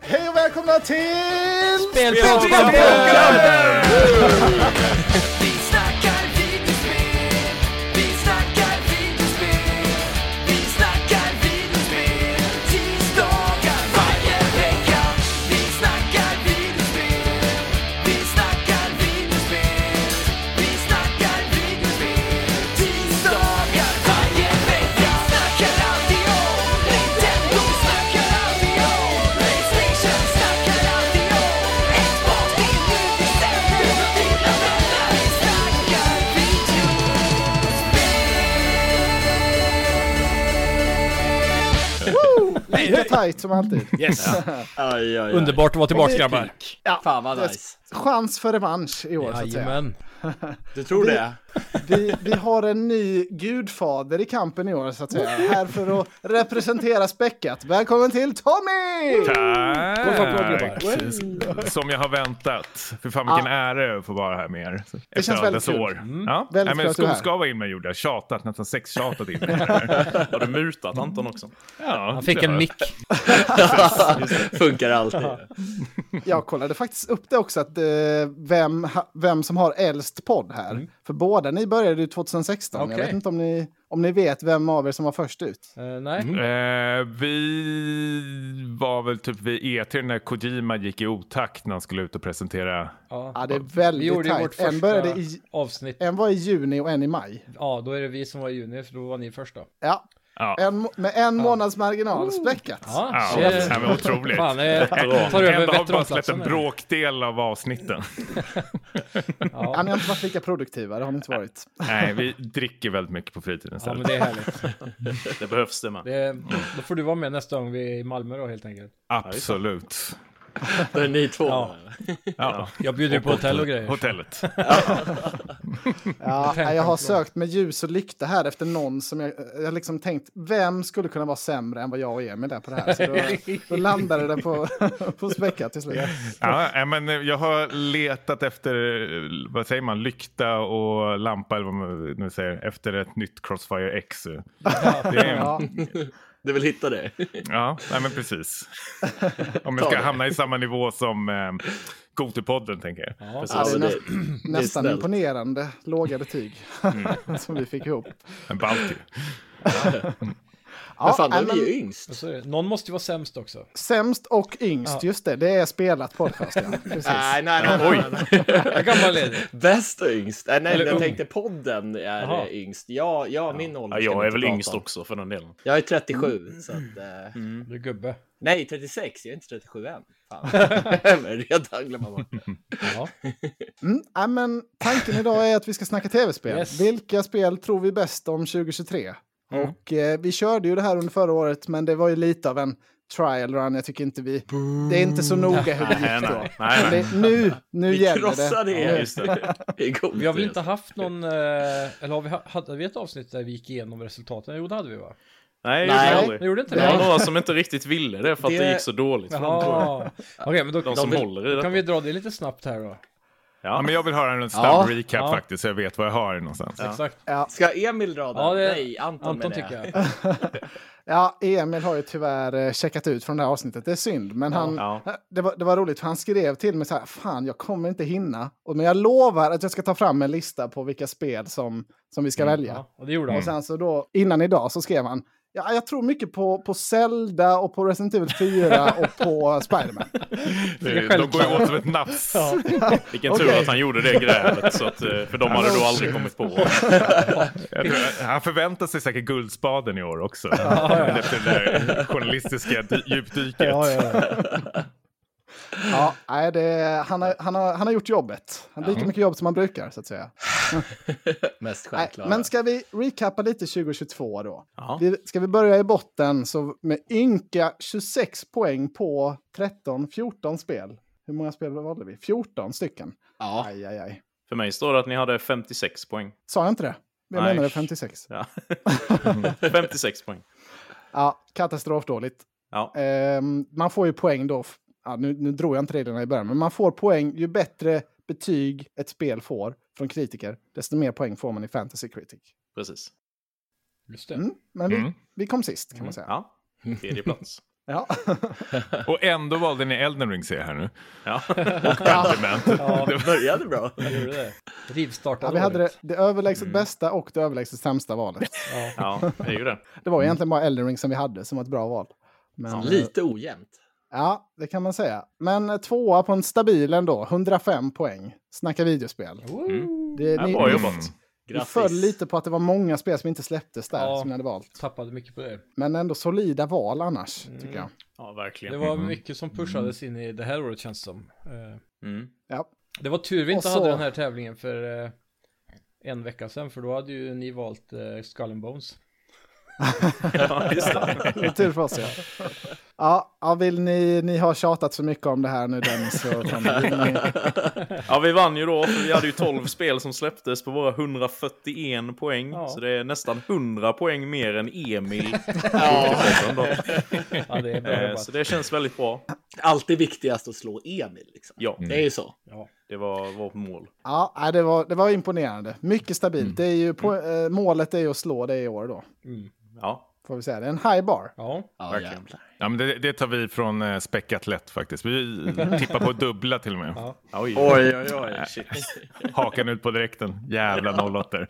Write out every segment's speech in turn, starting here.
Hej och välkomna till Spelpodden! Vi snackar videospel, vi snackar videospel, vi snackar videospel, tisdagar varje vecka. Vi snackar videospel, vi snackar videospel, vi snackar videospel, tisdagar varje vecka. Snackar alltid om Nintendo, snackar alltid om PlayStation, snackar alltid om Xbox, till nu december och dina vänner. Vi snackar Lite tajt som alltid. Yes. Aj. Underbart att vara tillbaka, grabbar. Ja, Fan vad det är nice. chans för revansch i år så att säga. Jajamän. Du tror det? Vi har en ny gudfader i kampen i år så att säga. Här för att representera späckat. Välkommen till Tommy! Tack! Som jag har väntat. För fan vilken ära att få vara här med er. Det känns väldigt kul. år. Ja. Väldigt Nej, men kul att du är här. ska vara in med gjorde jag. Tjatat, nästan 6 tjatat in med. Har du mutat Anton också? Ja, Han fick en mick. Funkar alltid. Jag kollade faktiskt upp det också att vem som har äldst podd här. För båda ni började ju 2016. Okej. Jag vet inte om ni vet vem av er som var först ut. Nej. Vi var väl typ vid E3 när Kojima gick i otakt när han skulle ut och presentera. Ja, det är Vi väldigt gjorde ju vårt tajt. En började första avsnitt. en var i juni och en i maj. Ja, då är det vi som var i juni, för då var ni första. Ja, Ja. med en månads marginal späckat. Ja, Ja, det var otroligt. Fan, tar över Ändå har vi bara släppt en veteranplatsen. bråkdel av avsnitten. Ja, ni har inte varit lika produktiva, det har ni inte varit. Nej, vi dricker väldigt mycket på fritiden Ja, istället. men det är härligt. Det behövs det med. Då får du vara med nästa gång vi är i Malmö då, helt enkelt. Absolut. Det är ni två. Ja. Ja. Jag bjuder på hotell och grejer. Hotellet. Ja, jag har sökt med ljus och lykta här efter någon som jag liksom tänkt, vem skulle kunna vara sämre än vad jag och Emil är på det här? Så då landade det på späckat till slut. Ja, men jag har letat efter, vad säger man, lykta och lampa eller vad man nu säger, efter ett nytt Crossfire X. Ja, Du vill hitta det? Ja, nej, men precis. Om jag ska hamna i samma nivå som Gotipodden, tänker jag. Ja. Precis. ja, det är det är nästan snällt. imponerande låga betyg som vi fick ihop. En Balti. Men fan, då är men vi ju yngst. Så är det. Någon måste ju vara sämst också. sämst och yngst, just det är spelat podcast. Ja. Precis. Nej. Jag gammal är det. Bäst och yngst. Nej, Eller jag ung. tänkte podden är Jaha. yngst. Min ålder. Ja, ska jag vi är väl inte yngst prata om. också för den delen. Jag är 37, så att... Du är gubbe. Nej, 36. Jag är inte 37 än. Fan. Men redan glömmer man bort. Ja. Ja, men tanken idag är att vi ska snacka tv-spel. Yes. Vilka spel tror vi bäst om 2023? Och vi körde ju det här under förra året, men det var ju lite av en trial run. Jag tycker inte det är inte så noga hur det gick då. Nej. Men nu Vi gäller krossar det. det. Just det. Det är god Vi har väl tid. inte haft någon, eller hade vi ett avsnitt där vi gick igenom resultaten? Jo, det hade vi, va? Nej, Nej. det aldrig. Vi gjorde inte Det det? var några som inte riktigt ville det för att det gick så dåligt. För dem, tror jag. Jaha. Okej, men då De som håller i då detta. kan vi dra det lite snabbt här då. Ja, men jag vill höra en snabb Ja. recap Ja. faktiskt, så jag vet vad jag har någonstans. Exakt. Ska Emil dra den? Ja, Nej, Anton med tycker det. jag. Ja, Emil har ju tyvärr checkat ut från det här avsnittet. Det är synd, men det var roligt för han skrev till mig så här: fan, jag kommer inte hinna. Men jag lovar att jag ska ta fram en lista på vilka spel som vi ska välja. Ja, och det gjorde han. Och sen så då, innan idag så skrev han: ja, jag tror mycket på Zelda och på Resident Evil 4 och på Spider-Man. De går ju åt som ett nafs. Vilken tur att han gjorde det grävet, så att, för de hade då aldrig kommit på. Jag tror, han förväntar sig säkert Guldspaden i år också. Efter det där journalistiska djupdyket. Ja, nej, han har gjort jobbet. Han lika mycket jobb som han brukar, så att säga. Mest Nej, självklara. men ska vi recappa lite 2022 då? Ja. Ska vi börja i botten så med ynka 26 poäng på 13-14 spel. Hur många spel valde vi? 14 stycken. Ja. Aj. För mig står det att ni hade 56 poäng. Sa jag inte det? Jag Nej. menade 56. Ja. 56 poäng. Ja, katastrofdåligt. Ja. Man får ju poäng då. Ja, nu drog jag inte reglerna i början, men man får poäng ju bättre betyg ett spel får från kritiker, desto mer poäng får man i Fantasy Critic. Precis. Just det. Men vi kom sist, kan man säga. Ja. Tredje plats. Ja. Och ändå valde ni Elden Ring, ser jag här nu. Ja. Och Pentiment. Ja, Det började bra. det gjorde det. Rivstartade Ja, vi hade året. det överlägset bästa och det överlägset sämsta valet. Ja, det är ju det. Det var egentligen bara Elden Ring som vi hade som var ett bra val. Men, Lite ojämnt. Ja, det kan man säga. Men tvåa på en stabil ändå. 105 poäng. Snacka videospel. Bra jobbat. Ni Grattis. föll lite på att det var många spel som inte släpptes där Ja. som ni hade valt. Tappade mycket på det. Men ändå solida val annars, tycker jag. Ja, Det verkligen. var mycket som pushades in i det här året, känns som. Ja. Det var tur vi inte Och så- hade den här tävlingen för en vecka sedan, för då hade ju ni valt Skull and Bones. Ja, just det. Det är tur för oss, ja. Ja, vill ni har tjatat så mycket om det här nu, Dennis. Så vill ni... Ja, vi vann ju då, för vi hade ju 12 spel som släpptes på våra 141 poäng. Ja. Så det är nästan 100 poäng mer än Emil. Ja, det är bra jobbat. Så det känns väldigt bra. Alltid viktigast att slå Emil. Liksom. Ja, Det är ju så. Ja. det var vårt mål. Ja, nej, det var imponerande. Mycket stabilt. Det är ju målet är ju att slå det i år då. Ja, Får vi säga. Det är en high bar. Ja, Ja, verkligen. jävlar. Ja, men det tar vi från Späckat lätt faktiskt. Vi tippar på dubbla till och med. Ja. Oj. Oj. Shit. Hakan ut på direkten. Jävla 08.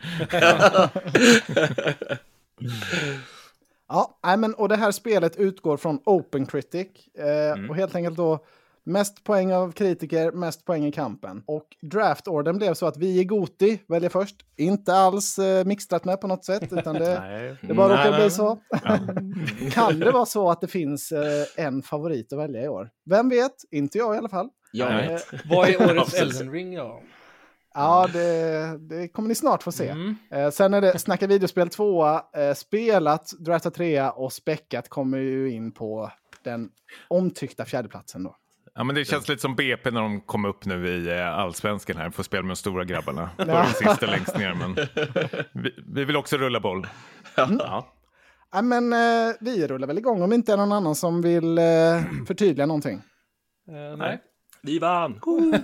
Ja, nej, men, och det här spelet utgår från Open Critic. Och helt enkelt då mest poäng av kritiker, mest poäng i kampen. Och draftorden blev så att vi i Goti väljer först. Inte alls mixtrat med på något sätt, utan Nej. det bara råkar Nej. bli så. Kan det vara så att det finns en favorit att välja i år? Vem vet? Inte jag i alla fall. Jag Nej. vet. Vad är årets precis. Elden Ring då? Ja, det kommer ni snart få se. Sen är det Snacka videospel 2, spelat, drafta 3 och späckat kommer ju in på den omtyckta fjärdeplatsen då. Ja, men det känns lite som BP när de kom upp nu i Allsvenskan här. Får spela med de stora grabbarna. Då är de sista längst ner, men vi vill också rulla boll. Ja. Ja, men vi rullar väl igång om inte är någon annan som vill förtydliga någonting. Nej. Vi vann.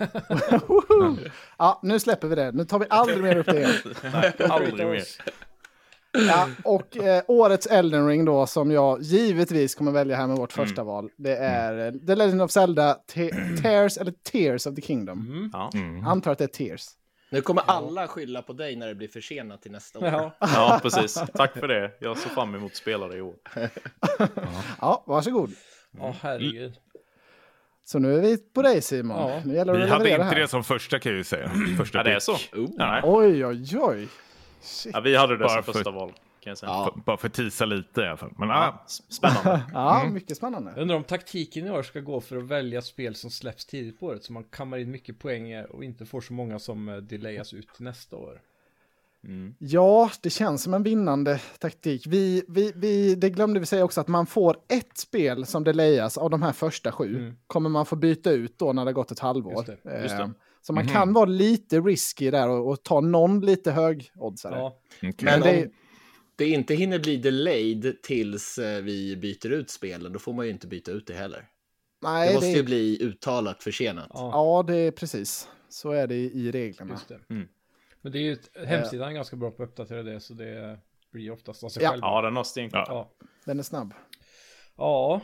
Ja, nu släpper vi det. Nu tar vi aldrig mer upp det igen. Aldrig mer. Ja, och årets Elden Ring då, som jag givetvis kommer välja här med vårt första val. Det är The Legend of Zelda Tears of the Kingdom. Ja. Antar att det är Tears. Nu kommer alla skylla på dig när det blir försenat till nästa år. Ja. Ja, precis. Tack för det. Jag ser fram emot spelare i år. Ja, varsågod. Ja, herregud. Så nu är vi på dig, Simon. Ja. Nu gäller det Vi att hade leverera inte här. det som första, kan jag ju säga. Första Ja, det är pick. så. Nej. Oj, oj, oj. Shit. Ja, vi hade det Bara som för- första val, kan jag säga. Ja. Bara för att tisa lite i alla fall. Men Spännande. Ja, mycket spännande. Jag undrar om taktiken i år ska gå för att välja spel som släpps tidigt på året, så man kammar in mycket poäng och inte får så många som delayas ut till nästa år. Ja, det känns som en vinnande taktik. Det glömde vi säga också, att man får ett spel som delayas av de här första 7. Kommer man få byta ut då när det har gått ett halvår. Just det, just det. Så man kan vara lite risky där och ta någon lite högoddsare. Ja, Men Men det- om det inte hinner bli delayed tills vi byter ut spelen, då får man ju inte byta ut det heller. Nej, Det måste ju bli uttalat försenat. ja, Ja, det är precis. Så är det i reglerna. just det. Men det är ju hemsidan är ganska bra på att uppdatera det, så det blir oftast av sig Ja. själv. Ja, den har stenkoll. Ja. Den är snabb. Ja.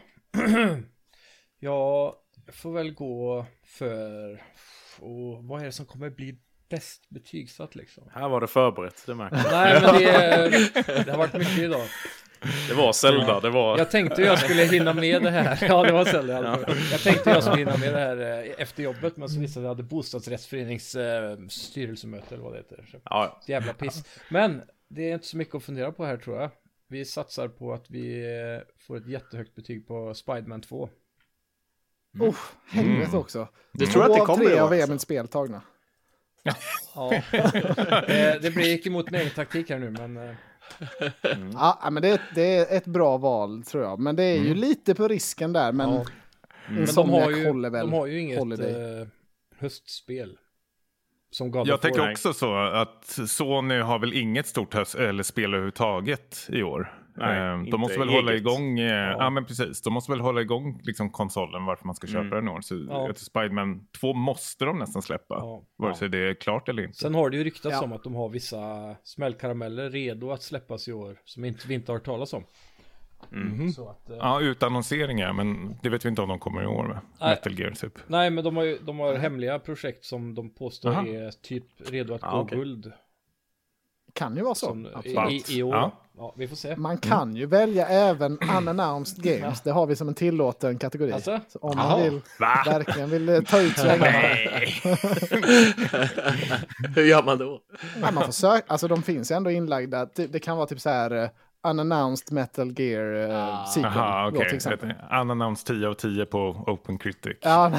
Jag får väl gå för... Och vad är det som kommer bli bäst betygsatt liksom? Här var det förberett, det märker jag. Nej, men det har varit mycket idag. Det var Zelda, det var... Jag tänkte jag skulle hinna med det här. Ja, det var Zelda. Jag tänkte jag skulle hinna med det här efter jobbet, men så visade det att jag hade bostadsrättsförenings styrelsemöte eller vad det heter. Så, Ja, jävla piss. Men det är inte så mycket att fundera på här, tror jag. Vi satsar på att vi får ett jättehögt betyg på Spider-Man 2. Helvete också. Du tror att det kommer 2 av i år, 3 av alltså? Emils spel tagna. Ja. Det gick emot min egen taktik här nu, men... Ja, men det är ett bra val, tror jag. Men det är ju lite på risken där. Men Ja. Men de Insomniac har ju inget Holiday. höstspel. Som God jag of War. tänker också så att Sony har väl inget stort eller spel överhuvudtaget i år. Nej, De inte måste väl eget. hålla igång, ja men precis, de måste väl hålla igång liksom konsolen varför man ska köpa den i år. Så jag tror Spider-Man 2 måste de nästan släppa, Ja. vare sig det är klart eller inte. Sen har det ju ryktats Ja. om att de har vissa smällkarameller redo att släppas i år som vi inte har hört talas om. Så att, Ja, utannonseringar, men det vet vi inte om de kommer i år med. Metal Gear typ. nej, men de har hemliga projekt som de påstår är typ redo att gå guld. Kan ju vara så. Som, i år. Ja, vi får se. Man kan ju välja även unannounced games. Det har vi som en tillåten kategori. Alltså? Så om man verkligen vill ta ut svängarna. Hur gör man då? Ja, man får söka. Alltså de finns ändå inlagda. Det kan vara typ så här unannounced Metal Gear sequel. Aha, då, okej. till exempel. Unannounced 10 av 10 på Open Critic. Ja,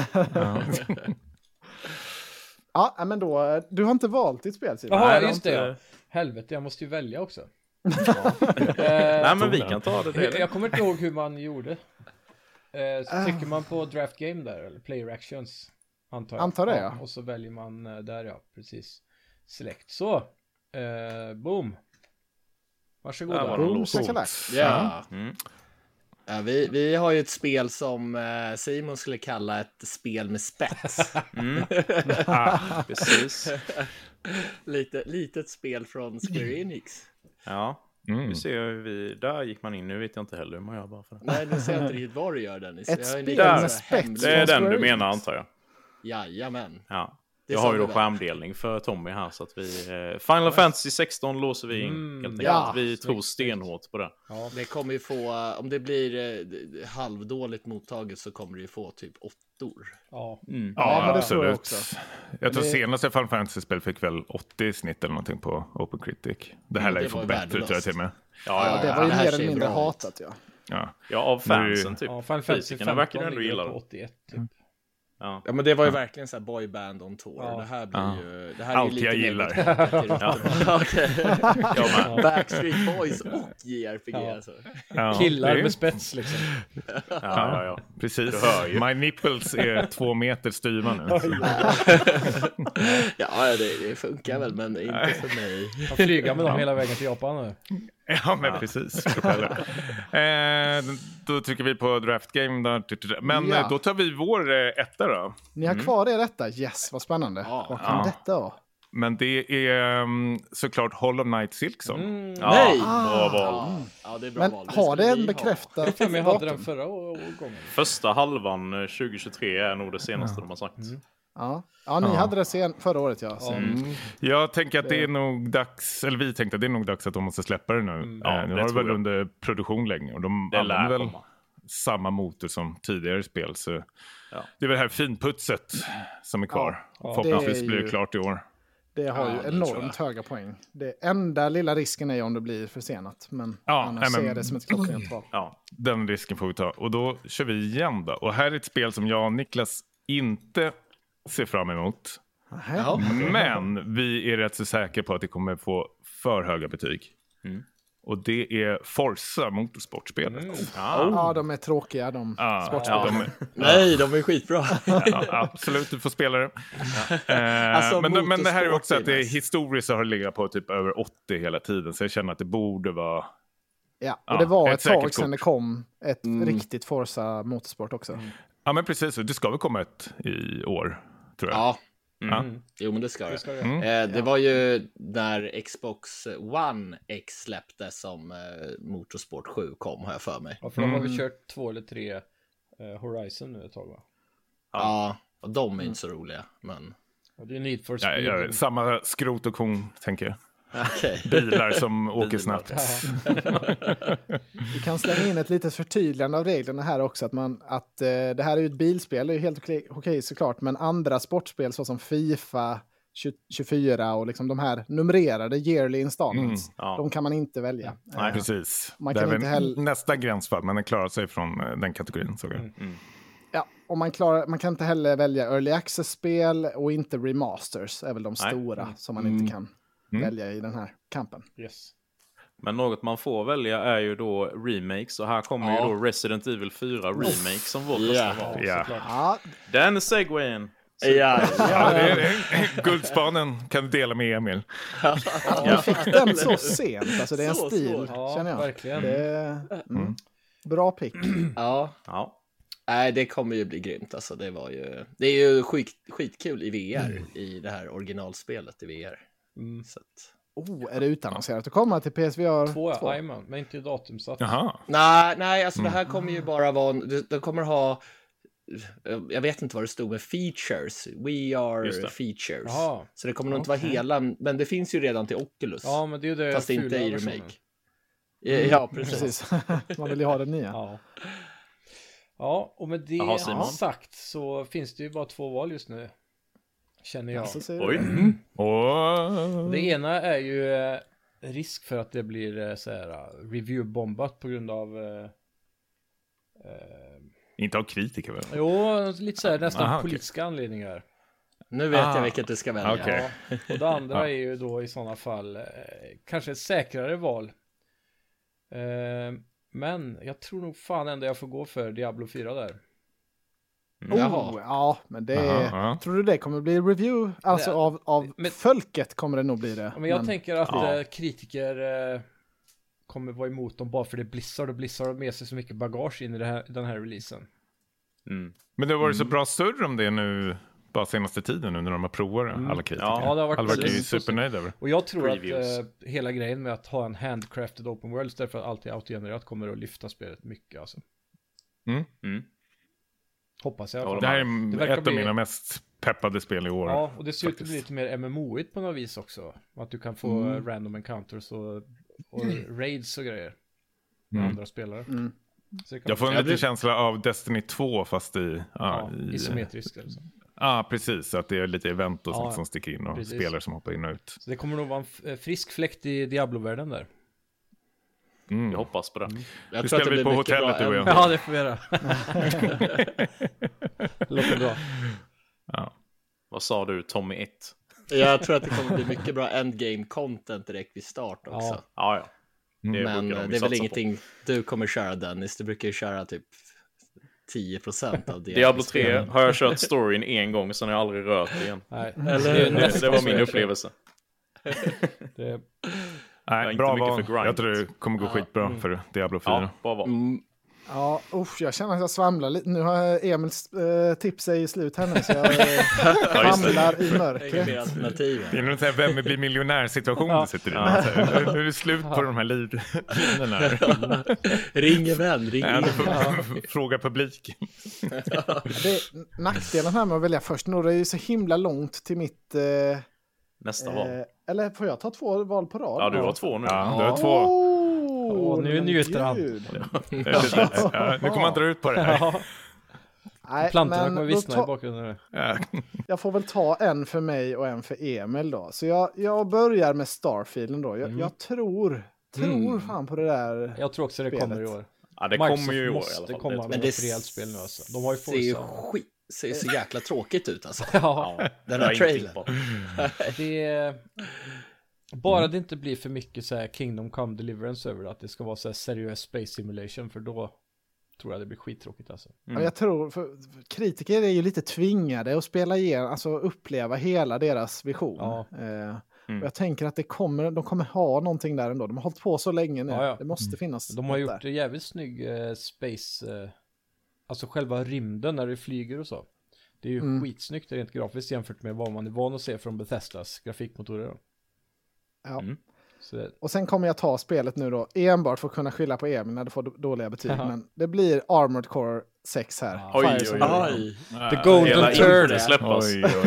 ja, men då. Du har inte valt ditt spel, Simon. Jaha, just det. Ja. Helvete, jag måste ju välja också. Nej, men vi kan ta det. Jag kommer inte ihåg hur man gjorde. Trycker man på draft game där, eller player actions, antar det, ja. Och så väljer man där, ja, precis. Select. Så, boom. Varsågoda. Boom, shakalak. Ja. Ja, vi har ju ett spel som Simon skulle kalla ett spel med spets. Precis. Litet spel från Square Enix. Ja, vi ser hur där gick man in. Nu vet jag inte heller hur man gör bara för det. Nej, nu ser jag inte riktigt vad du gör, Dennis. Ett spel med spets. Det är den du menar, antar jag. Jajamän. Ja. Jag har ju då skärmdelning för Tommy här, så att vi Final Fantasy 16 låser vi in helt enkelt. Vi tror stenhårt på det. Ja. Det kommer ju få, om det blir halvdåligt mottaget så kommer det ju få typ 8-or. Ja, Ja, men det absolut. tror jag också. Jag tror senaste Final Fantasy-spel fick väl 80 i snitt eller någonting på Open Critic. Det här lär ju få bättre, tror jag till och med. Ja, det var ju det här mer ser eller mindre bra hatat, Ja, av fansen typ. Ja, Final Fantasy 15 verkar ändå ligger gilla på det. 81 typ. Ja, men det var ju verkligen så här boyband on tour. Ja. Det här blir ju... Det här Allt är ju lite jag mer gillar. Okej. Backstreet Boys och JRPG alltså. Killar det är- med spets liksom. Ja. Precis. Du hör ju. My nipples är 2 meter styva nu. Ja, det funkar väl, men inte för mig. Jag flyger med dem hela vägen till Japan nu. Ja, men precis. Då trycker vi på draft game där. Men Ja. då tar vi vår etta då. Ni har kvar det detta. Yes, vad spännande. Vad kan detta vara? Men det är såklart Hollow Knight Silksong. Nej! Bra val. Ja, det är bra Men val. har det en bekräftad Jag hade den datum? förra gången. Första halvan 2023 är nog det senaste de har sagt. Ja, ni hade det förra året, ja. Så. Jag tänker att det är nog dags, eller vi tänkte att det är nog dags att de måste släppa det nu. Ja, nu det har det tror väl jag. under produktion länge och de Det lär använder väl komma. samma motor som tidigare spel. Så det är väl det här finputset som är kvar. Förhoppningsvis det är blir det ju- klart i år. Det har ju det tror enormt höga poäng. Det enda lilla risken är ju om det blir försenat. Men annars nej, men- ser jag det som ett klockrent val. Ja, Den risken får vi ta. Och då kör vi igen då. Och här är ett spel som jag och Niklas inte ser fram emot. Ja. Men vi är rätt så säkra på att det kommer få för höga betyg. Och det är Forza motorsportspelet. Ja, de är tråkiga, de sportspelen. Nej, de är skitbra. Absolut, du får spela det. Alltså, men det här är också att det är motorsport är historiskt så har det legat på typ över 80 hela tiden. Så jag känner att det borde vara... Ja, och det var ett ett tag säkert sedan kort. det kom ett riktigt Forza motorsport också. Ja, men precis. Det ska väl komma ett i år, tror jag. Ja. Ja. Jo, men det ska det. Ska det? Det var ju när Xbox One X släpptes som Motorsport 7 kom, har jag för mig. Ja, för de har väl kört 2 eller 3 Horizon nu ett tag, va? Ja, och de är inte så roliga, men... Ja, det är Need for Ja, Speed. samma skrot och kon, tänker jag. Okej. Bilar som åker snabbt. Vi kan slänga in ett litet förtydligande av reglerna här också. Att det här är ju ett bilspel, det är ju helt okej såklart. Men andra sportspel såsom FIFA 24 och liksom de här numrerade yearly installments, de kan man inte välja. Nej, precis. Man det kan är inte väl heller- nästa gränsfall, men den klarar sig från den kategorin. Så Ja, och man kan inte heller välja early access-spel och inte remasters är väl de stora som man inte kan välja i den här kampen. Yes. men något man får välja är ju då remakes. Och här kommer ju då Resident Evil 4 remake som vårt första val. Ja. Ja, Den segwayen. Ja, Ja, det är guldspanen kan du dela med Emil. jag fick den så sent. Alltså det är en Så stil, svårt. Ja, känner jag. verkligen. Det är, bra pick. ja. Ja. Nej, det kommer ju bli grymt. Alltså, det är ju skitkul i VR, i det här originalspelet i VR. Så att, Är det utannonserat att komma till PSVR 2? 2? Jajamän, men inte datumsatt. Jaha. Nej, alltså det här kommer ju bara vara, de kommer ha, jag vet inte vad det stod med features, we are features. Jaha. Så det kommer nog inte vara hela, men det finns ju redan till Oculus. Ja, men det är ju det fast inte i versionen. remake. Ja, precis. Man vill ju ha den nya. Ja, och med det Jaha, Simon. sagt så finns det ju bara 2 val just nu. Känner jag. Så säger Oj. du. Det ena är ju risk för att det blir så här review-bombat på grund av Inte av kritiker väl? jo, lite så här nästan Aha, politiska anledningar. Nu vet jag vilket du ska välja. Okej. Ja, och det andra är ju då i sådana fall kanske ett säkrare val. Men jag tror nog fan ändå jag får gå för Diablo 4 där. Ja, men det Aha. tror du det kommer bli review? Alltså av folket kommer det nog bli det. Men jag tänker att kritiker kommer vara emot dem bara för det är Blizzard, och Blizzard har med sig så mycket bagage in i den här releasen. Men det har varit så bra surr om det nu, bara senaste tiden nu när de har provat det, alla kritiker. Ja, det har varit alla verkar ju precis supernöjda över. Och jag tror Previews. att hela grejen med att ha en handcrafted open world därför att allt är autogenererat kommer att lyfta spelet mycket alltså. Hoppas jag. Det här är verkar ett av mina mest peppade spel i år. Ja, och det ser ut att bli lite mer MMO-igt på något vis också. Att du kan få random encounters och raids och grejer med andra spelare. Så det kan Jag får en liten känsla av Destiny 2 fast i isometriskt eller så. Ja, precis. Att det är lite event och sånt som sticker in och precis. spelare som hoppar in och ut. Så det kommer nog vara en frisk fläkt i Diablo-världen där. Jag hoppas på det. Jag Nu tror spelar att det vi blir på mycket hotellet, bra du och jag. Ja, det får vi göra. Låter bra. Ja. Vad sa du, Tommy 1? Jag tror att det kommer bli mycket bra endgame content direkt vid start också. Ja. Men brukar de det är väl satsa ingenting du kommer köra, Dennis. Du brukar ju köra typ 10% av det. Diablo 3 har jag kört storyn en gång, sen har jag aldrig rört det igen. Nej, Det var min upplevelse. Nej, inte bra mycket val. för grind. Jag tror det kommer gå skitbra för Diablo 4. Ja, bra val. Ja, jag känner att jag svamlar lite. Nu har Emils tips i slut här nu, så jag famlar i Inget mörkret. mer alternativ. Det är nog en vem blir miljonär-situation du sitter i. Nu är det slut på de här linorna. Ring en vän, ring in. Fråga publiken. Nackdelen här med att välja först, det är ju så himla långt till mitt... Nästa val. Eller får jag ta 2 val på rad? Ja, du har 2 nu. Ja, du har 2. Nu njuter han. Nu kommer man dra ut på det här. Nej, Plantorna men kommer då vissna i bakgrunden. jag får väl ta en för mig och en för Emil då. Så jag börjar med Starfielden då. Jag tror fan på det där. Jag tror också det spelet. kommer i år. Ja, det Microsoft kommer ju i år i måste alla fall. komma Men med det ett rejält spel nu alltså. De har ju ser ju Forza. ser så jäkla tråkigt ut alltså. Ja, Den här trailern. det bara det inte blir för mycket så här Kingdom Come Deliverance över det, att det ska vara så här seriös space simulation, för då tror jag det blir skittråkigt alltså. Ja, jag tror, för kritiker är ju lite tvingade att spela igenom, alltså uppleva hela deras vision. Ja. Och jag tänker att de kommer ha någonting där ändå. De har hållit på så länge nu. Ja. Det måste finnas. De har något gjort där. det jävligt snygg space, alltså själva rymden när det flyger och så. Det är ju skitsnyggt rent grafiskt jämfört med vad man är van att se från Bethesdas grafikmotorer. Ja. Så, Och sen kommer jag ta spelet nu då enbart för att kunna skylla på Emil när du får dåliga betyg. Men det blir Armored Core 6 här. Oj. The Golden Turd. Släppas.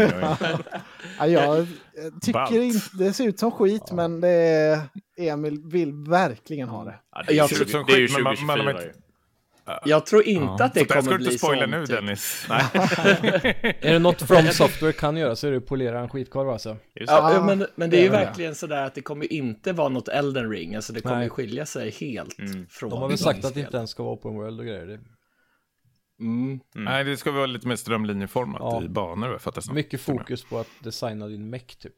Ja, jag tycker inte, det ser ut som skit, men Emil vill verkligen ha det. Ja, det är ju 2024 ju. Jag tror inte att det Jag kommer ska inte bli spoila sånt. nu, Dennis. är det något From Software kan göra så är det att polera en skitkorv alltså. Ja, men det är ju verkligen sådär att det kommer inte vara något Elden Ring. Alltså det kommer Nej. ju skilja sig helt från... De har väl sagt att det inte ens ska vara open world och grejer. Nej, det ska vara lite mer strömlinjeformat i banor. För att mycket fokus på att designa din mech typ.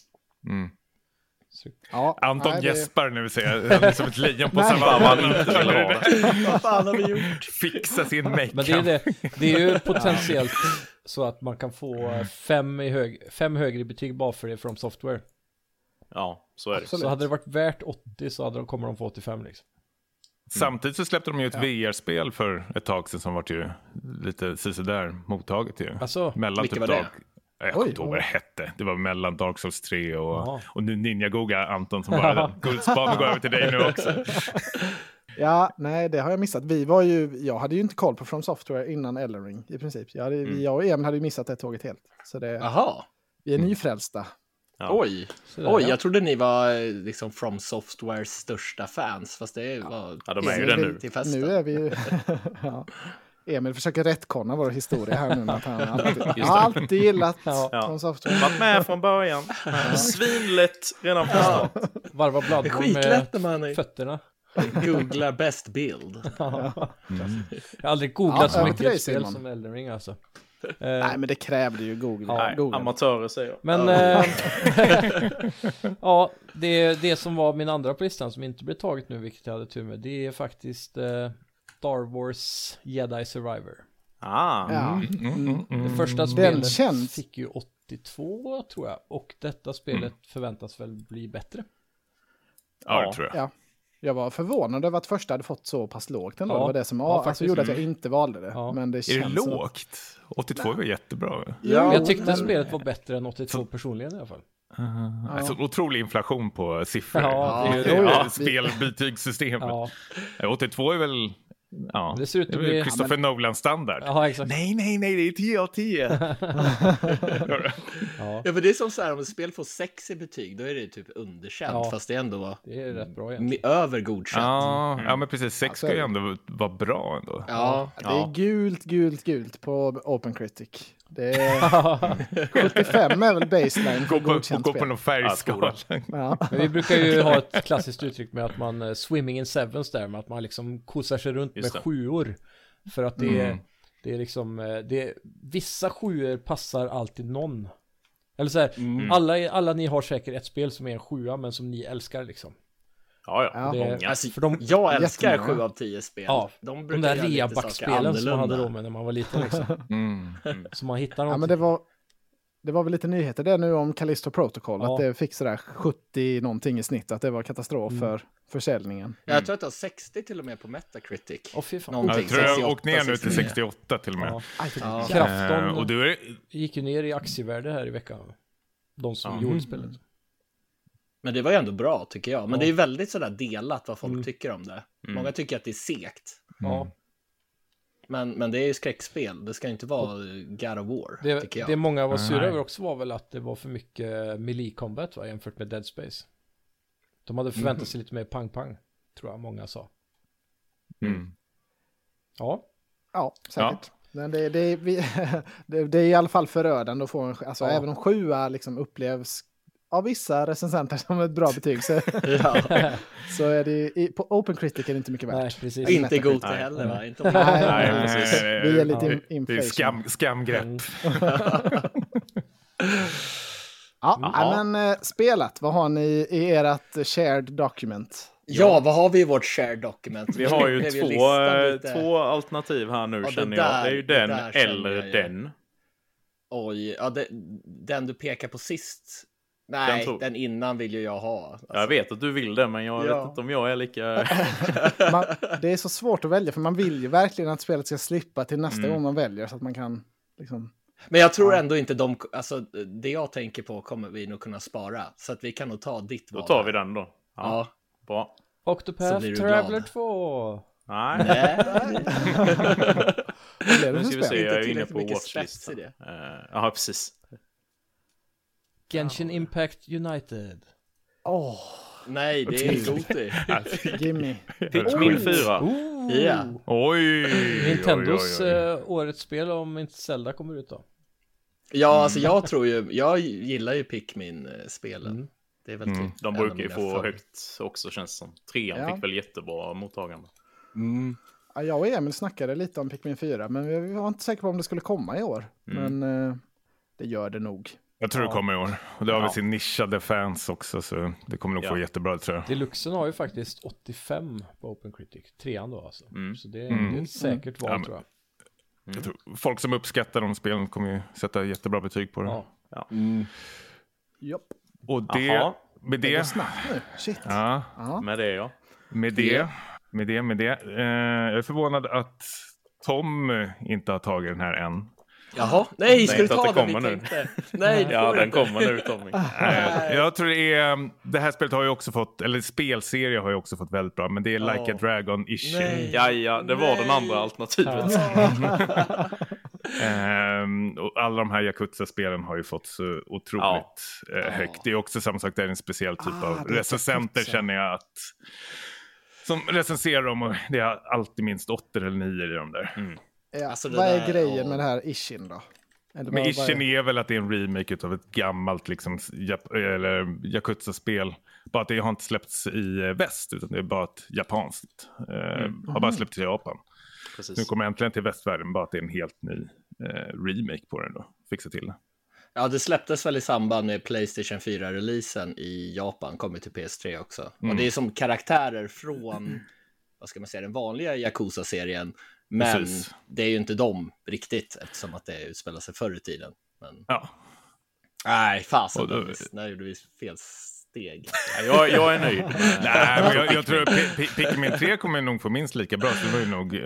Så, Ja, Anton nej, gäspar nu, ser jag. Han är som ett lejon på Nej. savannen. Vad fan har vi gjort? Fixa sin meck. men det är ju potentiellt så att man kan få 5 högre betyg bara för det från Software. Ja, så är det. Absolut. Så hade det varit värt 80 så kommer de få 85 liksom. Samtidigt så släppte de ju ett VR-spel för ett tag sedan som var ju lite där mottaget ju. Alltså, mellan vilket typ var det? Jag kommer inte ihåg vad det hette. Det var mellan Dark Souls 3 och nu Ninja-googlar Anton som bara guldspanen går över till dig nu också. Ja, nej, det har jag missat. Jag hade ju inte koll på From Software innan Elden Ring i princip. Jag och Emil hade ju missat det tåget helt. Så vi är nyfrälsta. Ja. Oj, jag trodde ni var liksom From Softwares största fans, fast det var... Ja, de är ju det nu. Nu är vi ju... ja. Emil försöker rättkonna vår historia här nu. Att han alltid gillat From Software. Varit med från början. Svinlätt redan från start. Varva Bloodborne med fötterna. Googlar best build. Jag har aldrig googlat så mycket spel som Elden Ring alltså. Nej, men det krävde ju Google. Amatörer säger jag. Men ja, det som var min andra på listan som inte blev taget nu, vilket jag hade tur med, det är faktiskt Star Wars Jedi Survivor. Det första spelet fick ju 82 tror jag, och detta spelet förväntas väl bli bättre. Ja, det tror jag. Ja. Jag var förvånad över att första hade fått så pass lågt ändå. Det var det som gjorde att jag inte valde det. Ja. Men det känns är det lågt? 82 var jättebra. Ja, jag tyckte spelet var bättre än 82 personligen i alla fall. Alltså otrolig inflation på siffror. Spelbetygssystemet. 82 är väl... Ja, det ser ut att bli Christopher Nolan-standard. Ja, exakt. Nej, det är 10 av 10. Ja, men det är som så här, om ett spel får 6 i betyg, då är det typ underkänt, fast det ändå det är rätt bra egentligen. Över godkänt. Ja, men precis, 6 ska ju ändå vara bra ändå. Ja, det är gult på OpenCritic. Det är 75 är väl baseline för godkänt spel. Gå på någon färgskala. Men vi brukar ju ha ett klassiskt uttryck med att man swimming in sevens där, med att man liksom kosar sig runt med 7:or. För att det är liksom vissa 7:or passar alltid någon. Eller så här, alla ni har säkert ett spel som är en 7 men som ni älskar liksom. Jag älskar 7 av 10 spel. Ja, de där reabackspelen som man hade då med när man var liten liksom. Så man hittar någonting. Ja, men det var väl lite nyheter det nu om Callisto Protocol. Att det fick sådär 70 någonting i snitt. Att det var katastrof för försäljningen. Jag tror att det var 60 till och med på Metacritic. Fy fan. Jag tror jag åkt ner nu till 68 till och med. Krafton och gick ju ner i aktievärde här i veckan. De som gjorde spelet. Men det var ju ändå bra tycker jag. Men det är väldigt sådär delat vad folk tycker om det. Många tycker att det är segt. Men det är ju skräckspel. Det ska inte vara God of War, tycker jag. Det många var sura över också var väl att det var för mycket melee combat jämfört med Dead Space. De hade förväntat sig lite mer pang-pang, tror jag många sa. Ja, säkert. Men det är i alla fall förödande att få även om 7 liksom upplevs av vissa recensenter som ett bra betyg så är det på OpenCritic är det inte mycket värt. Nej, precis. Inte god till heller va? Nej, vi är lite inflation. Det är skamgrepp. Men spelat, vad har ni i ert shared document? Ja, vad har vi i vårt shared document? Vi har ju två alternativ här nu känner jag. Det är ju den eller den. Oj, den du pekar på sist. Nej, den innan vill ju jag ha. Alltså. Jag vet att du vill det, men jag vet inte om jag är lika... det är så svårt att välja, för man vill ju verkligen att spelet ska slippa till nästa gång man väljer, så att man kan liksom... Men jag tror ändå inte det jag tänker på kommer vi nog kunna spara, så att vi kan nog ta ditt val. Då tar vi den då. Ja. Bra. Octopath Traveler 2. Nej. Nu ska vi se, jag är inne på watchlistan. Ja, precis. Genshin Impact United. Nej, det är Goti. Gimme. Pikmin 4. Oj. Nintendos årets spel om inte Zelda kommer ut då. Ja, alltså jag gillar ju Pikmin-spelen. Det är väl typ de brukar ju få högt också, känns som. 3 fick väl jättebra mottagande. Ja, jag och Emil snackade lite om Pikmin 4, men vi var inte säkra på om det skulle komma i år. Men det gör det nog. Jag tror det kommer i år. Och det har väl sin nischade fans också, så det kommer nog få jättebra, tror jag. Deluxen har ju faktiskt 85 på OpenCritic. 3an då alltså. Så det är ett säkert val, tror jag. Jag tror folk som uppskattar de spelen kommer ju sätta jättebra betyg på det. Japp. Och det... Med det... Det går snabbt nu. Shit. Med det, ja. Med det. Jag är förvånad att Tom inte har tagit den här än. Jaha, nej, ska du inte att ta det den vi kommer nu. tänkte? Nej, Ja, den kommer nu, Tommy. Jag tror det här spelet har ju också fått, eller spelserie har ju också fått väldigt bra, men det är Like a Dragon Ishin. Nej. Ja, det var den andra alternativet. Och alla de här Yakuza-spelen har ju fått så otroligt högt. Det är också samma sak, det är en speciell typ av recensenter känner jag att som recenserar dem, och det är alltid minst 8 eller 9 i de där. Ja, Alltså det vad är där, grejen med det här Ishin då? Eller Men vad Ishin är... är väl att det är en remake av ett gammalt liksom, eller Yakuza-spel. Bara att det har inte släppts i väst, utan det är bara ett japanskt. Har bara släppts i Japan. Precis. Nu kommer äntligen till västvärlden, bara att det är en helt ny remake på den då. Fixa till det. Ja, det släpptes väl i samband med PlayStation 4-releasen i Japan, kommer till PS3 också. Och det är som karaktärer från, vad ska man säga, den vanliga Yakuza-serien. Men Precis. det är ju inte dem riktigt, eftersom att det utspelar sig förr i tiden. Men... Ja. Nej, fasen, Och då- där gjorde vi fel steg. Ja, jag är nöjd. Nej, men jag tror att Pikmin 3 kommer nog få minst lika bra, så det var ju nog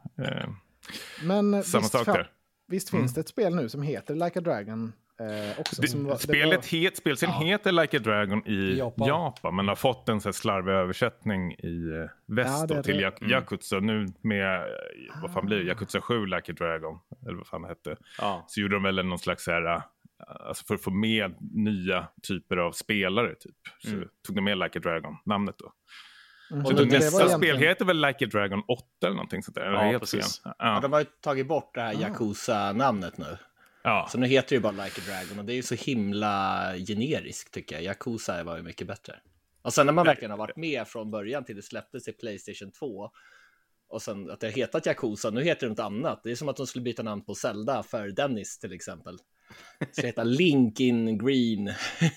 Men samma sak där. visst finns det ett spel nu som heter Like a Dragon också? Spelserien heter Like a Dragon i Japan, men har fått en så här slarvig översättning i väst det är då, till det. Yakuza. Nu med, vad fan blir det? Yakuza 7 Like a Dragon, eller vad fan det hette. Ja. Så gjorde de väl någon slags så här, alltså för att få med nya typer av spelare typ. Så tog de med Like a Dragon, namnet då. Mm. Så Det var nästa egentligen- spel heter väl Like a Dragon 8 eller någonting sånt där. Eller Ja, helt precis. fel. Ja, Ja. de har ju tagit bort det här Yakuza-namnet nu. Ja. Så nu heter det ju bara Like a Dragon, och det är ju så himla generiskt tycker jag. Yakuza var ju mycket bättre. Och sen när man verkligen har varit med från början till det släpptes till PlayStation 2, och sen att det har hetat Yakuza, nu heter det något annat. Det är som att de skulle byta namn på Zelda för Dennis till exempel. Så det heter Link in Green.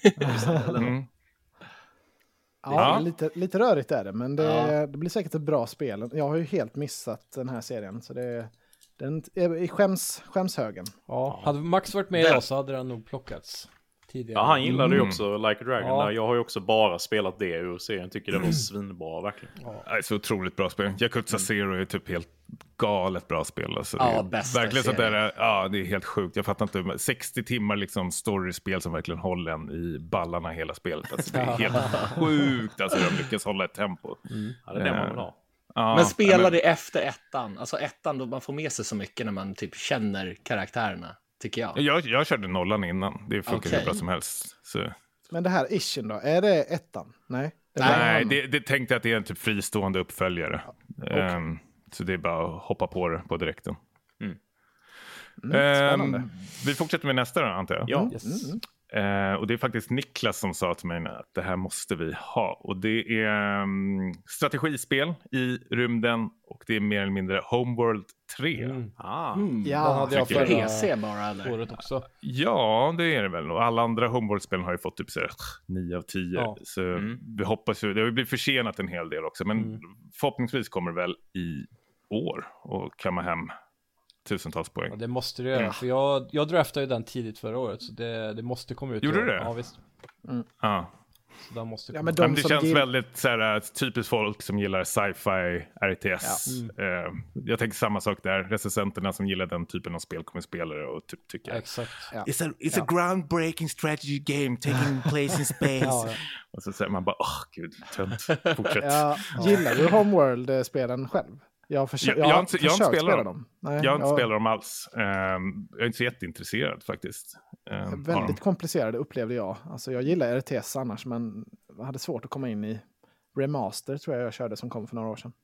Ja, lite rörigt är det, men det blir säkert ett bra spel. Jag har ju helt missat den här serien, så den är i skämshögen. Ja, hade Max varit med idag så hade den nog plockats tidigare. Ja, han gillade ju också Like a Dragon. Ja. Jag har ju också bara spelat det ur serien. Tycker det var svinbra, verkligen. Det är så otroligt bra spel. Yakuza Zero är typ helt galet bra spel. Alltså, Ja, det är bästa verkligen så serien. där, ja, det är helt sjukt. Jag fattar inte. 60 timmar liksom storyspel som verkligen håller en i ballarna hela spelet. Alltså, det är helt sjukt. Alltså, de lyckas hålla ett tempo. Ja, det är det man vill ha. Ja, Men spelar det efter ettan? Alltså ettan då man får med sig så mycket när man typ känner karaktärerna, tycker jag. Jag körde nollan innan. Det funkar hur Okej. bra som helst. Så. Men det här Ishin då, är det ettan? Nej. Nej, det tänkte jag att det är en typ fristående uppföljare. Så det är bara att hoppa på det på direkten. Spännande. Vi fortsätter med nästa då, antar jag. Ja. Och det är faktiskt Niklas som sa till mig att det här måste vi ha. Och det är strategispel i rymden, och det är mer eller mindre Homeworld 3. Mm. Den Ja, hade jag tycker förra PC bara eller? året också. Ja, det är det väl. Och alla andra Homeworld-spelen har ju fått typ så här 9 av 10. Ja. Så vi hoppas ju, det har ju blivit försenat en hel del också. Men förhoppningsvis kommer det väl i år och kamma hem tusentals poäng. Ja, det måste det göra, för jag draftade ju den tidigt förra året, så det måste komma ut. Gjorde i år. du det? Ja, visst. Ja. Så den måste komma. men Men det som känns gillar- väldigt så här, typiskt folk som gillar sci-fi RTS. Jag tänker samma sak där. Recensenterna som gillar den typen av spel kommer spela det och typ tycker Exakt. It's a groundbreaking strategy game taking place in space. Ja. Och så säger man bara, gud, tönt. Fortsätt. Gillar du Homeworld-spelen själv? Jag har försökt spela dem. Nej, Jag har inte spelat dem alls. Jag är inte så jätteintresserad faktiskt. Väldigt komplicerade upplevde jag. Alltså jag gillar RTS annars, men jag hade svårt att komma in i Remaster, tror jag körde, som kom för några år sedan.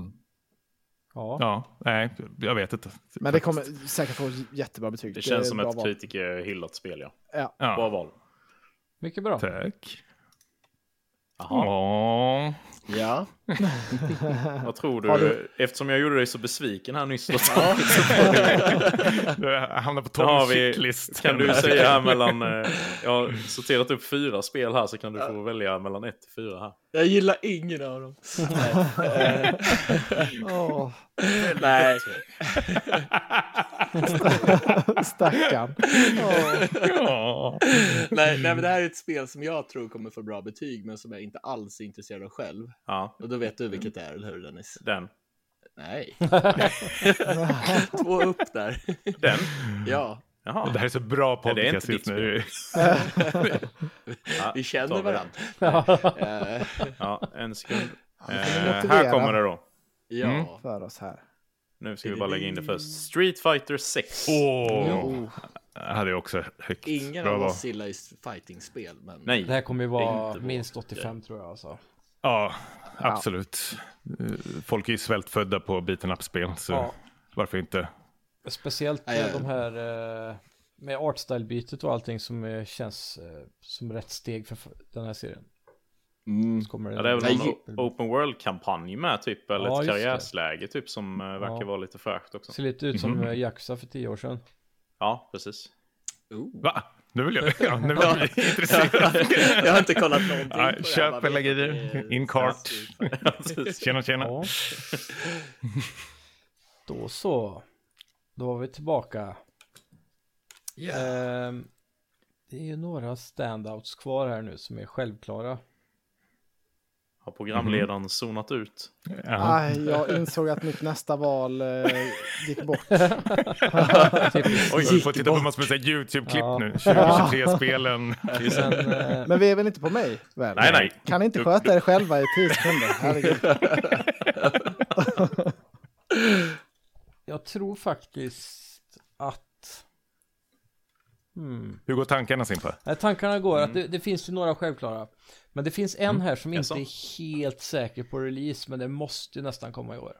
Ja, nej, jag vet inte. Men det kommer säkert få jättebra betyg. Det känns är som bra ett val. kritikerhyllat spel, ja. Ja. Bra val. Mycket bra. Tack. Jaha. Åh. Ja. Vad tror Har du? Eftersom jag gjorde dig så besviken här nyss. Då, Jag hamnar på då har Tommys vi, checklist. kan du säga här mellan... jag har sorterat upp 4 spel här, så kan du få välja mellan 1 till 4 här. Jag gillar ingen av dem. Åh, Nej. stackarn. Ja. Nej, men det här är ett spel som jag tror kommer få bra betyg, men som jag inte alls är intresserad av själv. Ja, Och då vet du vilket det är, eller hur Dennis? den. Nej. 2 upp där. Den? Ja. Jaha. Det här är så bra podcast just nu. Vi känner varandra. Ja, en sekund. motivera. Här kommer det då. Ja. För oss här. Nu ska vi bara lägga in det först. Street Fighter 6. Hade jag också högt. Ingen av oss gillar ju fighting-spel. Men... Nej. Det här kommer ju vara minst 85 tror jag alltså. Ja, absolut. Folk är ju svältfödda på beaten up-spel, så varför inte? Speciellt de här med artstyle-bytet och allting som känns som rätt steg för den här serien. Så kommer Ja, det är väl någon open world-kampanj med typ, eller ett karriärsläge typ som verkar vara lite fräscht också. Ser lite ut som Yakuza för 10 år sedan. Ja, precis. Va? Nu vill jag nu blir jag intresserad. Jag har inte kollat någonting på det. Köp eller lägg i in cart. Tjena. Ja. Då så. Då var vi tillbaka. Det är ju några standouts kvar här nu som är självklara. Har programledaren zonat ut? Nej, jag insåg att mitt nästa val gick bort. Oj, vi får titta på massor med YouTube-klipp nu. 2023-spelen. Men vi är väl inte på mig? Väl? Nej. Kan inte sköta er själva i 10 sekunder? Herregud. Jag tror faktiskt att... Hur går tankarna, Simpa? Tankarna går att det finns ju några självklara. Men det finns en här som inte är helt säker på release, men det måste ju nästan komma i år.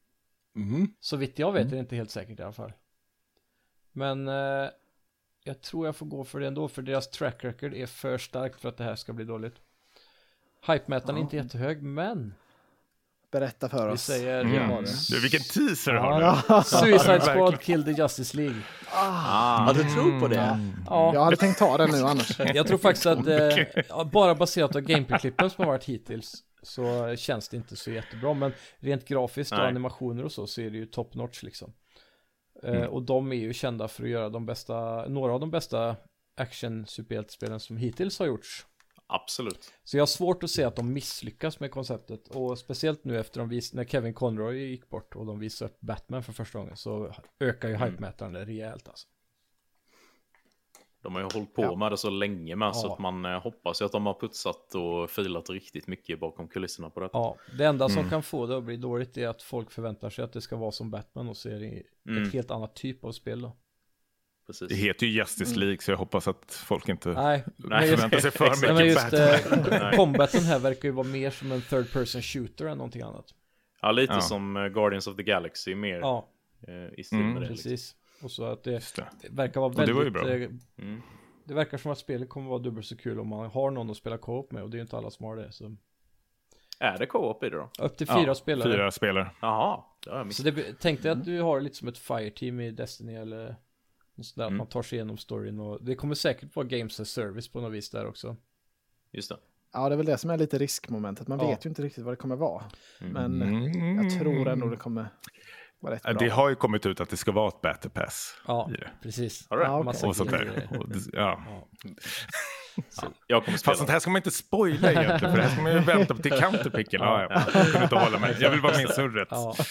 Så vitt jag vet är det inte helt säkert i alla fall. Men jag tror jag får gå för det ändå, för deras track record är för starkt för att det här ska bli dåligt. Hype-mätaren är inte jättehög, men... Berätta för oss. Vi säger Du, vilken teaser har du? Suicide Squad Kill the Justice League. Du tror på det? Ja. Jag hade tänkt ta den nu annars. Jag tror faktiskt att bara baserat på gameplay-klippen som har varit hittills så känns det inte så jättebra, men rent grafiskt och animationer och så är det ju top notch liksom. Och de är ju kända för att göra några av de bästa action-superhjältespelen som hittills har gjorts. Absolut. Så jag har svårt att se att de misslyckas med konceptet, och speciellt nu efter när Kevin Conroy gick bort och de visade upp Batman för första gången, så ökar ju hype-mätaren rejält alltså. De har ju hållit på med det så länge med, så att man hoppas ju att de har putsat och filat riktigt mycket bakom kulisserna på det. Ja, det enda som kan få det att bli dåligt är att folk förväntar sig att det ska vara som Batman och ser i ett helt annat typ av spel då. Precis. Det heter ju Justice League, så jag hoppas att folk inte förväntar sig för mycket Batman. Combaten här verkar ju vara mer som en third person shooter än någonting annat. Ja, lite som Guardians of the Galaxy, mer i stil med det. Precis. Liksom. Och så att det verkar vara väldigt... Det var ju bra. Det verkar som att spelet kommer vara dubbelt så kul om man har någon att spela co-op med, och det är ju inte alla som har det. Så. Är det co-op i det då? Upp till 4 spelare. 4 spelare. Jaha, det har jag missat. Så tänk dig att du har lite som ett fireteam i Destiny eller något sådär, att man tar sig igenom storyn, och det kommer säkert vara games as service på något vis där också. Just det. Ja, det är väl det som är lite riskmomentet. Man vet ju inte riktigt vad det kommer vara. Men jag tror ändå det kommer vara rätt bra. Det har ju kommit ut att det ska vara ett battle pass. Ja, precis. Och sånt där. Jag kommer spela. Fast sånt här ska man inte spoila egentligen, för det här ska man ju vänta till counterpicken. Jag kunde inte hålla mig. Jag vill vara med i surret.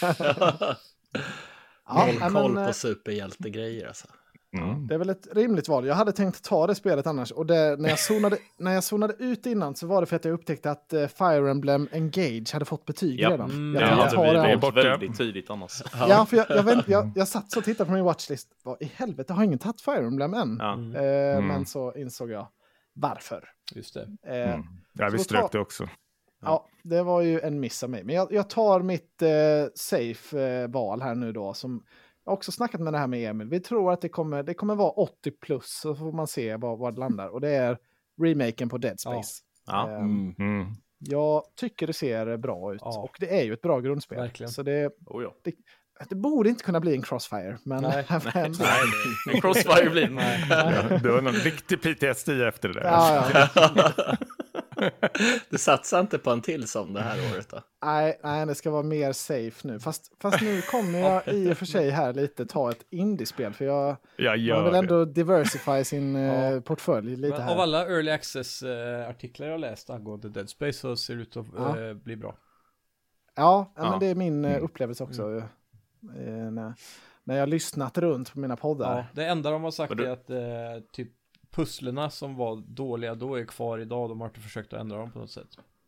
Koll på superhjältegrejer alltså. Det är väl ett rimligt val. Jag hade tänkt ta det spelet annars, och när jag zonade ut innan så var det för att jag upptäckte att Fire Emblem Engage hade fått betyg redan. Det är bort väldigt tidigt annars. Ja, för jag satt så och tittade på min watchlist. Vad i helvete, har ingen tagit Fire Emblem än? Men så insåg jag varför. Just det. Ja, vi strök det också. Ja, det var ju en miss av mig. Men jag tar mitt safe val här nu då, som jag också snackat med det här med Emil. Vi tror att det kommer vara 80 plus, så får man se var det landar. Och det är remaken på Dead Space. Jag tycker det ser bra ut. Och det är ju ett bra grundspel. Verkligen. Så det borde inte kunna bli en Crossfire. Men nej, en Crossfire blir det. Det var någon riktig PTSD efter det där. Du satsar inte på en till som det här året då? Nej, det ska vara mer safe nu. Fast nu kommer jag i och för sig här lite ta ett indiespel, för jag vill ändå diversify sin portfölj lite här. Av alla early access artiklar jag läst angående Dead Space så ser det ut att bli bra. Ja, men det är min upplevelse också. När jag lyssnat runt på mina poddar. Ja, det enda de har sagt är att typ pusslerna som var dåliga då är kvar idag. De har inte försökt att ändra dem på något sätt.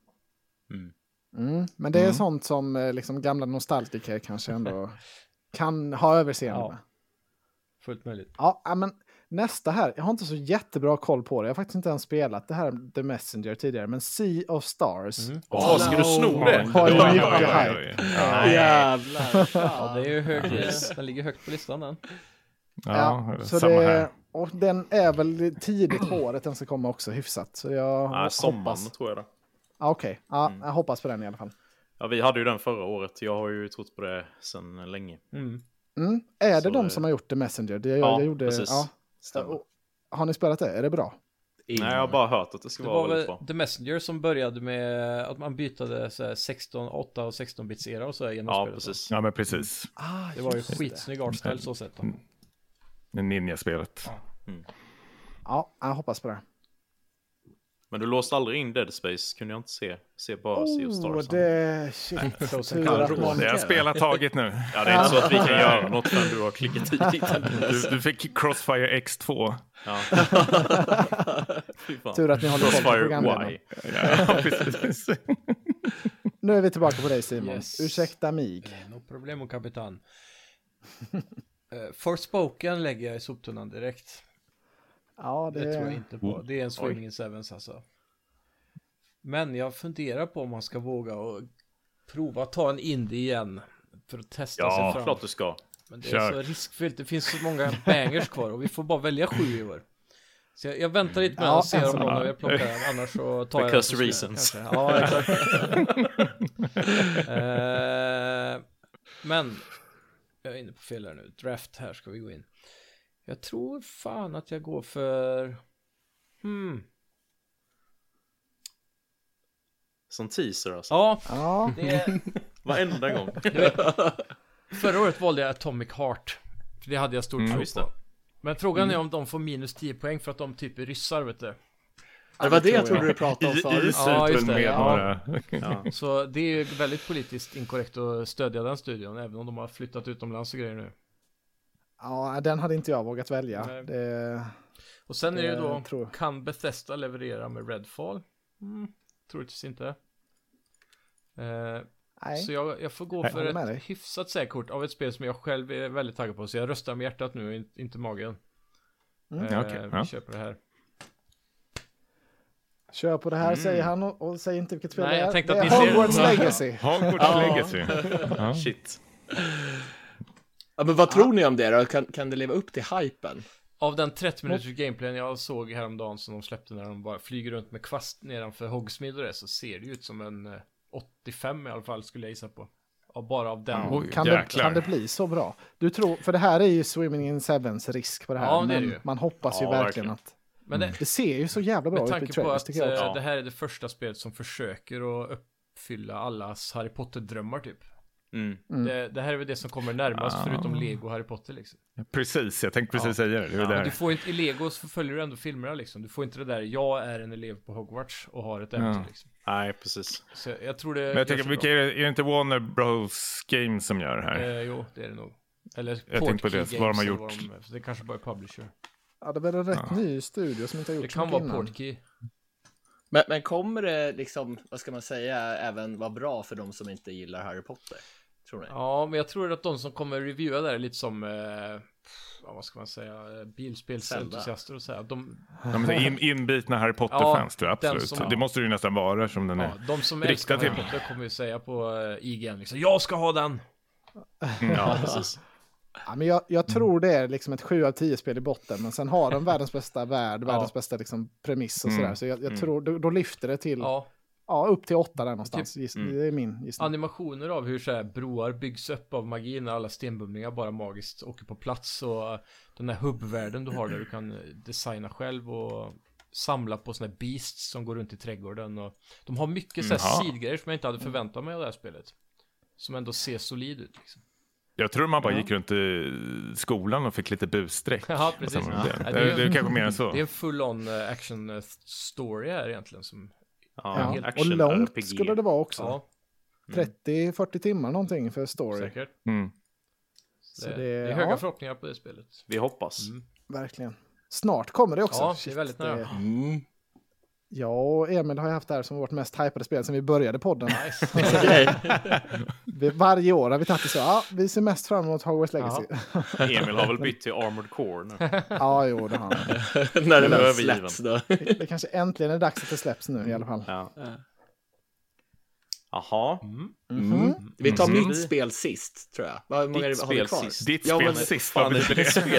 Men det är sånt som liksom gamla nostalgiker kanske ändå kan ha överseende med. Fullt möjligt. Ja, men nästa här. Jag har inte så jättebra koll på det. Jag har faktiskt inte ens spelat det här The Messenger tidigare. Men Sea of Stars. Ska du sno det? Har ju mycket hype. Jävlar. Ja, det är ju högt. Den ligger högt på listan den. Ja, så samma det, här. och den är väl tidigt på året den ska komma också hyfsat. Så jag sommaren hoppas. tror jag det. Okej. Ja, jag hoppas på den i alla fall. Ja, vi hade ju den förra året. Jag har ju trott på det sedan länge. Är det Så de som har gjort The Messenger? Det ja, jag gjorde, precis. Ja. Stämmer. Har ni spelat det? Är det bra? Nej, jag har bara hört att det ska Det vara var väldigt väl bra. The Messenger som började med att man bytade så här 8 och 16-bits era och så här genom Ja, spelet. precis. Ja, men precis. Det var ju skitsnygg artstyle så sett. Det ninja-spelet. Ja, jag hoppas på det. Men du låste aldrig in Dead Space, kunde jag inte se bara Sea of Stars. Shit. Tur att man- Det har spelat taget nu. Ja, det är inte så att vi kan göra något förrän du har klickat dit. Du fick Crossfire X2. Ja. Fy fan. Tur att ni håller koll på Crossfire programledaren. Y. Ja, precis. Nu är vi tillbaka på dig Simon. Yes. Ursäkta mig. No problemo, kapitan. Forspoken lägger jag i soptunnan direkt. Ja, Det tror jag inte på. Det är en Swimming in Sevens alltså. Men jag funderar på om man ska våga och prova att ta en indie igen. För att testa sig fram. Klart du ska. Men det är så riskfyllt. Det finns så många bangers kvar och vi får bara välja 7 i år. Så jag väntar lite med och ser om någon vill plocka den. Annars så tar jag den. Because reasons. Ja, exakt. Men jag är inne på fel här nu. Draft här ska vi gå in. Jag tror fan att jag går för... Som teaser alltså. Ja, det är... Varenda gång. Förra året valde jag Atomic Heart. För det hade jag stort tro på. Men frågan är om de får minus 10 poäng för att de typ är ryssar, vet du. Det var det jag trodde du pratade om förut. Ja, just det. Med Ja. några... Så det är ju väldigt politiskt inkorrekt att stödja den studion, även om de har flyttat utomlands och grejer nu. Ja, den hade inte jag vågat välja. Nej. Och sen är det ju då, tror jag. kan Bethesda leverera med Redfall? Troligtvis inte. Nej. Så jag får gå Jag för håller med ett dig. hyfsat säkert av ett spel som jag själv är väldigt taggad på. Så jag röstar med hjärtat nu, inte magen. okej, ja. Vi köper det här. Kör på det här, säger han och säger inte vilket spel Nej, det är. jag tänkte det att är ni ser- Hogwarts Legacy. Hogwarts Legacy. Ja. Shit. Ja, men vad tror ni om det då? Kan det leva upp till hypen? Av den 30 minuters gameplayen jag såg häromdagen som de släppte när de bara flyger runt med kvast nedanför Hogsmeade och det, så ser det ut som en 85 i alla fall, skulle jag gissa på. Bara av den. Oj, Kan det bli så bra? Du tror, för det här är ju Swimming in Sevens risk på det här. Ja, det är men det ju. man hoppas ju Ja, verkligen verkligen. att... Men Det ser ju så jävla bra med ut i tanke på trailers, att tycker jag också. det här är det första spelet som försöker att uppfylla allas Harry Potter-drömmar typ. Det här är väl det som kommer närmast förutom Lego och Harry Potter liksom. Precis, jag tänkte precis säga det. Det är Men där. du får inte, i Lego så följer du ändå filmerna liksom. Du får inte det där, jag är en elev på Hogwarts och har ett ämne liksom. Nej, precis. Så jag tror det Men jag tänker, görs vilka bra. är det inte Warner Bros Games som gör det här? Jo, det är det nog. Eller Jag tänkte på Portkey det, vad de har Games, gjort. eller så det kanske bara är publisher. Ja, det är väl en rätt ny studio som inte har gjort Det så kan mycket vara innan. Portkey. Men kommer det liksom, vad ska man säga, även vara bra för de som inte gillar Harry Potter? Tror ni? Ja, men jag tror att de som kommer reviewa där är lite som vad ska man säga, bilspelsentusiaster och så här. De Inbitna Harry Potter-fans, tror jag, den absolut. som- Det måste det ju nästan vara som den är. de som Riktad älskar Harry till. Potter kommer ju säga på IGN liksom, jag ska ha den! Ja, precis. Ja, men jag tror det är liksom ett 7 av 10 spel i botten, men sen har de världens bästa värld, världens bästa liksom premiss och sådär. Så jag tror, då lyfter det till, upp till 8 där någonstans. Det är min gissning. Animationer av hur så här broar byggs upp av magi när alla stenbumlingar bara magiskt åker på plats, och den här hubbvärlden du har där du kan designa själv och samla på såna här beasts som går runt i trädgården, och de har mycket så här sidgrejer som jag inte hade förväntat mig av det här spelet, som ändå ser solid ut liksom. Jag tror man bara gick runt i skolan och fick lite busstreck. Ja, precis. Det Ja, är kanske mer än så. Det är en full-on action story här egentligen som Ja, Ja, och action långt RPG. skulle det vara också. ja. 30-40 timmar någonting för story. Säkert. Så det är höga förhoppningar på det spelet. Vi hoppas. Verkligen. Snart kommer det också. Ja, det är väldigt nära. Ja, och Emil har ju haft det här som vårt mest hypade spel sen vi började podden. Varje år har vi tagit det så. Vi ser mest fram emot Hogwarts Legacy. Emil har väl bytt till Armored Core nu. Ja, jo, det har han. När det väl släpps då. Det kanske äntligen är dags att det släpps nu i alla fall. Jaha. Vi tar mitt spel sist, tror jag. Hur många Ditt har vi spel kvar? sist. Ditt spel sist. Fan, det är ditt spel.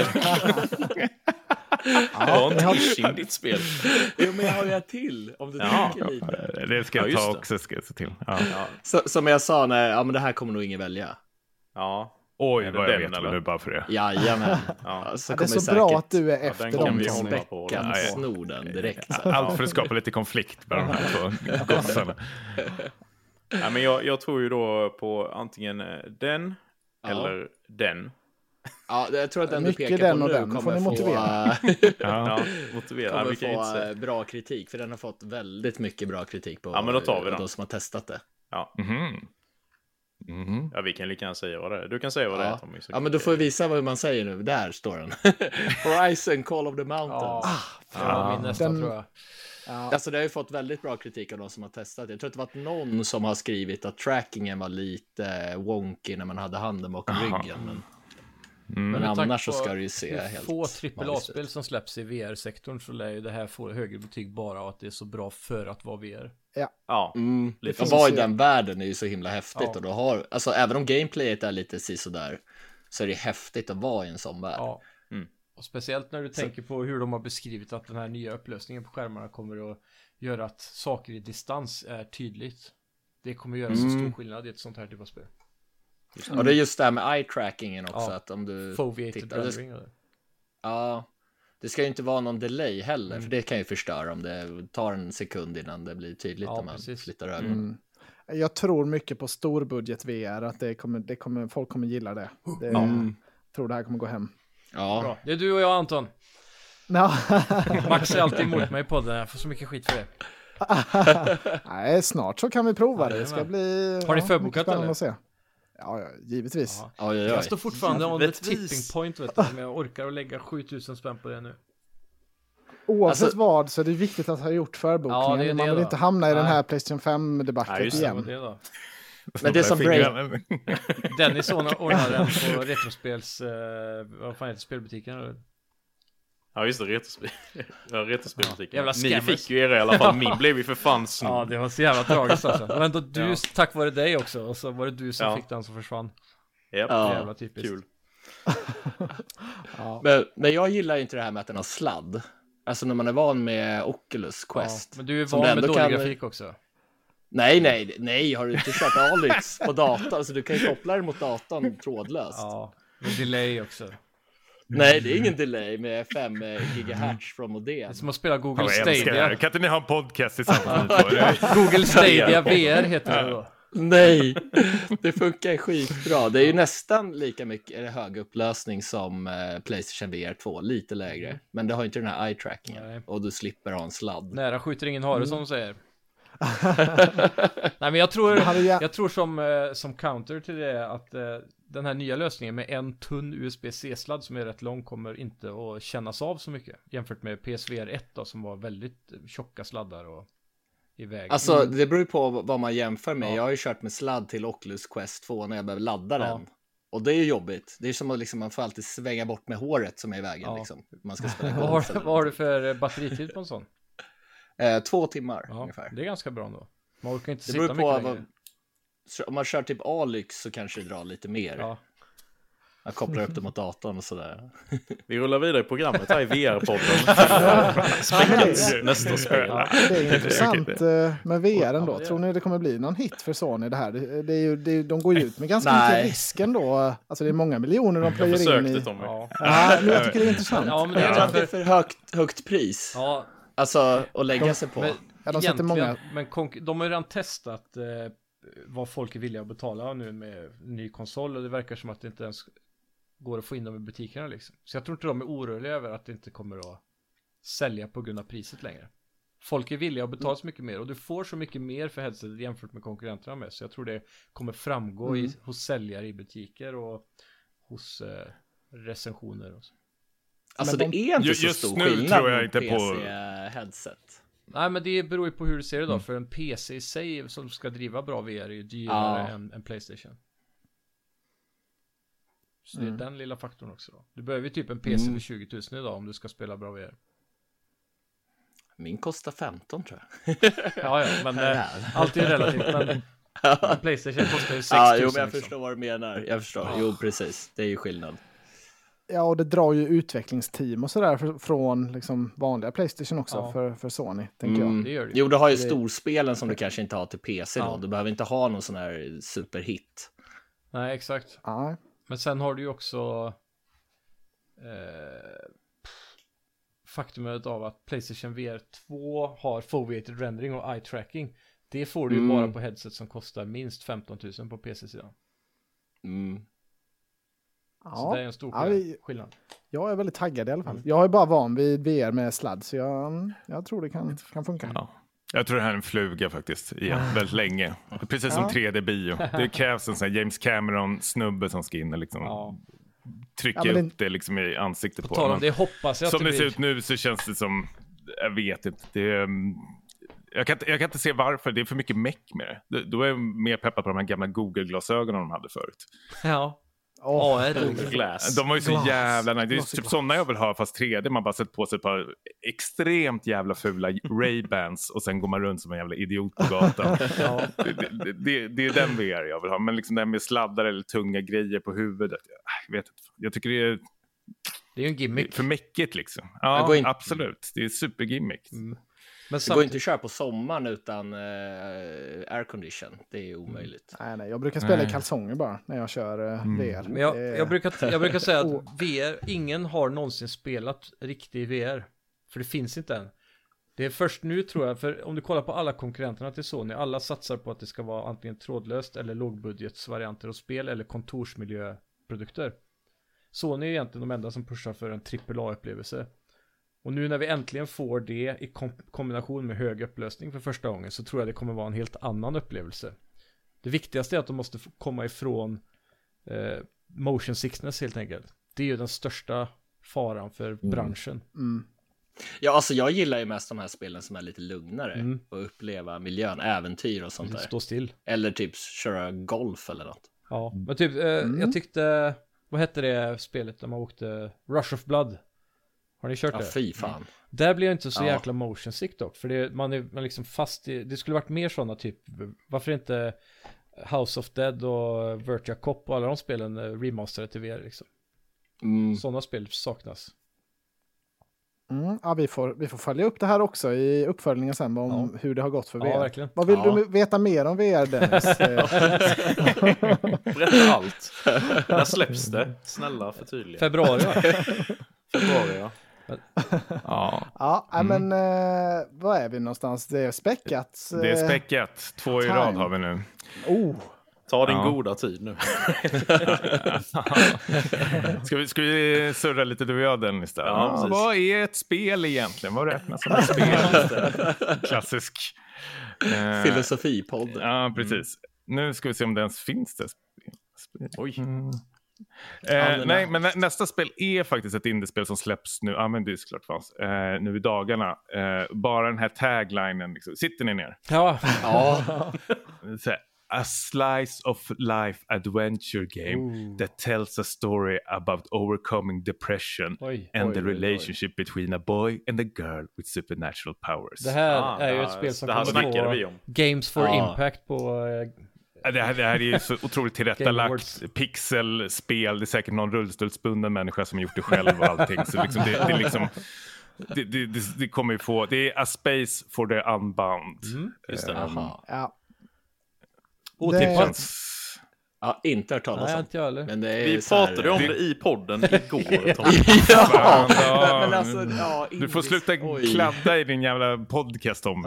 Ja, inte ditt spel. Jo, men jag har jag till. Om du tänker lite. Det ska jag ta också, ska jag se till. Som jag sa, men det här kommer nog ingen välja. Ja. Oj, vad jag vet nu bara för det. Jajamän. Det är så bra att du är efter dem. Späckan snor den direkt. Allt för att skapa lite konflikt med de här två gossarna. Ja, men jag tror ju då på antingen den eller den. Ja, jag tror att den mycket du pekar den på och nu den. kommer får ni motivera. Motivera. Kommer få bra kritik, för den har fått väldigt mycket bra kritik på men då tar vi den. De som har testat det. Ja. Ja, vi kan lika gärna säga vad det är. Du kan säga vad det är, Tommy. Ja, men då får vi visa vad man säger nu. Där står den. Horizon Call of the Mountains. Min nästa, tror jag. Alltså det har ju fått väldigt bra kritik av de som har testat. Jag tror att det var någon som har skrivit att trackingen var lite wonky när man hade handen bakom ryggen. Men annars så ska det ju se helt få AAA-spel som släpps i VR-sektorn, så lär ju det här få högre betyg bara av att det är så bra för att vara VR. Att vara i den världen är ju så himla häftigt. Och då har, alltså även om gameplayet är lite sådär, så är det häftigt att vara i en sån värld. Och speciellt när du tänker på hur de har beskrivit att den här nya upplösningen på skärmarna kommer att göra att saker i distans är tydligt. Det kommer göra så stor skillnad i ett sånt här typ av spel. Och det är just det här med eye-trackingen också, att om du foveated rendering. Det ska ju inte vara någon delay heller, för det kan ju förstöra om det tar en sekund innan det blir tydligt om man flyttar ögonen. Jag tror mycket på storbudget VR, att folk kommer gilla det. Tror det här kommer gå hem. Ja. Bra. Det är du och jag, Anton. Max är alltid emot mig på det. Jag får så mycket skit för det. Nej, snart så kan vi prova det. Det ska bli Har ni förbokat eller? Att se. Ja, givetvis. Jag står fortfarande on the tipping point, vet du, men jag orkar att lägga 7000 spänn på det nu. Oavsett vad, så är det viktigt att ha gjort förbokningen. Man vill inte hamna i den här PlayStation 5-debaclet igen. Men det som Dennis ordnar den på retrospels vad fan heter spelbutiken eller? Ja, just det, retrospelbutiken. Jävla ni fick ju era i alla fall. Min blev ju för fan snor. Ja, det var så jävla tragiskt alltså. Det var ändå du, tack vare dig också. Och så var det du som fick den som försvann. Jävla typiskt. Kul. Men jag gillar inte det här med att den har sladd. Alltså när man är van med Oculus Quest. Men du är van med dålig grafik också. Nej, har du inte kört Alyx på datorn? Alltså du kan ju koppla den mot datorn trådlöst. Ja, med delay också. Nej, det är ingen delay med 5 gigahertz från modem. Det är som att spela Google Stadia. Kan inte ni ha en podcast tillsammans? Google Stadia VR heter det då. Nej, det funkar skitbra. Det är ju nästan lika mycket hög upplösning som PlayStation VR 2, lite lägre. Men det har inte den här eye-trackingen. Och du slipper ha en sladd. Nära skjuter ingen hare som de säger. Nej, men jag tror som counter till det att den här nya lösningen med en tunn USB-C-sladd som är rätt lång kommer inte att kännas av så mycket jämfört med PSVR 1 då, som var väldigt tjocka sladdar och i vägen. Alltså det beror ju på vad man jämför med. Jag har ju kört med sladd till Oculus Quest 2 när jag behöver ladda den. Och det är ju jobbigt. Det är som att liksom, man får alltid svänga bort med håret som är i vägen liksom. Man ska spela vad har du för batteritid på en sån? 2 timmar ungefär. Det är ganska bra ändå. Man orkar inte sitta mycket längre. Om man kör typ Alyx så kanske det drar lite mer. Jag kopplar upp det mot datorn och sådär. Vi rullar vidare i programmet här i VR-podden. Nästa spel. Det är intressant med VR ändå. Tror ni det kommer bli någon hit för Sony det här? De går ju ut med ganska mycket risk ändå. Alltså det är många miljoner de plöjer in i. Men jag tycker det är intressant. Ja, men det är för högt pris. Ja. Alltså att lägga sig på. De sätter många. Men de har ju redan testat vad folk är villiga att betala nu med ny konsol, och det verkar som att det inte ens går att få in dem i butikerna liksom. Så jag tror inte de är oroliga över att det inte kommer att sälja på grund av priset längre. Folk är villiga att betala så mycket mer och du får så mycket mer för headsetet jämfört med konkurrenterna med. Så jag tror det kommer framgå hos säljare i butiker och hos recensioner och så. Alltså det är inte så just stor nu skillnad tror jag mot inte på PC-headset. Nej, men det beror ju på hur du ser det då. För en PC i sig som ska driva bra VR är ju dyrare än PlayStation. Så det är den lilla faktorn också då. Du behöver ju typ en PC för 20 000 idag om du ska spela bra VR. Min kostar 15 tror jag. Ja, men allt är relativt. Men PlayStation kostar ju 6 000. Jo, men jag förstår vad du menar. Jag förstår. Jo, precis. Det är ju skillnad. Ja, och det drar ju utvecklingsteam och sådär från liksom vanliga PlayStation också för Sony, tänker jag. Det gör det. Jo, du har ju storspelen som du kanske inte har till PC då. Du behöver inte ha någon sån här superhit. Nej, exakt. Ja. Men sen har du ju också faktumet av att PlayStation VR 2 har foveated rendering och eye tracking. Det får du ju bara på headset som kostar minst 15 000 på PC-sidan. Så det är en stor skillnad. Jag är väldigt taggad i alla fall. Jag är bara van vid VR med sladd, så jag tror det kan funka. Ja. Jag tror det här är en fluga faktiskt, väldigt länge. Precis som 3D-bio. Det krävs en sån här James Cameron-snubbe som ska in och liksom trycka upp det liksom i ansiktet på honom. Det hoppas jag som det ser ut nu så känns det som, jag vet inte, jag kan inte se varför, det är för mycket meck med det. Då är jag mer peppad på de här gamla Google-glasögonen de hade förut. Ja. Glass. De var ju så jävla nice. Det är typ sådana jag vill ha fast 3D. Man bara sätter på sig ett par extremt jävla fula Ray-Bans och sen går man runt som en jävla idiot på gatan. Det är den VR jag vill ha. Men liksom det här med sladdar eller tunga grejer på huvudet. Jag vet inte. Jag tycker det är ju en gimmick. För mäckigt liksom. Ja, absolut. Det är supergimmick. Men det går inte att köra på sommaren utan aircondition. Det är omöjligt. Nej, jag brukar spela i kalsonger bara när jag kör VR. Men jag brukar säga att VR, ingen har någonsin spelat riktig VR. För det finns inte än. Det är först nu tror jag, för om du kollar på alla konkurrenterna till Sony, alla satsar på att det ska vara antingen trådlöst eller lågbudgetsvarianter av spel eller kontorsmiljöprodukter. Sony är egentligen de enda som pushar för en AAA-upplevelse. Och nu när vi äntligen får det i kombination med hög upplösning för första gången så tror jag det kommer vara en helt annan upplevelse. Det viktigaste är att de måste komma ifrån motion sickness helt enkelt. Det är ju den största faran för branschen. Ja, alltså jag gillar ju mest de här spelen som är lite lugnare och uppleva miljön, äventyr och sånt där. Stå still. Eller typ köra golf eller något. Ja, men typ jag tyckte, vad hette det spelet där man åkte Rush of Blood? Har ni kört det? Ja, fy fan. Där blir jag inte så jäkla motion sick dock. För man är liksom fast i, det skulle varit mer sådana typ, varför inte House of Dead och Virtua Cop och alla de spelen remasterade till VR liksom. Sådana spel saknas. Ja, vi får följa upp det här också i uppföljningen sen om hur det har gått för VR. Verkligen. Vad vill du veta mer om VR, Dennis? Berätta allt. När släpps det? Snälla förtydliga. Februari, ja. Men vad är vi någonstans? Det är späckat. Det är späckat. 2 i rad har vi nu. Ta din goda tid nu. Ska vi surra lite du och jag, Dennis? Vad är ett spel egentligen? Vad räknas som ett spel? Klassisk filosofipodd. Ja, precis. Nu ska vi se om det ens finns det. Oj. Nej, men nästa spel är faktiskt ett indiespel som släpps nu. Men det är såklart fanns. Nu i dagarna. Bara den här taglinen. Liksom. Sitter ni ner? Ja. Så här, a slice of life adventure game that tells a story about overcoming depression and the relationship between a boy and a girl with supernatural powers. Det här är ju ett spel som kommer på Games for Impact på... Det här är ju så otroligt tillrättalagt pixelspel. Det är säkert någon rullstolsbunden människa som gjort det själv och allting. Så liksom det är liksom... Det kommer ju få... Det är A Space for the Unbound. Just det. Otippat. Ja, inte hört talas om. Inte jag heller. Men det är vi pratade om det i podden igår, Tom. Men alltså, du får sluta kladda i din jävla podcast om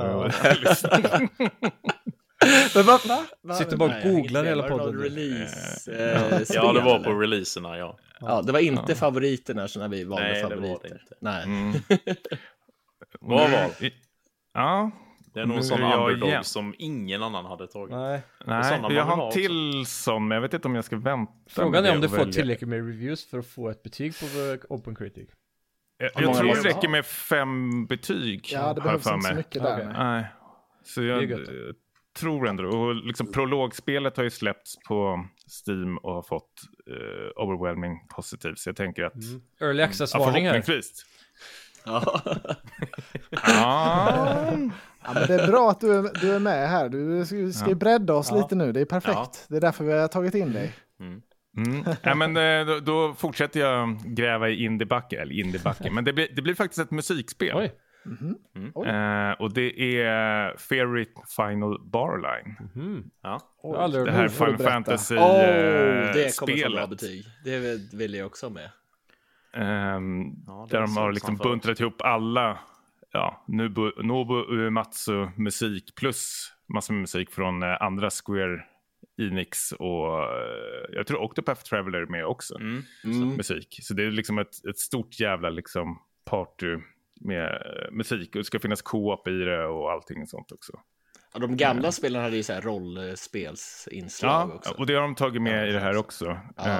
Men sitter bara och googlar hela podden. Ja, det var på releaserna, Ja, det var inte favoriterna så när vi valde favoriter. Det var det inte. Nej. Bra val. Ja. Det är någon sån underdog som ingen annan hade tagit. Nej, jag har en till sån, men jag vet inte om jag ska vänta. Frågan är om du får tillräckligt med reviews för att få ett betyg på OpenCritic. Jag tror det räcker med 5 betyg. Ja, det behövs inte så mycket där. Okay. Nej. Så jag tror ändå. Och liksom prologspelet har ju släppts på Steam och har fått overwhelming positiv. Så jag tänker att... Early access-varning här. Förhoppningsvis. Ja, men det är bra att du är med här. Du ska ju bredda oss lite nu. Det är perfekt. Ja. Det är därför vi har tagit in dig. Ja, men då fortsätter jag gräva i indiebacken. Men det blir faktiskt ett musikspel. Oj. Och det är Fairy Final Barline. Ja. Det här Final Fantasy det kommer spelet. få bra betyg. Det vill jag också med. Där de har liksom buntrat ihop alla Nobu Uematsu musik plus massor med musik från andra Square Enix och jag tror Octopath Traveler med också musik. Så det är liksom ett stort jävla liksom party med musik och det ska finnas co-op i det och allting sånt också. Ja, de gamla spelen hade ju så här rollspelsinslag också. Och det har de tagit med i det här också.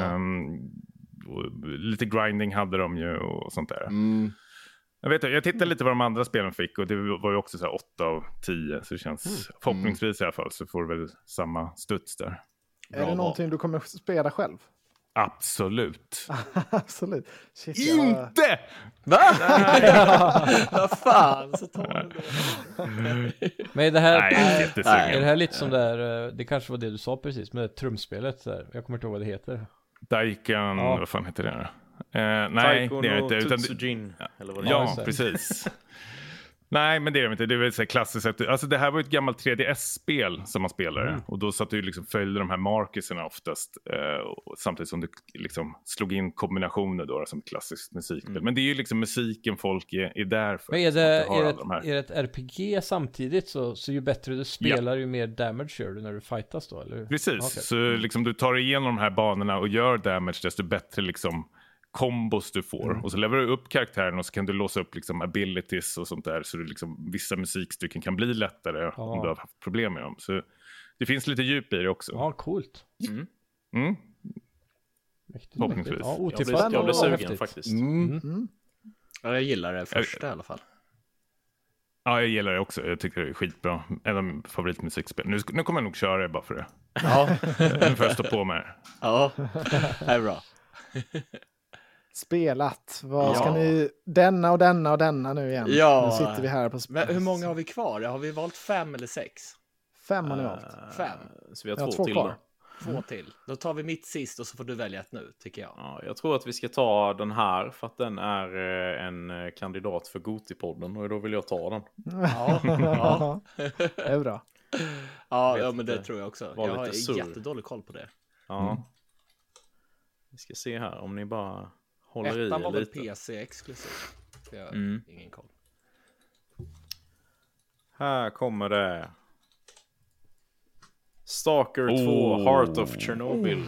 Lite grinding hade de ju och sånt där. Jag tittade lite vad de andra spelen fick och det var ju också så här 8 av 10 så det känns förhoppningsvis i alla fall så får du väl samma studs där. Är det någonting du kommer spela själv? Absolut. Absolut. Shit, inte! Va? Vad fan så tar du det. Men det här är det här lite som där det kanske var det du sa precis med trumspelet där. Jag kommer inte ihåg vad det heter. Daikan, vad fan heter det? Nej, det är inte Tutsujin, eller vad det ja, precis. Nej, men det är inte. Det är väl så klassiskt. Alltså det här var ett gammalt 3DS-spel som man spelade. Och då satt du liksom följde de här markerserna oftast. Samtidigt som du liksom slog in kombinationer då som ett klassiskt musikspel. Men det är ju liksom musiken folk är där för. Men är det ett RPG samtidigt så ju bättre du spelar ju mer damage gör du när du fightas då? Eller? Precis, okay. Så liksom du tar igenom de här banorna och gör damage desto bättre liksom kombos du får. Och så levererar du upp karaktären och så kan du låsa upp liksom abilities och sånt där så du liksom, vissa musikstycken kan bli lättare om du har haft problem med dem. Så det finns lite djup i det också. Ja, coolt. Förhoppningsvis. Ja, otippat. Jag blir sugen faktiskt. Ja, jag gillar det första i alla fall. Ja, jag gillar det också. Jag tycker det är skitbra. En av mina favoritmusikspel. Nu kommer jag nog köra det bara för det. Ja. Nu får jag stå på med det. Ja, det är bra. Spelat. Vad ska ni... Denna och denna och denna nu igen. Ja. Nu sitter vi här på... Men hur många har vi kvar? Har vi valt 5 eller 6? 5 har ni valt. 5. Så vi har 2 till kvar. då. 2 till. Då tar vi mitt sist och så får du välja ett nu, tycker jag. Ja, jag tror att vi ska ta den här för att den är en kandidat för Gotipodden och då vill jag ta den. Ja. Det är bra. Ja, men det tror jag också. Jag har jättedålig koll på det. Ja. Vi ska se här om ni bara håller i lite. Ettan var väl PC-exklusiv. Jag har ingen koll. Här kommer det. Stalker 2 Heart of Chernobyl.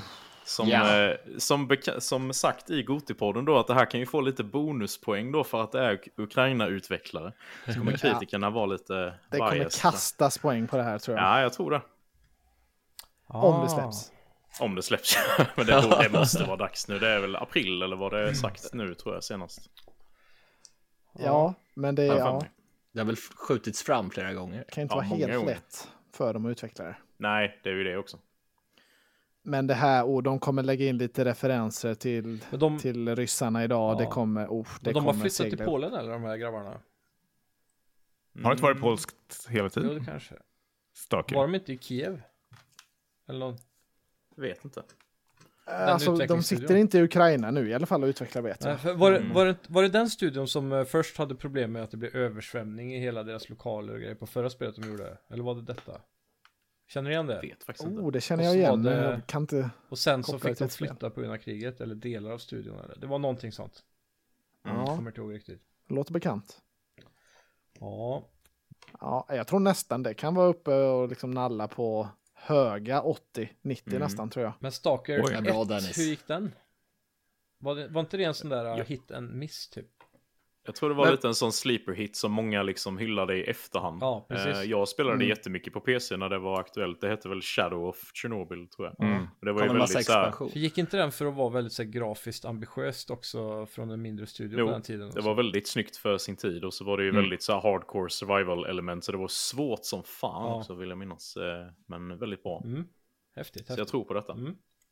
Som sagt i Gotipodden då att det här kan ju få lite bonuspoäng då för att det är Ukraina-utvecklare. Så kommer kritikerna vara lite det kommer kastas poäng på det här tror jag. Ja, jag tror det. Om det släpps. Om det släpps. Men det måste vara dags nu. Det är väl april eller vad det är sagt nu tror jag senast. Ja, men det är... Det har väl skjutits fram flera gånger. Det kan inte vara helt lätt för de utvecklare. Nej, det är ju det också. Men det här, de kommer lägga in lite referenser till ryssarna idag. Det kommer, de har flyttat till Polen eller de här grabbarna? Har det inte varit polskt hela tiden? Jo, det kanske. Stalker. Var de inte i Kiev? Eller någon? Jag vet inte. Alltså, de sitter inte i Ukraina nu i alla fall och utvecklar vet jag. Var det den studion som först hade problem med att det blev översvämning i hela deras lokaler och grejer på förra spelet de gjorde? Eller var det detta? Känner ni igen det? Jag vet faktiskt inte. Det känner jag igen. Jag kan inte och sen så fick de flytta på grund av kriget eller delar av studion. Eller? Det var någonting sånt. Jag kommer inte ihåg riktigt. Det låter bekant. Ja. Ja, jag tror nästan det kan vara uppe och liksom nalla på höga 80-90 nästan tror jag. Men Stalker 1, hur gick den? Var inte det en sån där hit and miss typ? Jag tror det var lite en sån sleeper hit som många liksom hyllade i efterhand. Ja, precis. Jag spelade det jättemycket på PC när det var aktuellt. Det hette väl Shadow of Chernobyl, tror jag. Det var ju väldigt så här... För gick inte den för att vara väldigt så här, grafiskt ambitiöst också från en mindre studio på den tiden? Det var väldigt snyggt för sin tid. Och så var det ju väldigt så här, hardcore survival element. Så det var svårt som fan också, vill jag minnas. Men väldigt bra. Häftigt. Så jag tror på detta.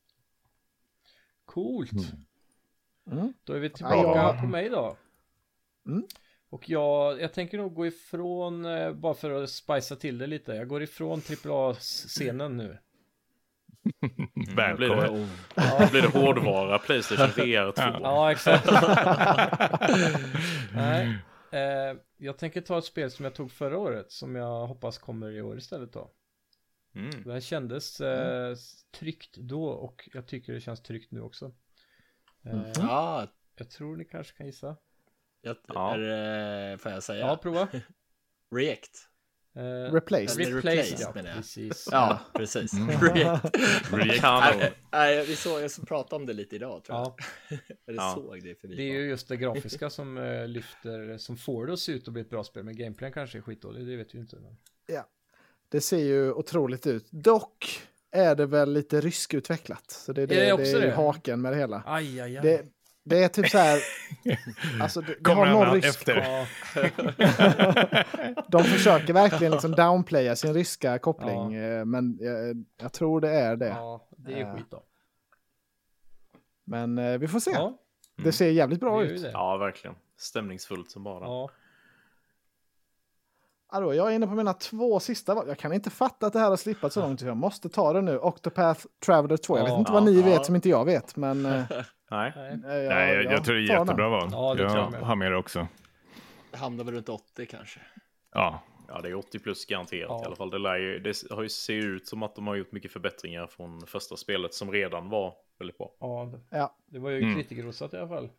Coolt. Då är vi tillbaka på mig då. Och jag tänker nog gå ifrån, bara för att spicea till det lite, jag går ifrån AAA-scenen nu. Blir det hårdvara PlayStation VR 2? Ja, exakt. Nej, jag tänker ta ett spel som jag tog förra året, som jag hoppas kommer i år istället då. Det här kändes tryggt då, och jag tycker det känns tryggt nu också. Jag tror ni kanske kan gissa. Får jag säga? Ja, prova. React. Replaced, ja. Precis. Ja, precis. React. Nej, vi pratade om det lite idag, tror jag. Ja. Såg det förbi. Det är ju just det grafiska som lyfter, som får det att se ut att bli ett bra spel, men gameplayen kanske är skitdålig, det vet vi inte. Men... Ja, det ser ju otroligt ut. Dock är det väl lite ryskutvecklat, så det är haken med det hela. Aj. Det är typ så här, alltså det har någon rysk. De försöker verkligen liksom downplaya sin ryska koppling, men jag tror det är det. Ja, det är skit då. Men vi får se. Det ser jävligt bra ut. Ja, verkligen. Stämningsfullt som bara. Alltså, jag är inne på mina 2 sista val. Jag kan inte fatta att det här har slippat så långt. Jag måste ta det nu. Octopath Traveler 2. Jag vet inte vad ni vet som inte jag vet, men... Nej, jag tror det är jättebra val. Ja, jag har med det också. Det hamnar väl runt 80 kanske. Ja, det är 80 plus garanterat i alla fall. Det har ju ser ut som att de har gjort mycket förbättringar från första spelet som redan var väldigt bra. Ja, det var ju kritikerrosat i alla fall.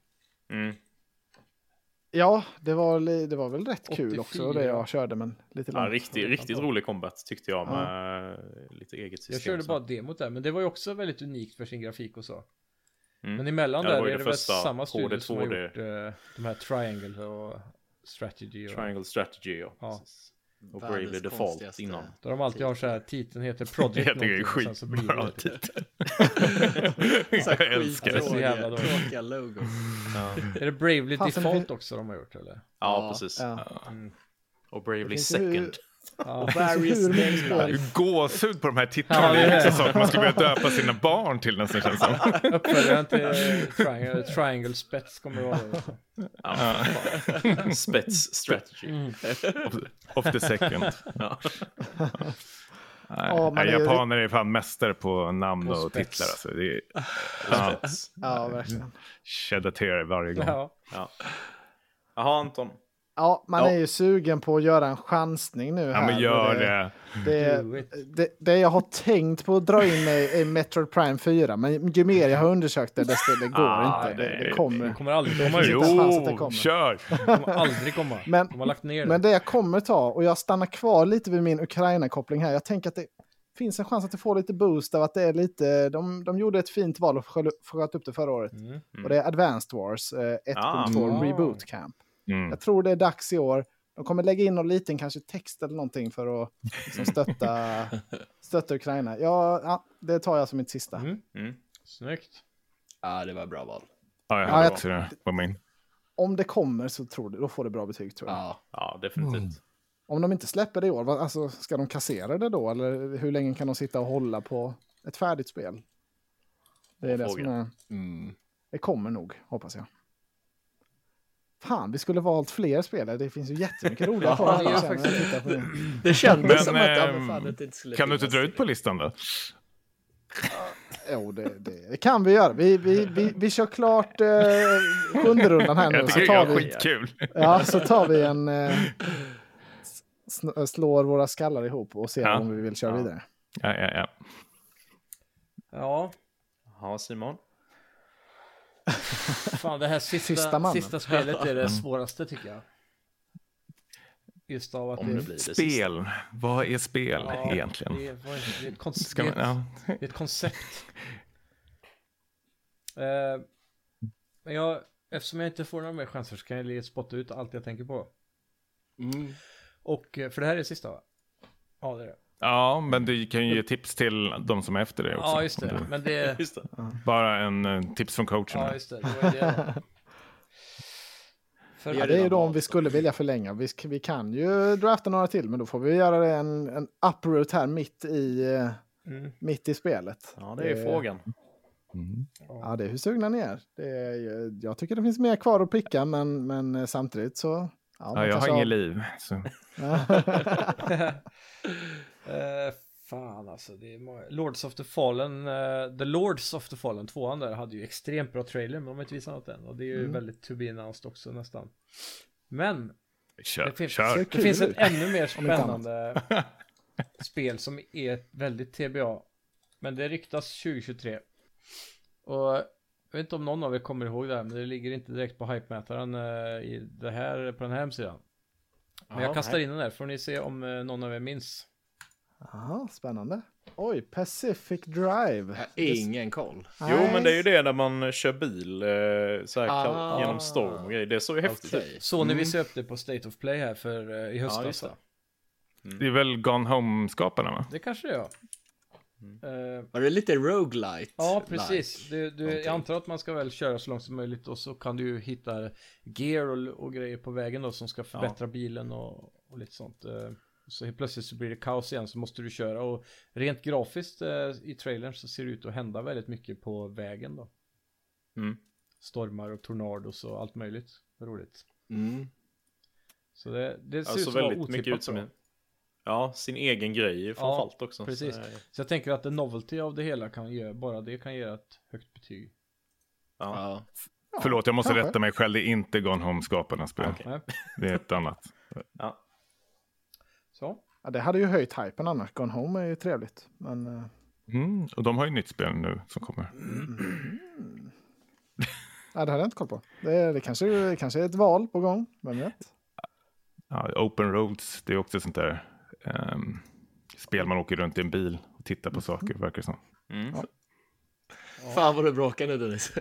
Ja, det var väl rätt 84. Kul också det jag körde, men lite långt. Riktigt rolig combat tyckte jag med lite eget system. Jag körde bara demot där, men det var ju också väldigt unikt för sin grafik och så. Men emellan där är det väl samma studio som har gjort de här Triangle och Strategy. Triangle Strategy, ja. Och Bravely Default innan. Då de alltid har så här, titeln heter Project jag tycker det är skit. Och sen så blir det titel. Jag älskar det. Så jävla tråkiga logo. Är det Bravely Default också de har gjort, eller? Ja, precis. Och Bravely Second. Gåshud på de här titlarna. Det är också saker man skulle vilja döpa sina barn till, nästan känns som. Uppföljaren till Triangle Spets kommer vara det. Spets Strategy. Of the second. Japaner är fan mästare på namn och titlar. Alltså. Det är, verkligen. Cheddaterar varje gång. Jaha, Anton. Ja, man är ju sugen på att göra en chansning nu här. Ja, men gör det jag har tänkt på att dra in är Metroid Prime 4, men ju mer jag har undersökt det, desto det går inte. Det kommer aldrig komma ut. Kör! Det kommer aldrig komma. De har lagt ner det. Men det jag kommer ta, och jag stannar kvar lite vid min Ukraina-koppling här, jag tänker att det finns en chans att det får lite boost av att det är lite, de gjorde ett fint val och sköt upp det förra året. Och det är Advanced Wars 1.2 Reboot Camp. Jag tror det är dags i år. De kommer lägga in någon liten kanske text eller någonting för att liksom stötta Ukraina. Ja, det tar jag som mitt sista. Snyggt. Ja, det var bra val. Ja, jag hade också det på min. Om det kommer så då får det bra betyg, tror jag. Ja, definitivt. Om de inte släpper det i år, alltså, ska de kassera det då? Eller hur länge kan de sitta och hålla på ett färdigt spel? Det är det som är... Det kommer nog, hoppas jag. Fan, vi skulle valt fler spelare. Det finns ju jättemycket roliga på det. Det kändes som att det inte skulle. Kan du inte dra ut på listan då? Jo, det kan vi göra. Vi kör klart 7:e rundan här nu. Jag tycker det är skitkul. Ja, så tar vi slår våra skallar ihop och ser om vi vill köra vidare. Ja, Simon. Fan, det här sista spelet är det svåraste, tycker jag. Just av att det blir spel. Vad är spel egentligen? Det är ett koncept. Men eftersom jag inte får några mer chanser så kan jag spotta ut allt jag tänker på. Och, för det här är det sista, va? Ja, det är det. Ja, men du kan ju ge tips till de som är efter det också. Ja, just det. Men det... Just det. Bara en tips från coachen. Ja, just det. Det var det då. Ja, det är ju om vi skulle vilja förlänga. Vi kan ju drafta några till, men då får vi göra det en uproot här mitt i spelet. Ja, det är frågan. Ja, det är hur sugna ni är. Jag tycker det finns mer kvar att pricka, men samtidigt så... Ja, jag har ingen liv. Så. Fan alltså, det är Lords of the Fallen, The Lords of the Fallen 2 där hade ju extremt bra trailer, men de har inte visat något än. Och det är ju väldigt to be announced också nästan. Men det finns ett ännu mer spännande spel som är väldigt TBA. Men det ryktas 2023. Och jag vet inte om någon av er kommer ihåg det här, men det ligger inte direkt på hype-mätaren på den här hemsidan. Men jag kastar in den där, får ni se om någon av er minns. Aha, spännande. Oj, Pacific Drive. Ingen koll. Jo, men det är ju det när man kör bil genom storm och grejer. Det är så häftigt. Okay. Så när vi sökte det på State of Play här för i höstas. Det är väl Gone Home-skaparna, va? Det kanske det är, ja. Var det lite roguelite? Ja, precis. Jag antar att man ska väl köra så långt som möjligt och så kan du ju hitta gear och grejer på vägen då som ska förbättra bilen och lite sånt. Så helt plötsligt så blir det kaos igen, så måste du köra. Och rent grafiskt i trailern så ser det ut att hända väldigt mycket på vägen då. Stormar och tornados och allt möjligt. Roligt. Så det ser ut som väldigt mycket ut som sin egen grej framförallt också. Precis. Så jag tänker att the novelty av det hela kan ge ett högt betyg. Ja. Förlåt, jag måste rätta mig själv. Det är inte Gone Home-skaparnas spel. Okay. Det är ett annat. Ja. Så. Ja, det hade ju höjt hypen annars. Gone Home är ju trevligt. Men... och de har ju nytt spel nu som kommer. Ja, det hade jag inte koll på. Det kanske är ett val på gång. Vem vet? Ja, Open Roads, det är också sånt där spel man åker runt i en bil och tittar på saker, verkar det som. Ja. Fan vad du bråkar nu, Dennis.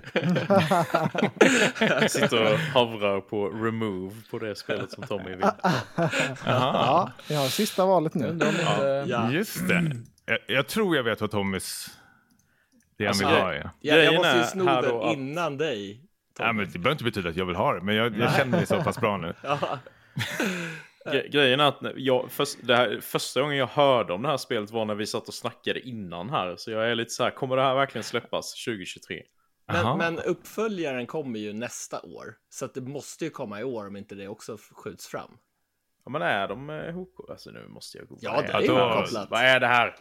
Jag sitter och havrar på remove på det spelet som Tommy vill. Ja, vi har sista valet nu. Ja. Just det. Jag tror jag vet vad Tommys... Det han vill ha, jag måste ju sno den innan dig. Ja, men det behöver inte betyda att jag vill ha det, men jag känner mig så pass bra nu. Grejen är att första gången jag hörde om det här spelet var när vi satt och snackade innan här. Så jag är lite så här, kommer det här verkligen släppas 2023? Men uppföljaren kommer ju nästa år. Så att det måste ju komma i år om inte det också skjuts fram. Ja, men är de ihop? Alltså nu måste jag gå. Ja, det är ihopkopplat. Vad är det här?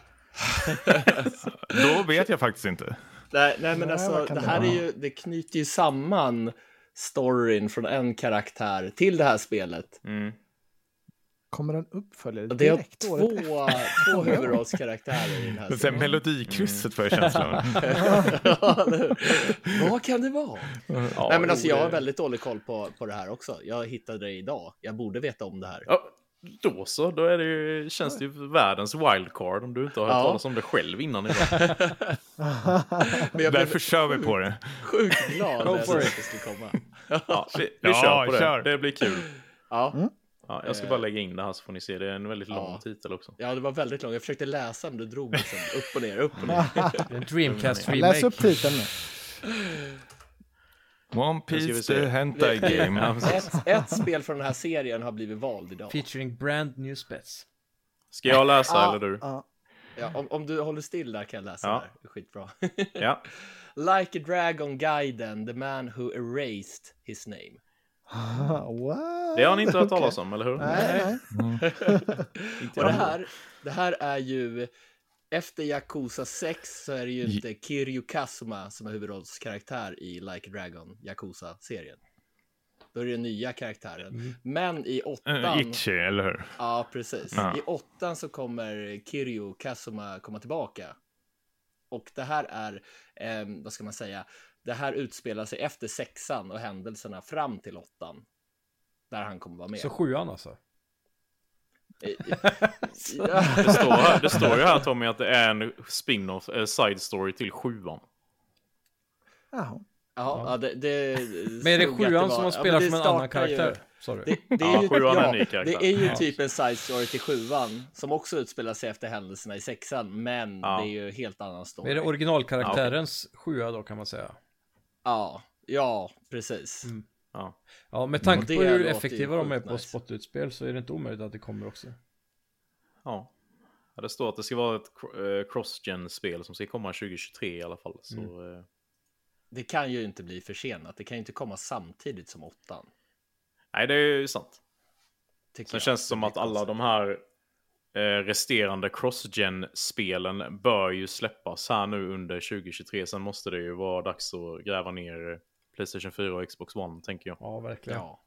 Då vet jag faktiskt inte. Nej, men alltså det här är ju, det knyter ju samman storyn från en karaktär till det här spelet. Kommer den uppföljare det är direkt? två huvudrollskaraktärer i den här serien. Melodikrysset för känslan. Vad kan det vara? Nej, men alltså jag har väldigt dålig koll på det här också. Jag hittade det idag. Jag borde veta om det här. Då så, då är det ju, känns det ju världens wildcard om du inte har hört talas om det själv innan idag. Men därför kör vi på det. Sjukt glad att det skulle komma. Vi kör på det. Kör. Det blir kul. Ja, jag ska bara lägga in det här så får ni se. Det är en väldigt lång titel också. Ja, det var väldigt lång. Jag försökte läsa men du drog liksom upp och ner. En Dreamcast remake. Läs upp titeln nu. One Piece the Hentai Game. Ett spel från den här serien har blivit vald idag. Featuring brand new specs. Ska jag läsa eller du? Ja, om du håller still där kan jag läsa där. Det är skitbra. Ja. Like a Dragon Gaiden, the man who erased his name. What? Det har ni inte hört talas om, eller hur? Nej. Och det här är ju efter Yakuza 6 så är det ju inte Kiryu Kazuma som är huvudrollskaraktär i Like a Dragon Yakuza-serien. Då är det nya karaktären. Men i 8:an... Ichi, eller hur? Ja, precis. I 8:an så kommer Kiryu Kazuma komma tillbaka. Och det här är, vad ska man säga, det här utspelar sig efter 6:an och händelserna fram till 8:an. Där han kommer vara med. Så 7:an alltså? Det står ju här, Tommy, att det är en spin-off, side story till 7:an. Jaha. Ja, det men är det 7:an som man spelar som en annan karaktär? Det är ju typ en side story till 7:an som också utspelar sig efter händelserna i 6:an, men det är ju helt annan story. Är det originalkaraktärens 7:a då, kan man säga? Ja, precis. Ja, med tanke på hur effektiva de är på spottutspel så är det inte omöjligt att det kommer också. Ja, det står att det ska vara ett cross-gen-spel som ska komma 2023 i alla fall. Så, det kan ju inte bli försenat. Det kan ju inte komma samtidigt som 8:an. Nej, det är ju sant. Sen känns det som att alla de här resterande cross-gen-spelen bör ju släppas här nu under 2023. Sen måste det ju vara dags att gräva ner PlayStation 4 och Xbox One, tänker jag. Ja, verkligen. Ja.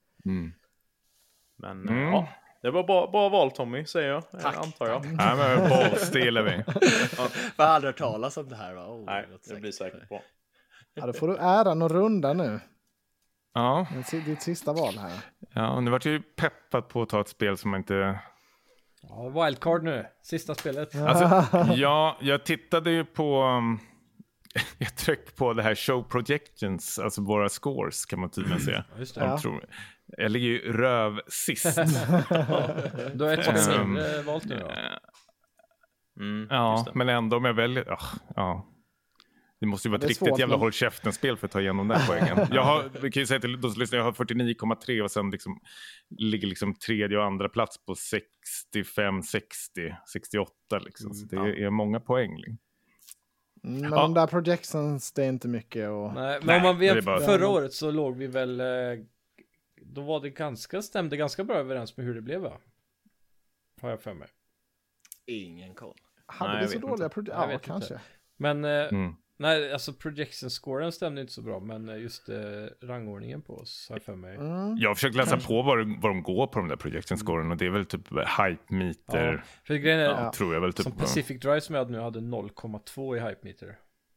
Men ja, det var bra val, Tommy, säger jag. Tack, antar jag. Nej, men bollstelar vi. Jag har aldrig hört talas om det här, va? Nej, det blir säkert bra. Ja, då får du äran att runda nu. Ja. Ditt sista val här. Ja, nu vart jag ju peppad på att ta ett spel som man inte... Ja, wildcard nu. Sista spelet. Alltså, jag tittade ju på... jag tryck på det här show projections, alltså våra scores kan man tydligen säga. Just det. Jag ligger ju röv sist. Du har ett mindre valt nu då. Ja, men ändå om jag väljer... Det måste ju vara ett riktigt jävla håll käften-spel för att ta igenom den poängen. Vi kan ju säga till de som lyssnar, jag har 49,3 och sen liksom, ligger liksom tredje och andra plats på 65, 60, 68 liksom. Så det är många poäng. Men de där projections, det är inte mycket och... Nej, men om man vet, förra året så låg vi väl... Då var det stämde ganska bra överens med hur det blev, va? Har jag för mig. Ingen koll. Hade vi så dåliga projections? Ja, kanske. Inte. Men... Nej, alltså projection-scoren stämde inte så bra, men just rangordningen på oss har jag för mig. Jag har försökt läsa på vad de går på de där projection-scoren och det är väl typ hype-meter. Ja, för grejen är, tror jag väl typ. Som Pacific Drive som jag hade nu hade 0,2 i hype-meter.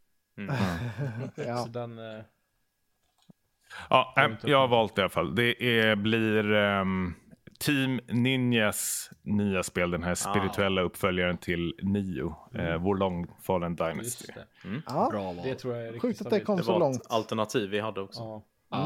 Så den... jag har valt det i alla fall. Det blir Team Ninjas nya spel, den här spirituella uppföljaren till Nio, Wo Long Fallen Dynasty. Bra val. Det tror jag är riktigt. Sjukt att det kom så långt. Alternativ vi hade också.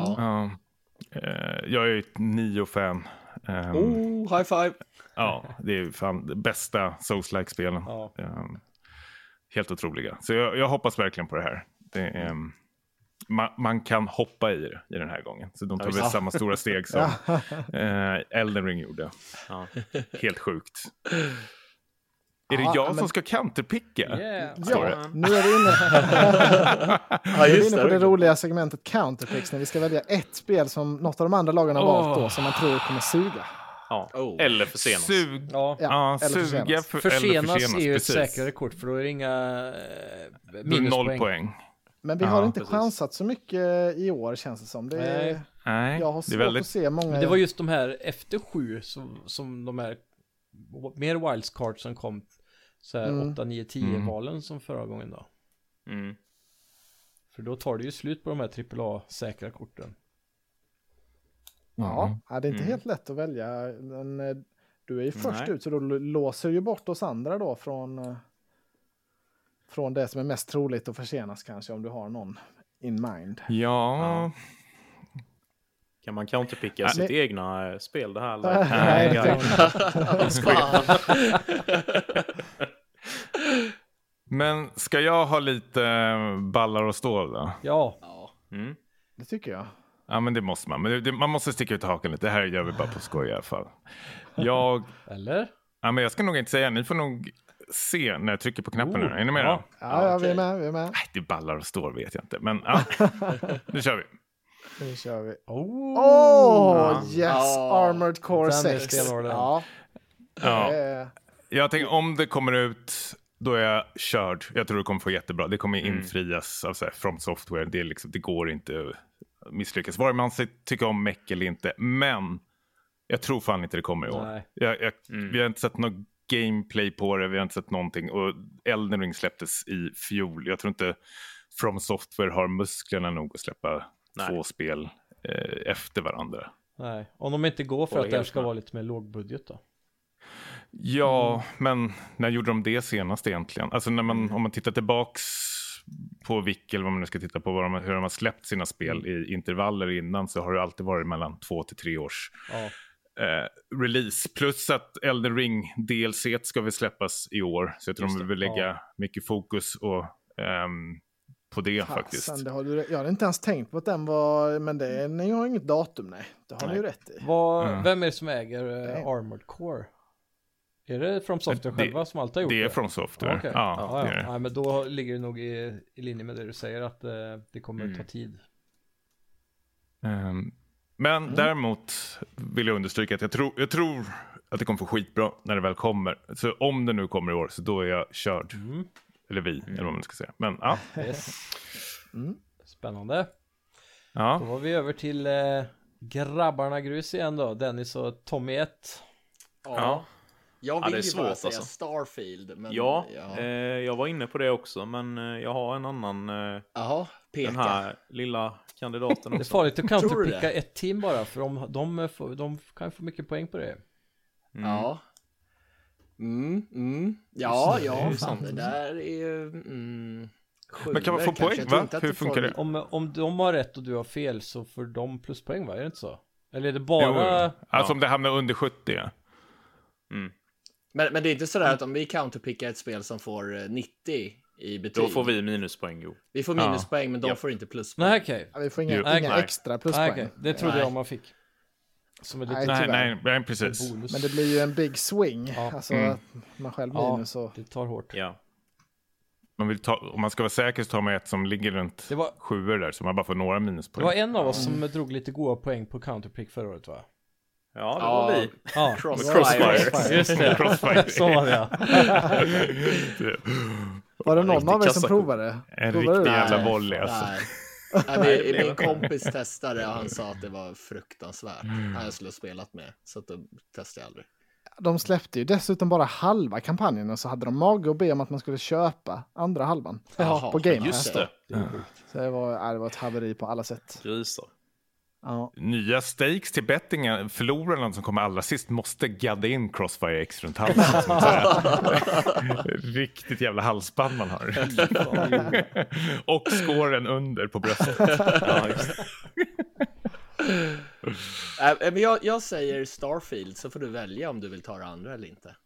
Jag är ett Nio-fan. High five! Ja, det är fan det bästa Souls-like-spelen. Helt otroliga. Så jag hoppas verkligen på det här. Det är... Man kan hoppa i den här gången. Så de tar väl samma stora steg som Elden Ring gjorde. Helt sjukt. Är det jag som ska counterpicka? Nu är vi inne på det roliga segmentet counterpicks när vi ska välja ett spel som något av de andra lagen har valt då, som man tror kommer suga. Eller försenas. Suga försenas är ju ett säkrare kort, för då är det inga minuspoäng. 0 poäng. Men vi har inte chansat så mycket i år, känns det som. Nej, jag har svårt att se många... Men det var just de här efter 7 som de här mer wildcards som kom så här 8, 9, 10 valen som förra gången då. För då tar det ju slut på de här AAA-säkra korten. Ja, det är inte helt lätt att välja. Men du är ju först ut, så då låser ju bort oss andra då från det som är mest troligt att försenas kanske, om du har någon in mind. Ja. Kan man counterpicka sitt egna spel det här? Nej, Men ska jag ha lite ballar och stål då? Ja. Det tycker jag. Ja, men det måste man. Men man måste sticka ut hakan lite. Det här gör vi bara på skoj i alla fall. Eller? Ja, men jag ska nog inte säga. Ni får nog se när jag trycker på knappen nu. Är ni med då? Ja, vi är med. Nej, det ballar och stål vet jag inte. Men nu kör vi. Nu kör vi. Yes, Armored Core 6. Jag tänker om det kommer ut, då är jag körd. Jag tror det kommer få jättebra. Det kommer infrias av From Software. Det går inte att misslyckas. Vare man tycker om mech eller inte. Men jag tror fan inte det kommer i år. Vi har inte sett något gameplay på det. Vi har inte sett någonting. Och Elden Ring släpptes i fjol. Jag tror inte From Software har musklerna nog att släppa 2 spel efter varandra. Nej, om de inte går för att det här ska vara lite mer lågbudget då. Ja, men när gjorde de det senast egentligen? Alltså om man tittar tillbaks på Vic eller vad man nu ska titta på, hur de har släppt sina spel i intervaller innan, så har det alltid varit mellan 2 till 3 års release. Plus att Elden Ring DLC ska väl släppas i år, så jag tror de vill lägga mycket fokus och på det faktiskt. Jag hade inte ens tänkt på att den var, men ni har inget datum, nej. Det har ni ju rätt i. Vem är det som äger Armored Core? Är det From Software själva som alltid har gjort det? Det är From Software, okay. Ja, det är det. Nej, men då ligger det nog i linje med det du säger, att det kommer ta tid. Men däremot vill jag understryka att jag tror att det kommer få skitbra när det väl kommer. Så om det nu kommer i år, så då är jag körd. Eller vi, eller vad man ska säga. Men ja. Yes. Spännande. Ja. Då var vi över till grabbarna grus igen då. Dennis och Tommy 1. Ja. Jag vill ju svårt, bara säga Starfield. Men, jag var inne på det också, men jag har en annan den här lilla kandidaten också. Det är farligt att counterpicka ett team bara, för de kan få mycket poäng på det. Ja. Ja, fan, det där är ju... Men kan man få poäng, va? Hur funkar det? Om de har rätt och du har fel, så får de pluspoäng, va? Är det inte så? Eller är det bara... Alltså om det hamnar under 70, Men det är inte sådär att om vi counterpickar ett spel som får 90 i betyg, då får vi minuspoäng, jo. Vi får minuspoäng, men de får inte pluspoäng. Nej, okej. Vi får inga extra pluspoäng. Okay. Det trodde jag man fick. Som är lite nej, precis. Men det blir ju en big swing. Alltså att man själv minus och... det tar hårt. Ja. Om man ska vara säker så tar man ett som ligger runt 7 där, så man bara får några minuspoäng. Det var en av oss som drog lite goda poäng på counterpick förra året, va? Ja, det var vi. Ja, Crossfire. Just det. Crossfire. Så var det, Var det någon av er som provade? En riktig jävla volley, alltså. Nej, min kompis testade och han sa att det var fruktansvärt. Jag skulle ha spelat med, så att då testade jag aldrig. De släppte ju dessutom bara halva kampanjen, och så hade de mage att be om att man skulle köpa andra halvan på Game Pass. Just det. Så det var ett haveri på alla sätt. Grisar. Ja. Nya stakes till bettingen. Förloraren som kommer allra sist måste gadda in Crossfire X runt halsen. Riktigt jävla halsband man har. Och scoren under på bröstet. Men jag säger Starfield, så får du välja om du vill ta det andra eller inte.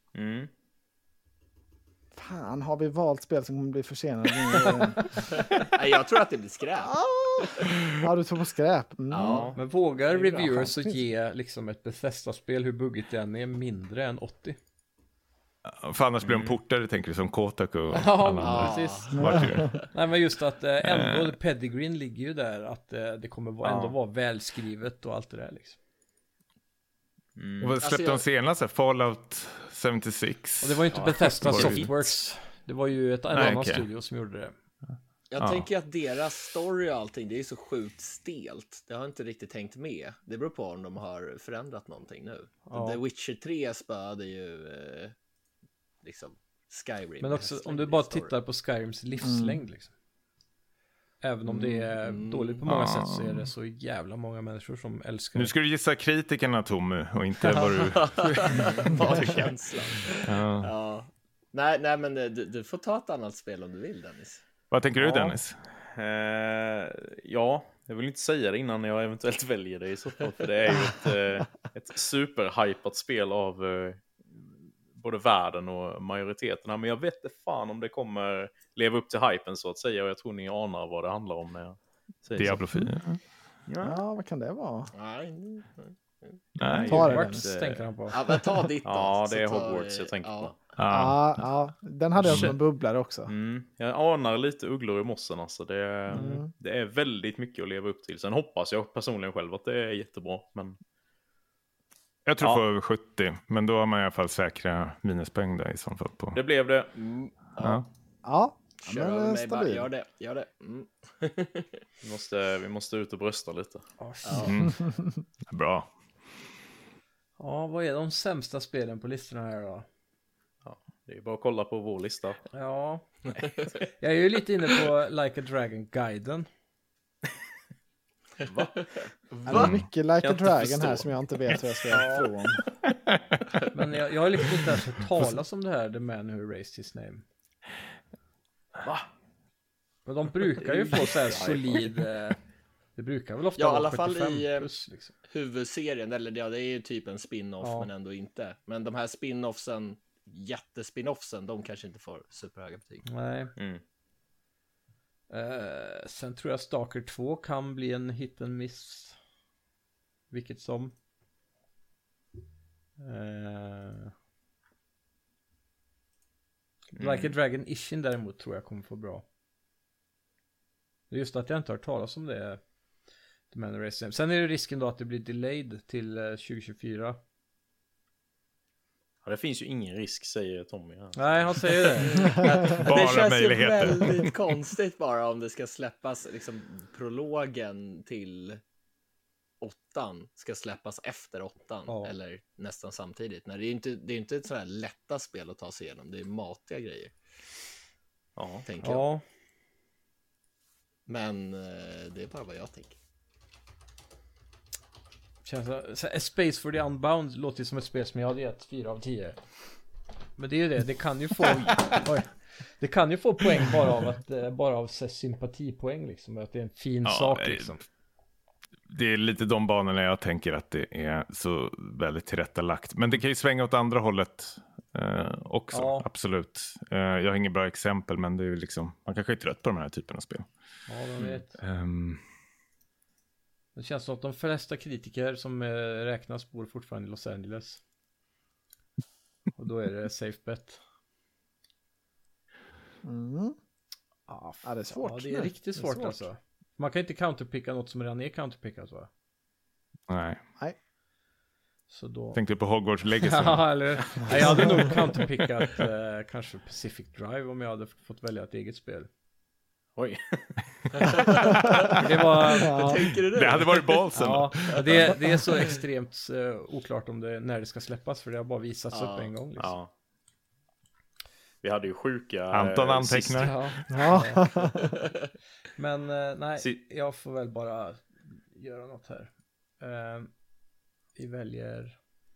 Fan, har vi valt spel som kommer bli försenade? Nej, jag tror att det blir skräp. Ja, du tror på skräp. Ja, men vågar reviewers att ge liksom ett Bethesda-spel, hur buggigt den är, mindre än 80? För annars blir de portade, tänker du, som Kotaku. Ja, precis. Nej, men just att ändå pedigreen ligger ju där, att det kommer ändå vara välskrivet och allt det där liksom. Och vad släppte de senaste? Fallout 76. Och det var ju inte Bethesda Softworks. Det var ju en annan studio som gjorde det. Jag tänker att deras story och allting, det är så sjukt stelt. Det har inte riktigt hängt med. Det beror på om de har förändrat någonting nu. The Witcher 3 spöade ju liksom Skyrim. Men också om du bara tittar på Skyrims livslängd liksom. Även om det är dåligt på många sätt, så är det så jävla många människor som älskar det. Nu ska du gissa kritikerna, Tommy, och inte vad du... Vad känslan. Ja. Nej, men du får ta ett annat spel om du vill, Dennis. Vad tänker du, Dennis? Jag vill inte säga det innan jag eventuellt väljer det i så fall, för det är ju ett superhypat spel av både världen och majoriteterna, men jag vet inte fan om det kommer leva upp till hypen, så att säga, och jag tror ni anar vad det handlar om när jag säger Diablo 4. Ja, vad kan det vara? Nej, Hogwarts tänker han på. Ja, men ta ditt då. Ja, det är Hogwarts jag tänker på. Ja, den hade jag som en bubblare också. Jag anar lite ugglor i mossen, alltså. Det är väldigt mycket att leva upp till. Sen hoppas jag personligen själv att det är jättebra, men... Jag tror på över 70, men då har man i alla fall säkra minuspoäng där i så fall på. Det blev det. Ja. Kör över mig, bara gör det. Vi måste ut och brösta lite. Bra. Ja, vad är de sämsta spelen på listorna här då? Ja, det är bara att kolla på vår lista. Ja. Jag är ju lite inne på Like a Dragon-guiden. Va? Det är mycket Like a Dragon här som jag inte vet vad jag ska få om. Men jag har liksom inte ens hört talas om det här, The Man Who Erased His Name. Va? Men de brukar ju få så här solid... Det brukar väl ofta Ja, i vara alla fall 75 i plus, liksom. huvudserien, eller det är ju typ en spin-off men ändå inte. Men de här spin-offsen, jättespin-offsen, de kanske inte får superhöga betyg. Nej. Sen tror jag Stalker 2 kan bli en hit and miss. Vilket som. Like a Dragon Ishin däremot tror jag kommer få bra. Det är just att jag inte har hört talas om det. Sen är det risken då att det blir delayed till 2024. Ja, det finns ju ingen risk, säger Tommy här. Nej, han säger det. Bara Det känns möjligheter. ju väldigt konstigt bara om det ska släppas, liksom prologen till 8 ska släppas efter 8 eller nästan samtidigt. Nej, det är inte ett sådär lätta spel att ta sig igenom, det är matiga grejer. Ja, tänker jag. Men det är bara vad jag tänker. Space for the Unbound låter som ett spel som jag hade gett 4 av 10. Men det är ju det kan ju få det kan ju få poäng bara av sympatipoäng liksom, att det är en fin sak liksom. Det är lite de banorna jag tänker att det är så väldigt tillrättalagt. Men det kan ju svänga åt andra hållet också, absolut. Jag har inget bra exempel, men det är ju liksom, man kanske är trött på de här typen av spel. Ja, man vet. Det känns som att de flesta kritiker som räknas bor fortfarande i Los Angeles. Och då är det safe bet. Ja, det är svårt. Ja, det är riktigt svårt, alltså. Man kan inte counterpicka något som redan är counterpickat, va? Nej. Så då... Tänkte på Hogwarts Legacy. Ja, eller... Jag hade nog counterpickat kanske Pacific Drive om jag hade fått välja ett eget spel. Oj. Det var... Tänker du det? Det hade varit balsen. Ja, det är så extremt oklart om när det ska släppas, för det har bara visats upp en gång. Liksom. Ja. Vi hade ju sjuka... Anton antecknar. Ja. Men nej, jag får väl bara göra något här. Vi väljer...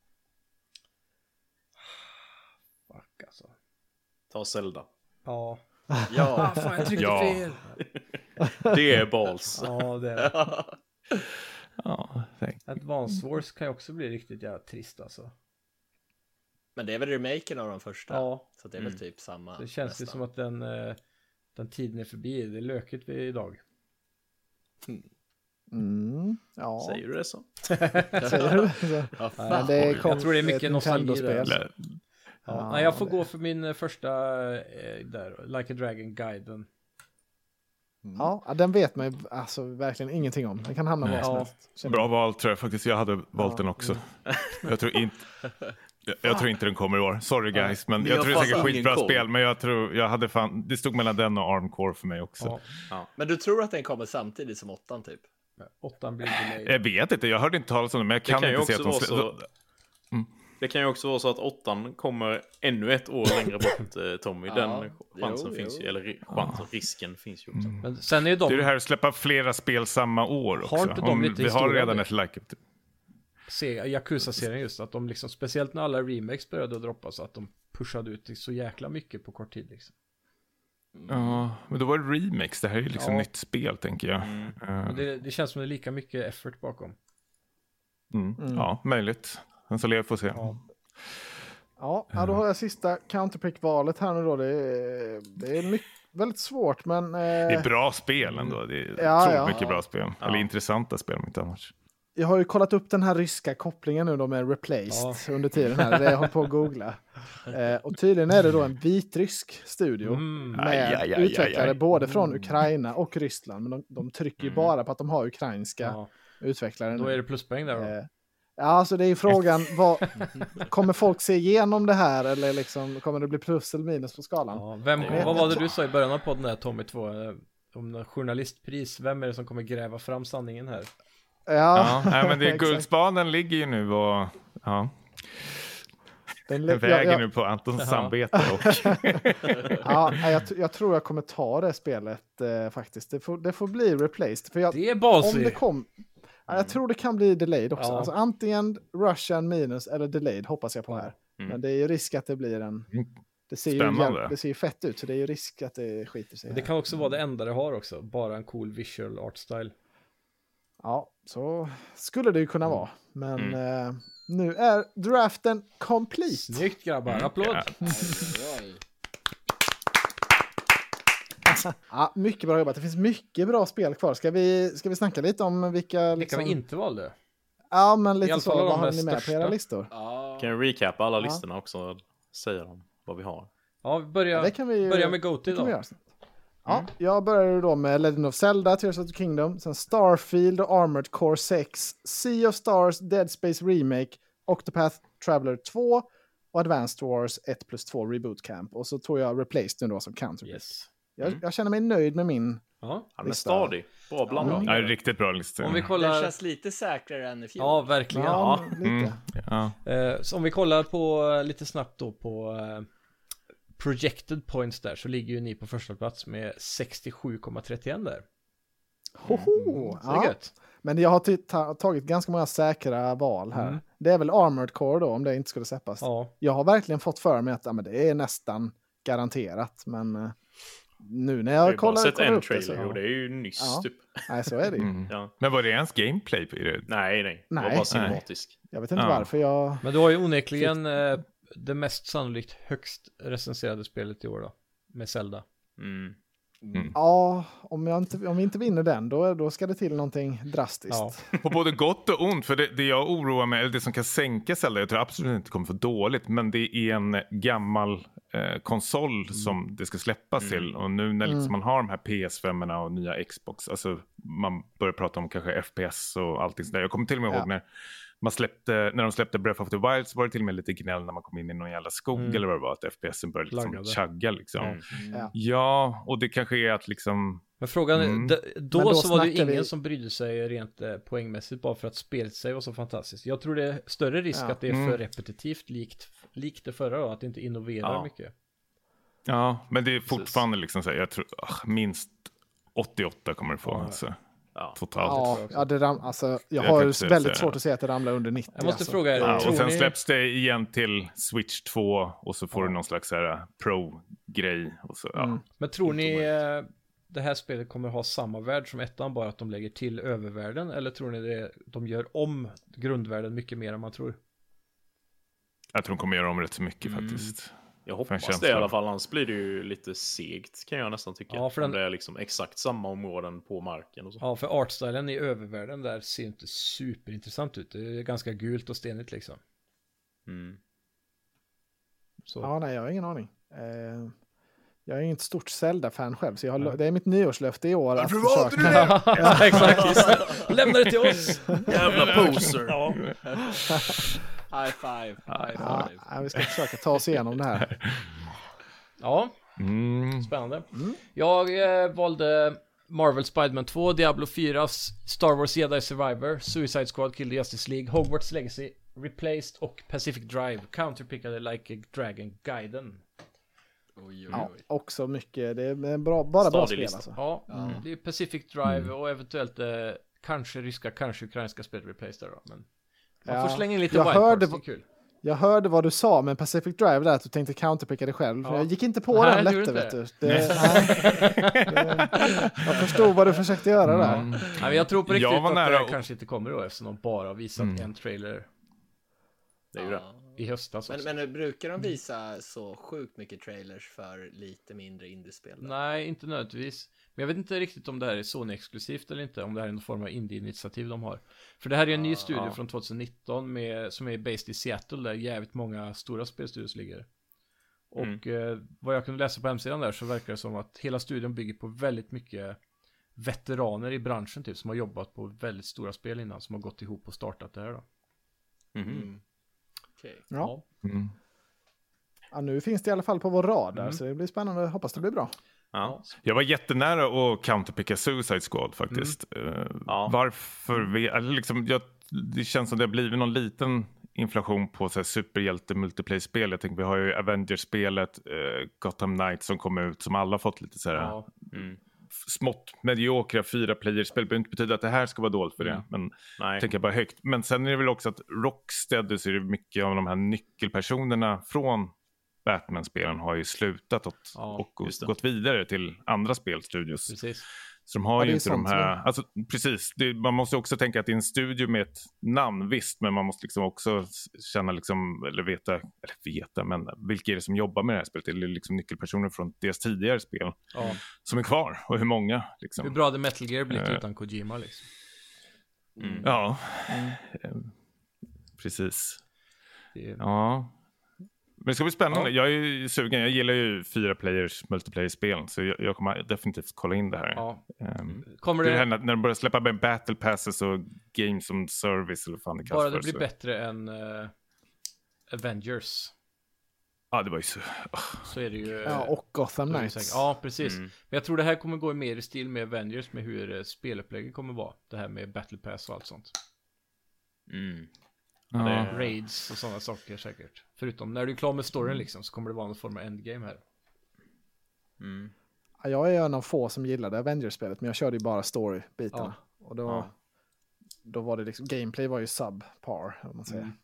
Fuck alltså. Ta Zelda. Ja. Ja. Fan, jag tryckte fel. Det är balls. Ja, det är det. Ja, Advance Wars kan ju också bli riktigt jävla trist alltså. Men det är väl remaken av de första. Ja. Så det är väl typ samma. Det känns ju som att den tiden är förbi. Det är lökigt vid idag. Ja. Säger du det så? Säger du det? Ja, Nej, det är jag tror det är mycket nostalgi där. Alltså. Ja, nej, jag får gå för min första där, Like a Dragon-guiden. Ja, den vet man ju alltså verkligen ingenting om. Den kan hamna var som helst. Bra val tror jag faktiskt. Jag hade valt den också. Jag tror inte den kommer i år. Sorry guys, men jag tror det är säkert skitbra spel. Men jag hade fan, det stod mellan den och Armored Core för mig också. Ja. Men du tror att den kommer samtidigt som 8 typ? 8 blir delayed. Jag vet inte, jag hörde inte talas om det, men jag kan inte se att de... Det kan ju också vara så att 8 kommer ännu ett år längre bort, Tommy. Den chansen finns ju, eller risken finns ju också. Men sen är det är det här att släppa flera spel samma år också. Har inte de lite vi har redan ett like-up. Yakuza-serien just, att de liksom, speciellt när alla remakes började droppa, så att de pushade ut så jäkla mycket på kort tid liksom. Ja, men då var det remakes. Det här är ju liksom nytt spel, tänker jag. Det känns som det är lika mycket effort bakom. Ja, möjligt. Men så får se. Ja, då har jag sista counterpick-valet här nu då. Det är väldigt svårt, men... Det är bra spel ändå. Det är mycket bra spel. Eller intressanta spel, om inte annars. Jag har ju kollat upp den här ryska kopplingen nu då med Replaced under tiden här. Det jag har på att googla. Och tydligen är det då en vitrysk studio med utvecklare både från Ukraina och Ryssland. Men de trycker ju bara på att de har ukrainska utvecklare. Då är det pluspoäng där då. Ja, alltså det är ju frågan, kommer folk se igenom det här eller liksom, kommer det bli plus eller minus på skalan? Ja, vad var det du sa i början av podden här, Tommy 2, om journalistpris? Vem är det som kommer gräva fram sanningen här? Nej, men det är guldspaden ligger ju nu och den väger nu på Antons samvete. Jag tror jag kommer ta det spelet faktiskt. Det får bli Replaced. För det är ballsy. Jag tror det kan bli delayed också. Alltså, antingen Russian minus eller delayed hoppas jag på här. Men det är ju risk att det blir Det ser det ser ju fett ut, så det är ju risk att det skiter sig. Det kan också vara det enda det har också. Bara en cool visual art style. Ja, så skulle det ju kunna vara. Men nu är draften complete. Snyggt grabbar, applåd! Ja, mycket bra jobbat. Det finns mycket bra spel kvar. Ska vi snacka lite om vilka... Vilka vi inte valde? Ja, men lite så. Vad har ni med på era listor? Kan vi recapa alla listorna också och säga dem vad vi har? Ja, börja med GOTY då. Ja, jag börjar då med Legend of Zelda, Tears of the Kingdom, sen Starfield och Armored Core 6, Sea of Stars, Dead Space Remake, Octopath Traveler 2 och Advanced Wars 1+2 Reboot Camp. Och så tog jag Replaced nu då som counter. Yes. Jag känner mig nöjd med min men stadig. Bra blandning. Ja, riktigt bra lista. Om vi kollar... Det känns lite säkrare än i fjol. Ja, verkligen. Lite. Så om vi kollar på lite snabbt då på projected points där, så ligger ju ni på första plats med 67,31 där. Men jag har tagit ganska många säkra val här. Det är väl Armored Core då, om det inte skulle släppas. Jag har verkligen fått för mig att det är nästan garanterat, men nu när jag kollar sett en upp trailer och det är ju nyss typ. Nej, så är det ju. Men var det ens gameplay på det? Nej. Det var bara cinematisk. Jag vet inte varför jag... Men du har ju onekligen det mest sannolikt högst recenserade spelet i år då, med Zelda. Ja, om vi inte vinner den, då ska det till någonting drastiskt. Ja. På både gott och ont, för det jag oroar mig, eller det som kan sänka Zelda, jag tror absolut inte kommer få dåligt, men det är en gammal konsol som det ska släppas till. Och nu när liksom man har de här PS5 och nya Xbox, alltså man börjar prata om kanske FPS och allting sådär. Jag kommer till och med ihåg när de släppte Breath of the Wild, så var det till och med lite gnäll när man kom in i någon jävla skog eller vad det var, att FPSen började liksom chagga liksom. Ja, och det kanske är att liksom... Men frågan, då så var det ju ingen som brydde sig rent poängmässigt bara för att spelet sig var så fantastiskt. Jag tror det är större risk att det är för repetitivt likt det förra då, att det inte innoverar mycket. Ja, men det är fortfarande liksom så här, jag tror minst 88 kommer det få alltså. Totalt. Jag har väldigt svårt att säga att det ramlar under 90. Jag måste fråga er, och sen släpps det igen till Switch 2 och så får du någon slags pro-grej. Och så, Men tror ni det här spelet kommer ha samma värld som ettan, bara att de lägger till övervärlden? Eller tror ni de gör om grundvärlden mycket mer än man tror? Jag tror de kommer göra om rätt så mycket faktiskt. Jag hoppas det i alla fall, annars blir det ju lite segt kan jag nästan tycka. Ja, för det är liksom exakt samma områden på marken och så. Ja, för artstylen i övervärlden där ser inte superintressant ut. Det är ganska gult och stenigt liksom. Så. Ja, nej, jag har ingen aning. Jag är inget stort Zelda-fan själv, så det är mitt nyårslöfte i år. Varför valde du det? Ja, exakt. Lämna det till oss. Jävla poser. High five. Vi ska försöka ta oss igenom det här. Ja, spännande. Jag valde Marvel Spider-Man 2, Diablo 4, Star Wars Jedi Survivor, Suicide Squad, Kill the Justice League, Hogwarts Legacy, Replaced och Pacific Drive. Counterpickade Like a Dragon Gaiden. Ja, också mycket. Det är bra spel alltså. Ja, det är Pacific Drive och eventuellt kanske ryska, kanske ukrainska spel Replaced då, men man får slänga in lite wildcards, det är kul. Jag hörde vad du sa med Pacific Drive där, att du tänkte counterpicka det själv. Jag gick inte på den lätte, vet du. Jag förstod vad du försökte göra där. Ja, jag tror på riktigt att det kanske inte kommer då, eftersom de bara har visat en trailer. Det är ju det. I höstas också. Men brukar de visa så sjukt mycket trailers för lite mindre indiespel? Nej, inte nödvändigtvis. Men jag vet inte riktigt om det här är Sony-exklusivt eller inte. Om det här är någon form av indie-initiativ de har. För det här är en ny studio från 2019 som är based i Seattle, där jävligt många stora spelstudios ligger. Och vad jag kunde läsa på hemsidan där, så verkar det som att hela studion bygger på väldigt mycket veteraner i branschen typ, som har jobbat på väldigt stora spel innan, som har gått ihop och startat det här då. Okay. Ja. Ja, nu finns det i alla fall på vår radar, så det blir spännande. Hoppas det blir bra. Ja. Jag var jättenära att counterpicka Suicide Squad faktiskt. Varför? Det känns som det har blivit någon liten inflation på så här superhjälte-multiplayer-spel. Jag tänker, vi har ju Avengers-spelet, Gotham Knights som kom ut, som alla fått lite så här smått mediokra 4-player-spel. Det behöver inte betyda att det här ska vara dåligt för det, men tänker jag bara högt. Men sen är det väl också att Rocksteady, så är det mycket av de här nyckelpersonerna från Batman-spelen har ju slutat och gått vidare till andra spelstudios. Precis. Så de har ju inte de här... Alltså, precis, man måste också tänka att det är en studio med ett namn, visst, men man måste liksom också känna liksom, eller veta, men vilka är det som jobbar med det här spelet? Eller liksom nyckelpersoner från deras tidigare spel som är kvar, och hur många liksom. Hur bra hade Metal Gear blivit utan Kojima liksom? Ja, precis. Ja. Men det ska bli spännande. Jag är ju sugen. Jag gillar ju 4-players multiplayer-spel. Så jag kommer definitivt kolla in det här. Ja. Kommer det hända när de börjar släppa med battle passes och games som service eller vad fan det kallas. Bara det blir bättre än Avengers. Ja, det var ju så... Så är det ju... Ja, och Gotham Knights. Ja, precis. Men jag tror det här kommer gå mer i stil med Avengers, med hur spelupplägget kommer vara. Det här med battle pass och allt sånt. Raids och sådana saker säkert. Förutom när du är klar med storyn liksom, så kommer det vara någon form av endgame här. Jag är en av få som gillade Avengers-spelet, men jag körde ju bara story-bitarna. Och då var det liksom, gameplay var ju subpar, om man säger.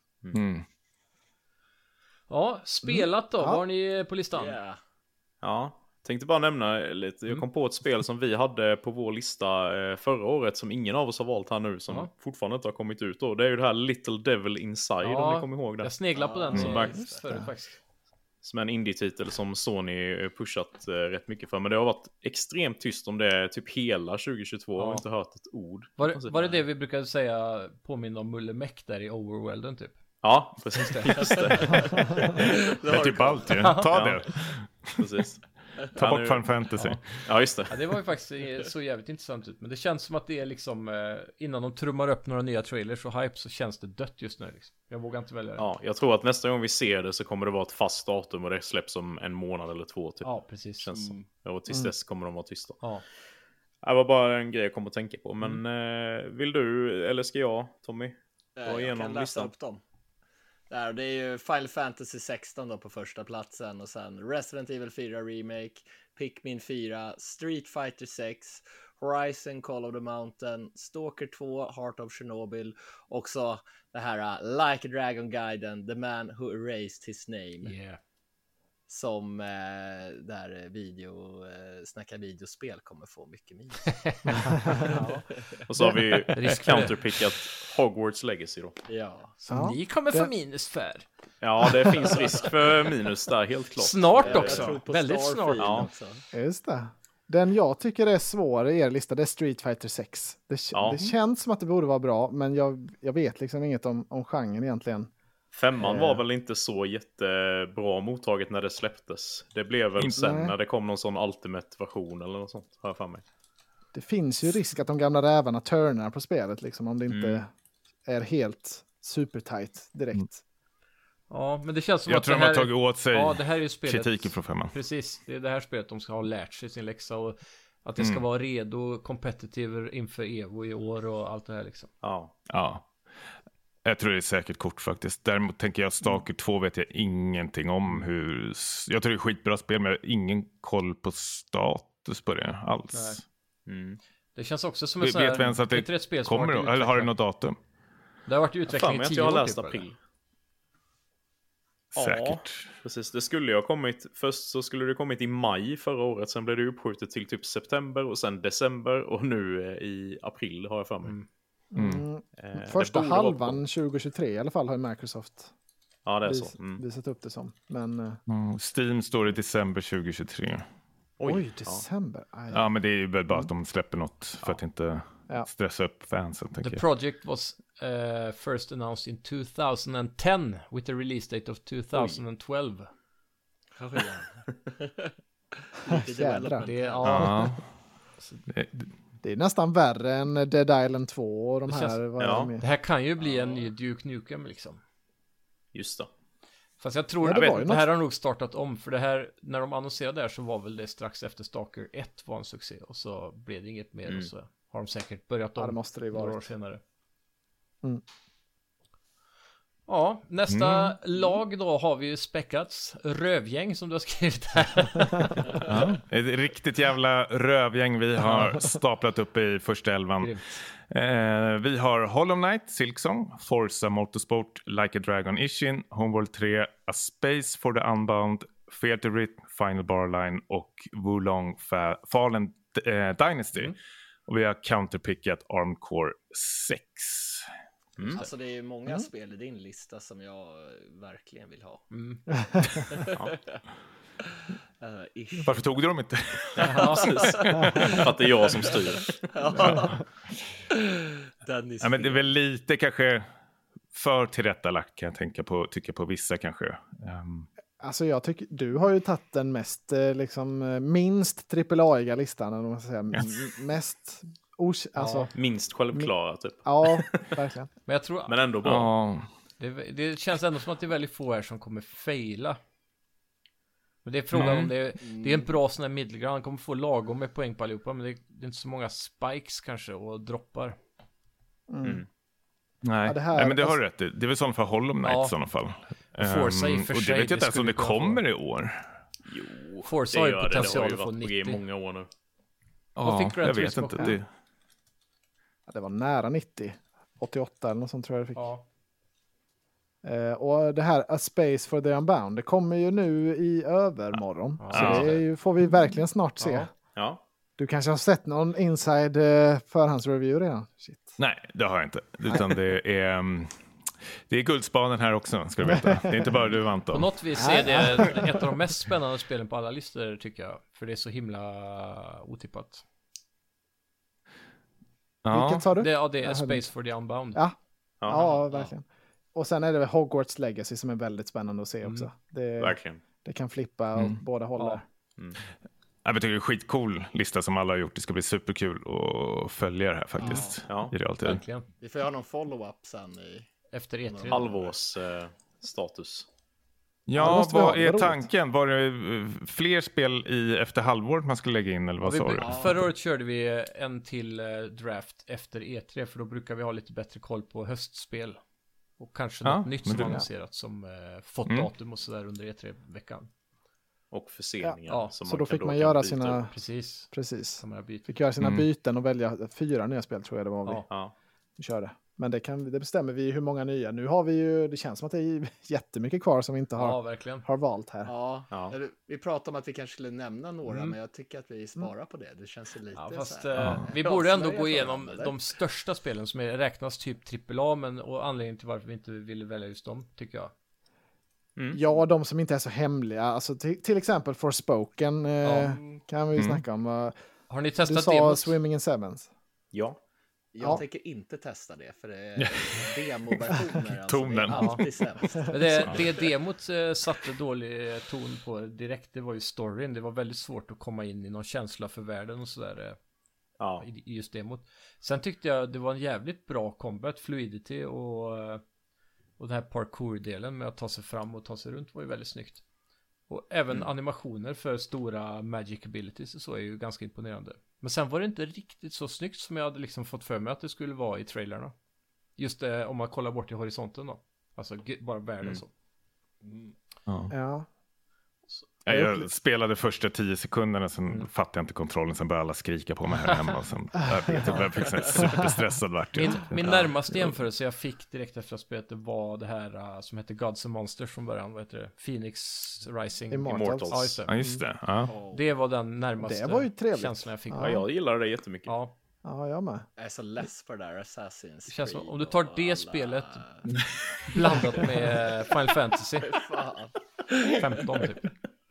Ja, spelat då. Vad har ni på listan? Ja, tänkte bara nämna lite. Jag kom på ett spel som vi hade på vår lista förra året som ingen av oss har valt här nu, som fortfarande inte har kommit ut då. Det är ju det här Little Devil Inside, om ni kommer ihåg det. Jag sneglar på den förut faktiskt. Som är en indie-titel som Sony pushat rätt mycket för. Men det har varit extremt tyst om det typ hela 2022. Jag har inte hört ett ord. Var det vi brukade säga påminna om Mulle Meck där i Overworlden typ? Ja, precis. Just det. Det är typ allt ju. Ta det. Precis. Ta bort Final Fantasy. Ja, just det. Ja, det var ju faktiskt så jävligt intressant ut. Men det känns som att det är liksom innan de trummar upp några nya trailers och hype, så känns det dött just nu liksom. Jag vågar inte välja det. Ja, jag tror att nästa gång vi ser det så kommer det vara ett fast datum och det släpps om en månad eller två typ. Ja, precis. Känns som. Och tills dess kommer de vara tysta. Ja. Det var bara en grej jag kom att tänka på. Men vill du, eller ska jag, Tommy? Jag kan läsa upp dem. Där, det är ju Final Fantasy 16 då på första platsen, och sen Resident Evil 4 Remake, Pikmin 4, Street Fighter 6, Horizon Call of the Mountain, Stalker 2, Heart of Chernobyl, och så det här Like a Dragon Gaiden, The Man Who Erased His Name. Yeah. Som där snacka videospel kommer få mycket minus. Och så har vi counterpickat Hogwarts Legacy då. Ja. Som ni kommer få minus för. Ja, det finns risk för minus där, helt klart. Snart också. Väldigt snart. Ja. Också. Just det. Den jag tycker är svår i er lista, det är Street Fighter 6. Det känns som att det borde vara bra, men jag vet liksom inget om genren egentligen. 5:an var väl inte så jättebra mottaget när det släpptes. Det blev väl sen när det kom någon sån Ultimate-version eller något sånt, har jag för mig. Det finns ju risk att de gamla rävarna turnar på spelet, liksom, om det inte är helt supertight direkt. Ja, men det känns som jag att tror det här... de har tagit åt sig det här är ju spelet... kritiken från 5:an. Precis, det är det här spelet de ska ha lärt sig sin läxa, och att det ska vara redo, competitive inför Evo i år och allt det här liksom. Ja. Jag tror det är säkert kort faktiskt. Däremot tänker jag Stalker 2 vet jag ingenting om hur... Jag tror det är skitbra spel, men jag har ingen koll på status på det alls. Det känns också som en sån här... Vet vi ens att det spel kommer då? Eller har det något datum? Det har varit i utveckling i 10 år. Jag har läst april. Säkert. Ja, precis. Det skulle ju ha kommit... Först så skulle det kommit i maj förra året. Sen blev det uppskjutet till typ september och sen december. Och nu i april har jag för mig. Första halvan 2023 i alla fall har Microsoft det är så. visat upp det som. Men, Steam står i december 2023. Oj, december. Ja, men det är ju väl bara att de släpper något för att inte stressa upp fansen. The project was first announced in 2010 with the release date of 2012. Det är nästan värre än Dead Island 2 och de här. Det här kan ju bli en ny Duke Nukem liksom. Just det. Fast jag tror det här har nog startat om, för det här, när de annonserade där så var väl det strax efter Stalker 1 var en succé, och så blev det inget mer och så har de säkert börjat om det måste det några år senare. Ja, nästa lag då har vi ju späckats. Rövgäng, som du har vi ju späckats. Rövgäng, som du har skrivit här. Ett riktigt jävla rövgäng vi har staplat upp i första elvan. Vi har Hollow Knight, Silksong, Forza Motorsport, Like a Dragon Ishin, Homeworld 3, A Space for the Unbound, Theater Rhythm, Final Barline och Wulong Fallen Dynasty. Och vi har counterpickat Armed Core 6. Alltså det är många spel i din lista som jag verkligen vill ha. Varför tog du dem inte? Ja, precis. För att det är jag som styr. Ja, men det är väl lite kanske för tillrättalagt, kan jag tycka på vissa kanske. Alltså jag tycker, du har ju tagit den mest, minst AAA-iga listan, eller vad man ska säga. Mest, alltså. Minst självklara typ. Ja, verkligen. Men jag tror, men ändå bra. Det känns ändå som att det är väldigt få här som kommer faila. Men det är frågan om det är en bra sån här middleground. Han kommer få lagom med poäng på allihopa, men det är inte så många spikes kanske och droppar. Nej. Ja, Nej, men det har du rätt i. Det är väl sånt för Hollow Knight i sådana fall. Forza i för och det vet jag inte ens om det kommer i år. Jo, Forza har ju potential att få 90. Det många år nu. Ja, jag vet inte. Det var nära 90. 88 eller något sånt tror jag det fick. Och det här A Space for the Unbound, det kommer ju nu i övermorgon. Så det får vi verkligen snart se. Ja. Du kanske har sett någon inside förhandsreview redan? Shit. Nej, det har jag inte. Utan det är guldspanen här också, ska du veta. Det är inte bara du, Anton. På något vis är det ett av de mest spännande spelen på alla listor, tycker jag. För det är så himla otippat. Vilket sa du? Det är Space for the Unbound. Ja, verkligen. Och sen är det Hogwarts Legacy som är väldigt spännande att se också. Verkligen. Det kan flippa åt båda hållen. Jag tycker det är en skitcool lista som alla har gjort. Det ska bli superkul att följa det här faktiskt. I realtid. Verkligen. Vi får ha någon follow-up sen efter E3. Halvårs status. Ja, vad är tanken? Var det fler spel efter halvåret man skulle lägga in, eller vad sa du? Förra året körde vi en till draft efter E3, för då brukar vi ha lite bättre koll på höstspel. Och kanske något nytt som annonserat som fått datum och sådär under E3-veckan. Och förseningar. Ja, så då fick man göra sina... Precis. Fick göra sina byten och välja 4 nya spel, tror jag det var vi körde. Men det bestämmer vi hur många nya. Nu har vi ju, det känns som att det är jättemycket kvar som vi inte har valt här. Ja. Vi pratade om att vi kanske skulle nämna några, men jag tycker att vi sparar på det. Det känns ju lite fast, vi borde ändå gå igenom de största spelen som räknas typ AAA, men och anledningen till varför vi inte ville välja just dem, tycker jag. Ja, de som inte är så hemliga. Alltså till exempel Forspoken kan vi ju snacka om. Har ni testat du sa demot? Swimming in Sevens? Ja. Jag tänker inte testa det, för det är demoversioner. Tonen. Alltså, det är alltid sämst. Det demot satte dålig ton på direkt, det var ju storyn. Det var väldigt svårt att komma in i någon känsla för världen och sådär. I just demot. Sen tyckte jag det var en jävligt bra combat, fluidity och den här parkour-delen med att ta sig fram och ta sig runt var ju väldigt snyggt. Och även animationer för stora magic abilities och så är ju ganska imponerande. Men sen var det inte riktigt så snyggt som jag hade liksom fått för mig att det skulle vara i trailerna. Just om man kollar bort i horisonten då. Alltså bara världen så. Ja. Jag spelade första 10 sekunderna, sen fattade jag inte kontrollen, sen började alla skrika på mig här hemma. Och sen, jag fick superstressad vart jag. Min närmaste jämförelse jag fick direkt efter att spelet var det här som heter Gods and Monsters från början. Vad heter det? Phoenix Rising Immortals. Ja, just det. Det var den närmaste känslan jag fick. Ja, jag gillar det jättemycket. Ja, jag med. Jag är så less på det där Assassin's Creed. Det känns som, om du tar det spelet blandat med Final Fantasy 15 typ.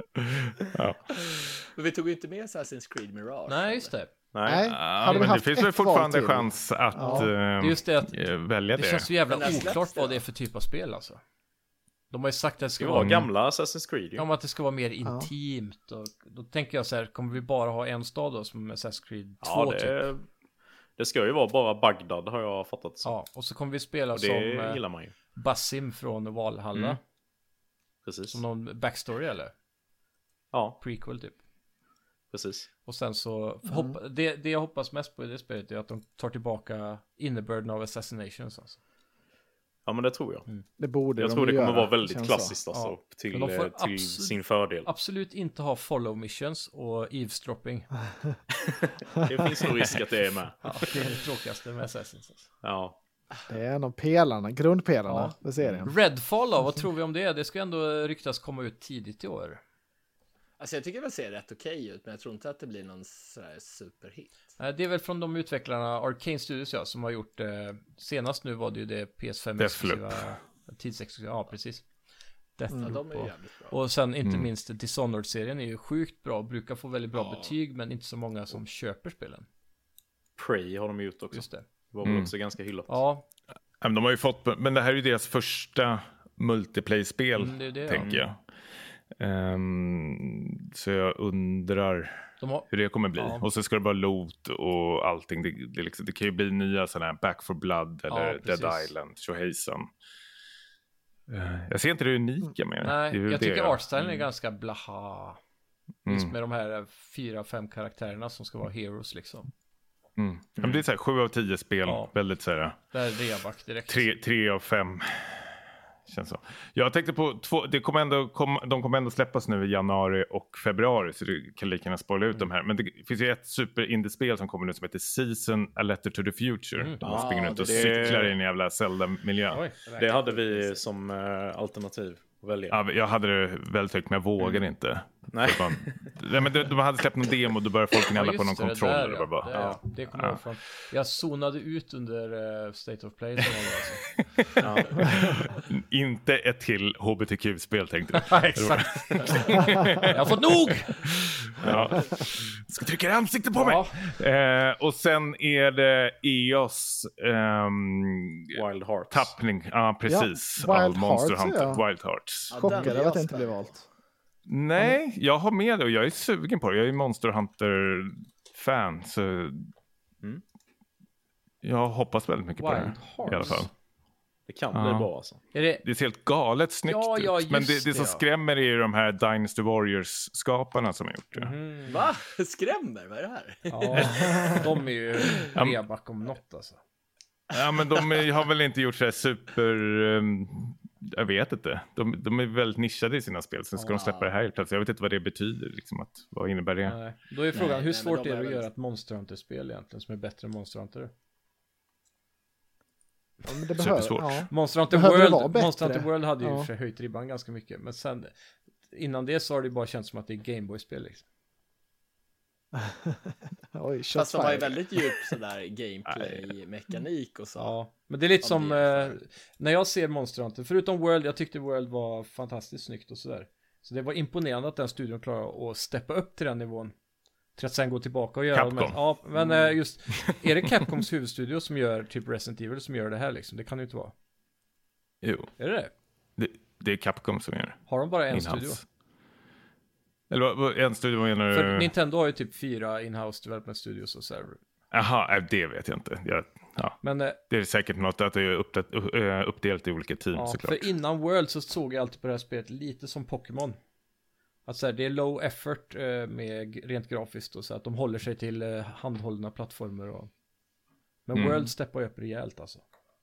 Men vi tog ju inte med Assassin's Creed Mirage. Nej, just det. Nej, men det finns väl fortfarande chans att just det att välja det. Det känns så jävla oklart vad det är för typ av spel alltså. De har ju sagt att det ska vara gamla Assassin's Creed. Om att det ska vara mer intimt. Och då tänker jag så här, kommer vi bara ha en stad då som Assassin's Creed 2 typ? Det ska ju vara bara Bagdad, har jag fattat så. Ja, och så kommer vi spela och det gillar man ju. Basim från Valhalla. Precis. Som någon backstory eller? Ja. Prequel typ. Precis. Och sen så det jag hoppas mest på i det spelet är att de tar tillbaka innebörden av Assassinations alltså. Ja, men det tror jag. Det borde jag de tror det göra, kommer vara väldigt känns klassiskt så. alltså, Men de får till sin fördel. Absolut inte ha follow missions och eavesdropping. Det finns nog risk att det är med. Ja, det är det tråkigaste med Assassins. Ja. Det är en av grundpelarna för serien. Redfall då, vad tror vi om det? Det ska ändå ryktas komma ut tidigt i år. Alltså jag tycker det ser rätt okej ut, men jag tror inte att det blir någon sådär superhit. Det är väl från de utvecklarna, Arcane Studios som har gjort senast nu var det ju det PS5-exklusiva tidsexklusiva, ja precis. Deathloop de är ju jävligt bra. och sen inte minst Dishonored-serien är ju sjukt bra, brukar få väldigt bra betyg, men inte så många som köper spelen. Prey har de gjort också. Just det. Det var väl också ganska hyllat. Ja. De har ju fått, men det här är ju deras första multiplayer-spel, det tänker jag. Så jag undrar hur det kommer bli. Och så ska det vara loot och allting. Det kan ju bli nya sådana här Back 4 Blood eller Dead Island, Shoheisan. Jag ser inte det unika med det. Nej, jag tycker artstylen är ganska blaha. Just med de här 4-5 karaktärerna som ska vara heroes liksom. Men det är så här 7 av 10 spel, väldigt så här. Där är reaback direkt. 3 av 5. Känns så. Jag tänkte på de kommer ändå släppas nu i januari och februari, så du kan lika gärna spoila ut de här. Men det finns ju ett super-indie-spel som kommer nu som heter Season A Letter to the Future. De springer runt och cyklar i en jävla Zelda-miljö. Det hade vi som alternativ att välja. Ja, jag hade det väldigt högt, men jag vågade inte. Nej. Men de hade släppt någon demo, då började folk gnälla på någon kontroll. Där, det kommer jag från. Jag zonade ut under State of Play. Inte ett till HBTQ-spel, tänkte du. Ja, exakt. Jag har fått nog! Ja. Ska trycka i ansiktet på mig! Och sen är det EOS Wild Hearts. tappning. Ja, precis. Ja, av Monster Hunter. Wild Hearts. Chockad över att det inte blev valt. Nej, jag har med det och jag är sugen på det. Jag är Monster Hunter-fan, så jag hoppas väldigt mycket på det i alla fall. Det kan bli bra alltså. Det ser helt galet snyggt ut. Men det som skrämmer är ju de här Dynasty Warriors-skaparna som har gjort det. Va? Skrämmer? Vad är det här? Ja, de är ju reback om något alltså. Ja, men de har väl inte gjort så här super... jag vet inte. De är väldigt nischade i sina spel. Sen ska de släppa det här helt plötsligt. Jag vet inte vad det betyder. Liksom, vad innebär det? Nej. Då är frågan, hur svårt är det att göra ett Monster Hunter-spel egentligen som är bättre än Monster Hunter? Ja, men det behöver, Monster Hunter World hade ju för höjt ribban ganska mycket. Men sen, innan det så har det bara känts som att det är Gameboy-spel liksom. Oj, fast de har ju väldigt djup sådär gameplay-mekanik och så. Ja, men det är lite som när jag ser Monster Hunter, förutom World, jag tyckte World var fantastiskt snyggt och sådär. Så det var imponerande att den studion klarade att steppa upp till den nivån. Till att sen gå tillbaka och göra Capcom. Ja, men just, är det Capcoms huvudstudio som gör typ Resident Evil som gör det här liksom? Det kan ju inte vara. Jo. Är det? Det är Capcom som gör det. Har de bara en studio? Eller en studio menar du? För Nintendo har ju typ 4 in-house development studios och så här. Jaha, det vet jag inte. Men, det är säkert något att det är uppdelat i olika team såklart. För innan World så såg jag alltid på det här spelet lite som Pokémon. Att så här, det är low effort med rent grafiskt och så att de håller sig till handhållna plattformar. Men World steppar upp rejält alltså.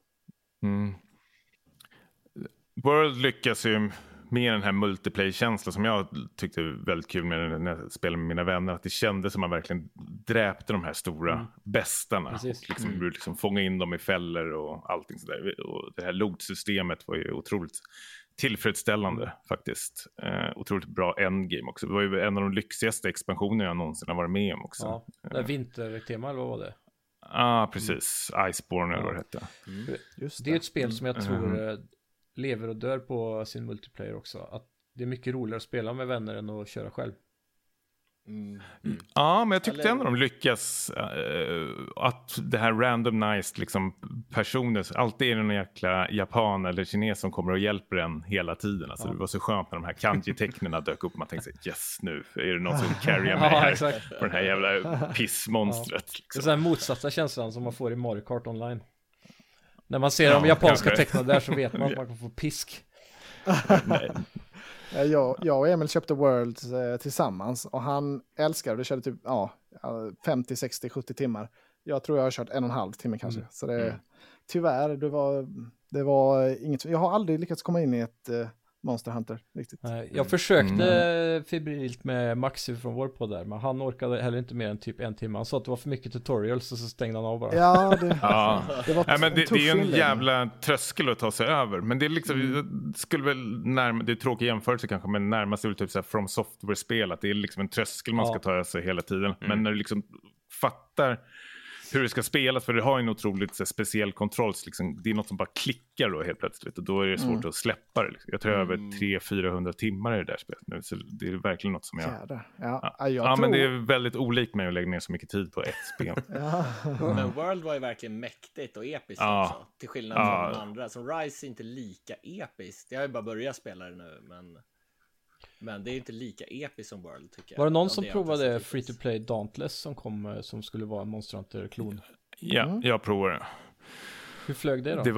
World lyckas ju med den här multiplayer-känslan som jag tyckte var väldigt kul med när jag spelade med mina vänner. Att det kändes som man verkligen dräpte de här stora bästarna. Precis. Och liksom fånga in dem i fällor och allting sådär. Och det här loot-systemet var ju otroligt tillfredsställande faktiskt. Otroligt bra endgame också. Det var ju en av de lyxigaste expansioner jag någonsin har varit med om också. Ja, det vintertema eller vad var det? Precis. Iceborne eller vad det hette. Det är ett spel som jag tror lever och dör på sin multiplayer också. Att det är mycket roligare att spela med vänner än att köra själv. Ja, men jag tyckte ändå de lyckas att det här randomized liksom personer, alltid är det någon jäkla japan eller kines som kommer och hjälper en hela tiden. Alltså det var så skönt när de här kanji-tecknerna dök upp. Man tänkte sig, yes, nu är det någon som carryar mig här på den här jävla pissmonstret. Liksom. Det är så här motsatta känslan som man får i Mario Kart online. När man ser de japanska tecknarna där så vet man att man kan få pisk. Jag och Emil köpte World tillsammans och han älskar det. Körde typ 50, 60, 70 timmar. Jag tror jag har kört 1,5 timme kanske. Så det tyvärr, Det var inget, jag har aldrig lyckats komma in i ett Monster Hunter riktigt. Jag försökte febrilt med Maxi från vår podd där, men han orkade heller inte mer än typ 1 timme. Han sa att det var för mycket tutorials och så stängde han av bara. Ja, det var men det är en jävla tröskel att ta sig över. Men det är liksom, skulle väl det är tråkig jämförelse kanske, men närmast är väl typ så här From Software-spel, att det är liksom en tröskel man ska ta sig hela tiden. Men när du liksom fattar hur det ska spelas, för det har en otroligt så speciell kontroll, liksom, det är något som bara klickar då helt plötsligt, och då är det svårt att släppa det. Liksom. Jag tror över 300-400 timmar i det där spelet nu, så det är verkligen något som jag... Men det är väldigt olikt mig att lägga ner så mycket tid på ett spel. Men World var ju verkligen mäktigt och episkt också, till skillnad från de andra. Så Rise är inte lika episkt. Jag har ju bara börjat spela det nu, men det är inte lika episkt som World, tycker jag. Var det någon som provade Free to Play Dauntless som skulle vara en Monster Hunter-klon? Ja, jag provade. Hur flög det då? Det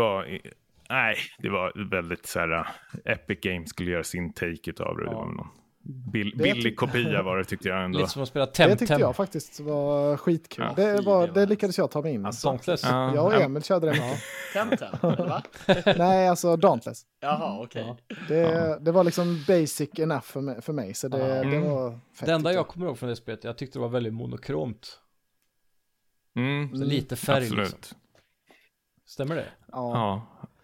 var väldigt så här, Epic Games skulle göra sin take utav det. Det var någon billig kopia var det, tyckte jag ändå. Lite som att spela Temtem. Det tyckte jag faktiskt var skitkul. Det lyckades jag ta mig in. Dauntless? Jag och Emil körde det. Temtem, eller va? Nej, alltså Dauntless. Jaha, okej. Det var liksom basic enough för mig, så det var fett. Det enda jag kommer ihåg från det spelet, jag tyckte det var väldigt monokromt. Så lite färg. Absolut. Liksom. Stämmer det? Ja.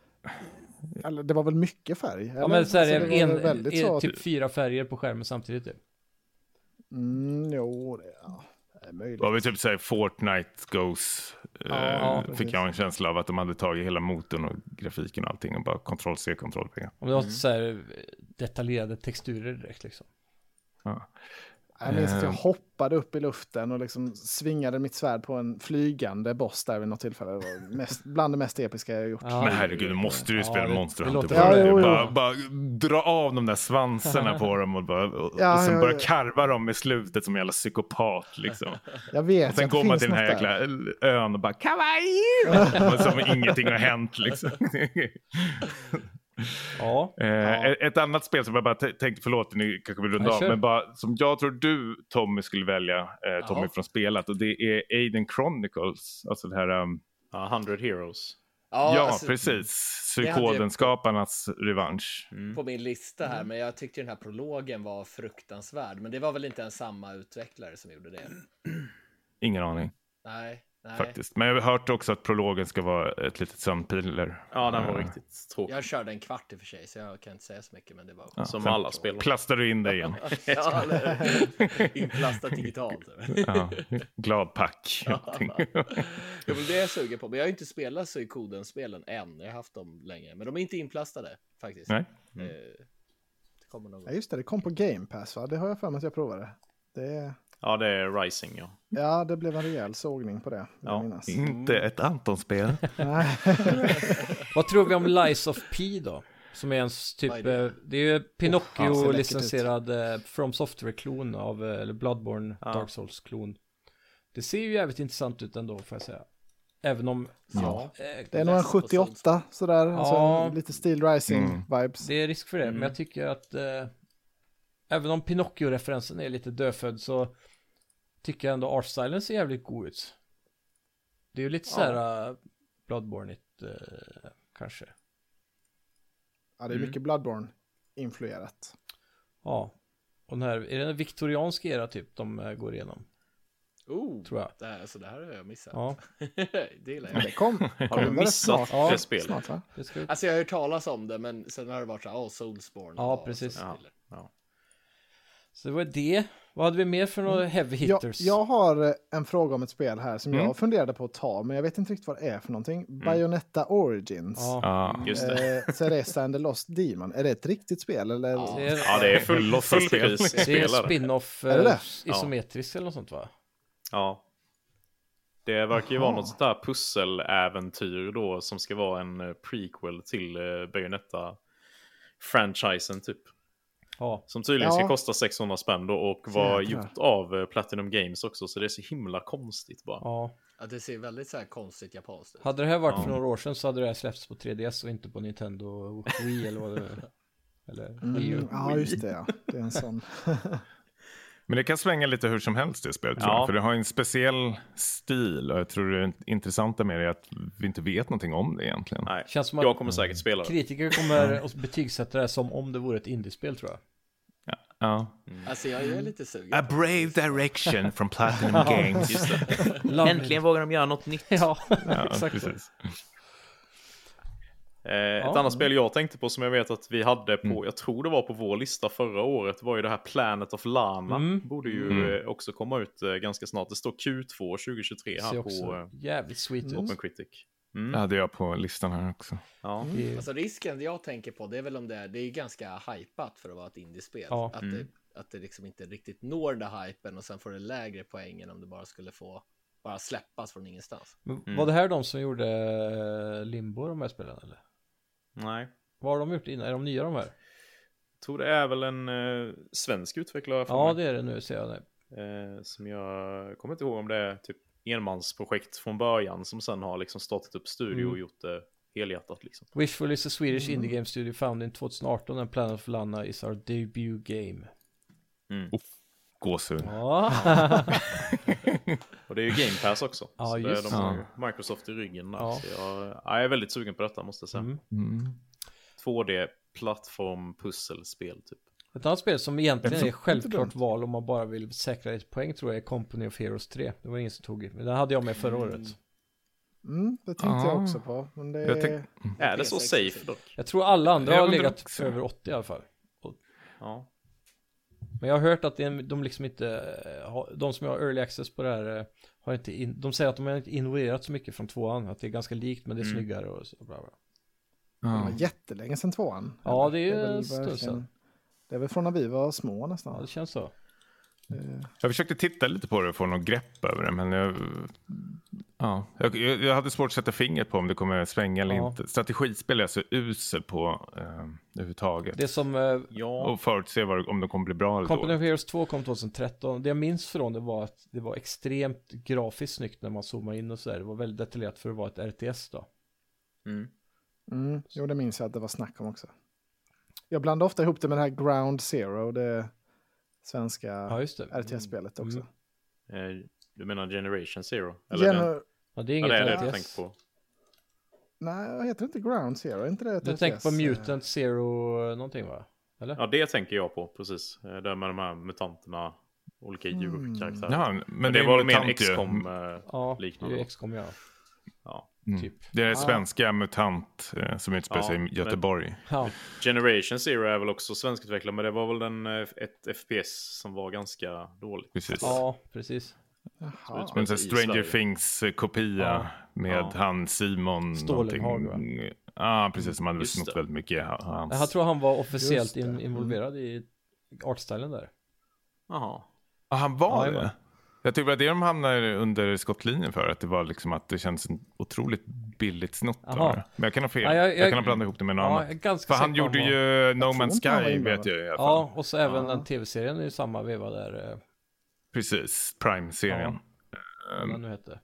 Det var väl mycket färg? Ja, men så här, typ 4 färger på skärmen samtidigt. Typ. Jo, det är möjligt. Var vi typ såhär Fortnite Goes, fick jag en känsla av att de hade tagit hela motorn och grafiken och allting och bara Ctrl-C, Ctrl-V. Om det var så här detaljerade texturer direkt liksom. Ja. Jag minns att jag hoppade upp i luften och liksom svingade mitt svärd på en flygande boss där vid något tillfälle. Det var bland det mest episka jag gjort. Men herregud, du måste ju spela Monster Hunter. Bara dra av de där svansarna på dem och sen börja karva dem i slutet som en jävla psykopat liksom. Jag vet. Och sen går man till den här jäkla ön och bara kawaii! Som ingenting har hänt liksom. Ett annat spel som jag bara tänkte, förlåt, ni kanske vill runda av, men bara som jag tror du, Tommy, skulle välja, Tommy från spelat, och det är Aiden Chronicles, alltså det här 100 Heroes. Alltså, precis, Suikoden-skaparnas revansch. På min lista här, men jag tyckte den här prologen var fruktansvärd, men det var väl inte ens samma utvecklare som gjorde det? Ingen aning. Nej. Faktiskt. Men jag har hört också att prologen ska vara ett litet sömnpiller. Ja, den var riktigt tråkig. Jag körde en kvart i och för sig, så jag kan inte säga så mycket, men det var som alla spel. Plastar du in dig igen? Inplastat digitalt. Glad pack. Men det är jag sugen på. Men jag har inte spelat Suikoden-spelen än. Jag har haft dem länge. Men de är inte inplastade, faktiskt. Nej. Det kommer någon... Ja, just det kommer på Game Pass, va? Det har jag för mig att jag provade. Ja, det är Rising, ja. Ja, det blev en rejäl sågning på det. Inte ett Anton-spel. Vad tror vi om Lies of P då? Som är en typ, det är ju Pinocchio-licensierad From Software-klon av, eller Bloodborne Dark Souls-klon. Det ser ju jävligt intressant ut ändå, får jag säga. Även om... det är nog en 78, sådär. Alltså, lite Steel Rising-vibes. Det är risk för det, men jag tycker att... även om Pinocchio-referensen är lite dödfödd, så tycker jag ändå artstylen ser jävligt god ut. Det är ju lite så här Bloodborne-igt kanske. Ja, det är mycket Bloodborne-influerat. Ja. Och den här, är det en viktoriansk era typ de går igenom? Tror jag. Det här har jag missat. Ja. Det gillar jag. Det kom. Har du missat det spelet? Snart, va? Alltså jag har hört talas om det, men sen har det varit så här, Soulsborne. Ja, precis. Så det var det. Vad hade vi mer för några heavy hitters? Jag har en fråga om ett spel här som jag funderade på att ta, men jag vet inte riktigt vad det är för någonting. Bayonetta Origins. Just det. Cereza and the Lost Demon. Är det ett riktigt spel? Eller? Ja, det är fullpris. Det är spin-off isometriskt eller något sånt, va? Ja. Det verkar ju vara något sånt där pusseläventyr då, som ska vara en prequel till Bayonetta-franchisen typ. Ja. Som tydligen ska kosta 600 spänn då, och var gjort av Platinum Games också, så det är så himla konstigt bara. Ja, det ser väldigt så här konstigt japanskt ut. Hade det här varit för några år sedan så hade det här släppts på 3DS och inte på Nintendo Wii eller vad det är. Eller ja, just det. Ja. Det är en sån. Men det kan svänga lite hur som helst det spelet, tror jag. För det har en speciell stil. Och jag tror det intressanta med det är att vi inte vet någonting om det egentligen. Nej, känns som att jag kommer säkert spela det. Kritiker kommer att betygsätta det som om det vore ett indiespel, tror jag. Ja. Alltså jag är lite sugen. A brave direction from Platinum Games. Just det. Äntligen vågar de göra något nytt. Ja, Ja, exakt. precis. Ett annat spel jag tänkte på som jag vet att vi hade på, jag tror det var på vår lista förra året, var ju det här Planet of Lana. Borde ju också komma ut ganska snart. Det står Q2 2023 här på jävligt sweet Open Critic. Det hade jag på listan här också. Ja. Alltså risken jag tänker på, det är väl om det är ganska hypat för att vara ett indiespel. Ja. Att det liksom inte riktigt når det hypen och sen får det lägre poäng än om det bara skulle få bara släppas från ingenstans. Var det här de som gjorde Limbo, de här spelen, eller? Nej. Vad har de gjort innan? Är de nya, de här? Jag tror det är väl en svensk utvecklare. Ja, det är det nu, ser jag nu. Som jag kommer inte ihåg om det är typ enmansprojekt från början som sen har liksom startat upp studio och gjort det helhjärtat liksom. Wishful is a Swedish indie game studio founded in 2018 and Planet of Lana is our debut game. Gåshud. Ja. Och det är ju Game Pass också. Ja, så just de har ju Microsoft i ryggen där. Ja. Så jag är väldigt sugen på detta, måste jag säga. 2D plattform-pusselspel typ. Ett annat spel som egentligen är självklart val om man bara vill säkra ett poäng, tror jag, är Company of Heroes 3. Det var ingen som tog det, men det hade jag med förra året. Det tänkte jag också på. Men det är det så safe dock? Jag tror alla andra har legat över 80 i alla fall. Ja. Men jag har hört att de liksom inte de som har early access på det här har inte de säger att de har inte innoverat så mycket från tvåan, att det är ganska likt men det är snyggare och så bra. Det var jättelänge sedan tvåan. Ja, det är en stund sedan. Det är väl från när vi var små nästan. Ja, det känns så. Jag försökte titta lite på det och få något grepp över det, men jag hade svårt att sätta fingret på om det kommer svänga eller inte. Strategispel är jag så usel på överhuvudtaget. Det som och förutse om det kommer bli bra eller Company dåligt. of Heroes 2 kom 2013. Det jag minns från det var att det var extremt grafiskt snyggt när man zoomar in och så där. Det var väldigt detaljerat för att vara ett RTS då. Jo, det minns jag att det var snack om också. Jag blandar ofta ihop det med det här Ground Zero, det svenska RTS-spelet också. Du menar Generation Zero? Eller ja, det är inget RTS. Det jag tänker på. Nej, heter det inte Ground Zero? Är inte det ett du RTS? tänker på Mutant Zero någonting, va? Eller? Ja, det tänker jag på, precis. Där med de här mutanterna, olika djurkaraktärer. Ja, men det var väl mer mutant, XCOM ja, liknande. det är XCOM, ja. Typ. Det är svenska mutant som utspelar sig i Göteborg. Generation Zero är väl också svenskutvecklad, men det var väl ett FPS som var ganska dåligt. Precis. Ja, precis. Men så Stranger Things-kopia med han Simon. Stålenhag, va? Ja, precis. Som hade snott väldigt mycket. Jag tror han var officiellt involverad i artstylen där. Jaha. Ja, han var det? Jag tycker att det de hamnar under skottlinjen för, att det var liksom att det känns otroligt billigt snott. Men jag kan ha fel. Jag kan ha blandat ihop det med någon annan. För han gjorde ju No Man's Sky, vet jag i alla fall. Ja, och så även den tv-serien är i samma veva där. Precis, Prime-serien. Vad nu heter.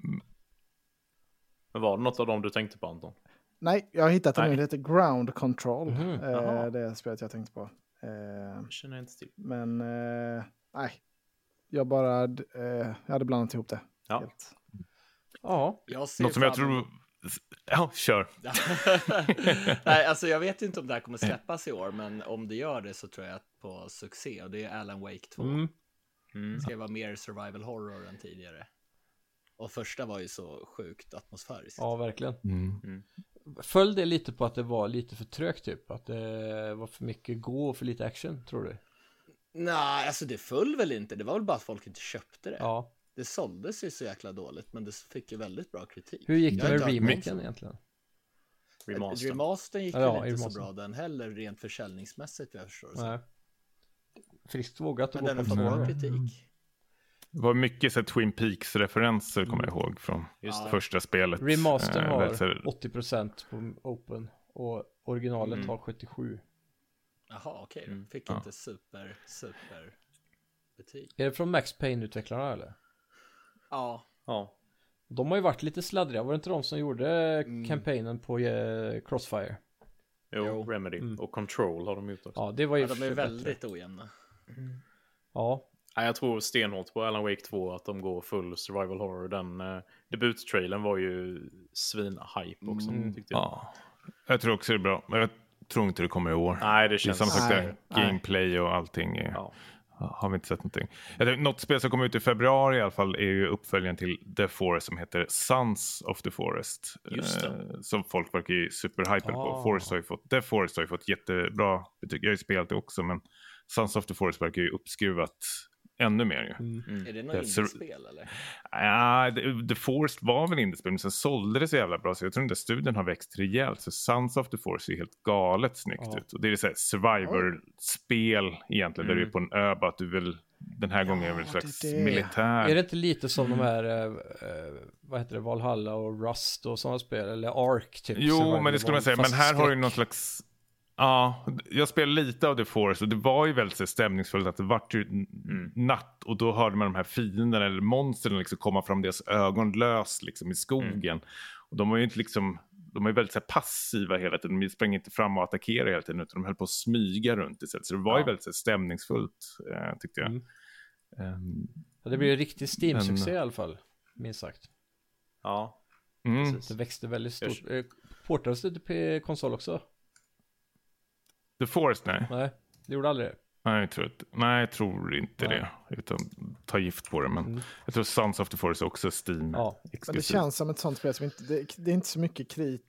Men var det något av dem du tänkte på, Anton? Nej, jag har hittat det nu. Det heter Ground Control. Det spelet jag tänkte på. Känner inte till. Men nej. Jag hade blandat ihop det. Ja. Helt. Ja. Något som jag tror... Ja, kör. Nej, alltså jag vet inte om det här kommer släppas i år, men om det gör det så tror jag att på succé. Och det är Alan Wake 2. Det ska ju vara mer survival horror än tidigare. Och första var ju så sjukt atmosfäriskt. Ja, verkligen. Föll det lite på att det var lite för trögt typ? Att det var för mycket gå och för lite action, tror du? Nej, alltså det föll väl inte. Det var väl bara att folk inte köpte det. Ja. Det såldes ju så jäkla dåligt, men det fick ju väldigt bra kritik. Hur gick det med remaken egentligen? Remastern gick väl inte så bra den heller, rent försäljningsmässigt, jag förstår det. Nej. Friskt vågat att men den har fått bra kritik. Det var mycket så Twin Peaks-referenser, kommer jag ihåg, från första spelet. Remastern har 80% på Open och originalet har 77%. Jaha, okej. Fick inte super betyg. Är det från Max Payne-utvecklarna eller? Ja. De har ju varit lite sladdriga. Var det inte de som gjorde kampanjen på Crossfire? Jo, Remedy. Och Control har de gjort också. Ja, det var ju de är väldigt ojämna. Ja. Jag tror stenhårt på Alan Wake 2 att de går full survival horror. Den debuttrailern var ju svin-hype också, tyckte jag. Ja, jag tror också det är bra. Men jag tror inte det kommer i år. Nej, det känns... Det är som sagt där, gameplay och allting har vi inte sett någonting. Något spel som kommer ut i februari i alla fall är ju uppföljaren till The Forest som heter Sons of the Forest. Just det. Som folk verkar ju superhypade på. The Forest har ju fått jättebra betyg. Jag har ju spelat det också, men Sons of the Forest verkar ju uppskruvat ännu mer. Är det något indiespel eller? Ja, The Forest var väl indiespel, men sen sålde det så jävla bra så jag tror inte studien har växt rejält. Så Sons of the Forest är helt galet snyggt ut. Och det är så här survivor-spel egentligen, där du är på en ö, bara att du vill den här gången är väl en slags militär. Är det inte lite som de här vad heter det, Valhalla och Rust och sådana spel, eller Ark typ? Jo, men det skulle man säga, men här har du någon slags... Ja, jag spelade lite av The Forest och det var ju väldigt så stämningsfullt att det var ju natt och då hörde man de här fienderna eller monstren liksom komma fram deras ögon lös liksom i skogen. Och de var ju inte liksom, de är väldigt så här passiva hela tiden, de sprang inte fram och attackerade hela tiden utan de höll på att smyga runt istället. Så det var ju väldigt så här stämningsfullt tyckte jag. Det blir ju riktigt Steam-succé i alla fall, minst sagt. Ja, det växte väldigt stort. Portades det till konsol också? The Forest, nej. Nej, det gjorde aldrig det. Nej, jag tror inte det. Utan ta gift på det. Men jag tror Sons of the Forest är också Steam. Ja. Men det känns som ett sånt spel som det är inte så mycket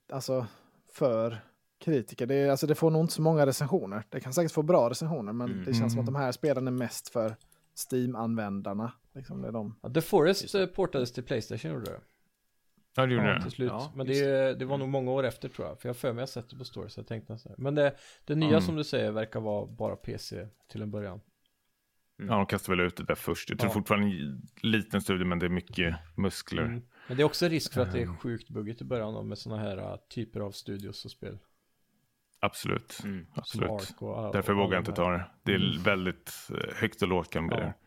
för kritiker. Det får nog inte så många recensioner. Det kan säkert få bra recensioner, men det känns som att de här spelen är mest för Steam-användarna. Liksom, det är de. The Forest portades till PlayStation, gjorde det. Ja, det gjorde det. Till slut. Ja, men det var nog många år efter, tror jag. För jag för mig jag sett det på Story, så jag tänkte så här. Men det nya som du säger verkar vara bara PC till en början. Ja, de kastar väl ut det där först. Jag tror fortfarande en liten studie, men det är mycket muskler. Men det är också risk för att det är sjukt buggigt i början med såna här typer av studios och spel. Absolut. Absolut. Och därför vågar jag inte ta det. Det är väldigt högt och lågt kan bli det.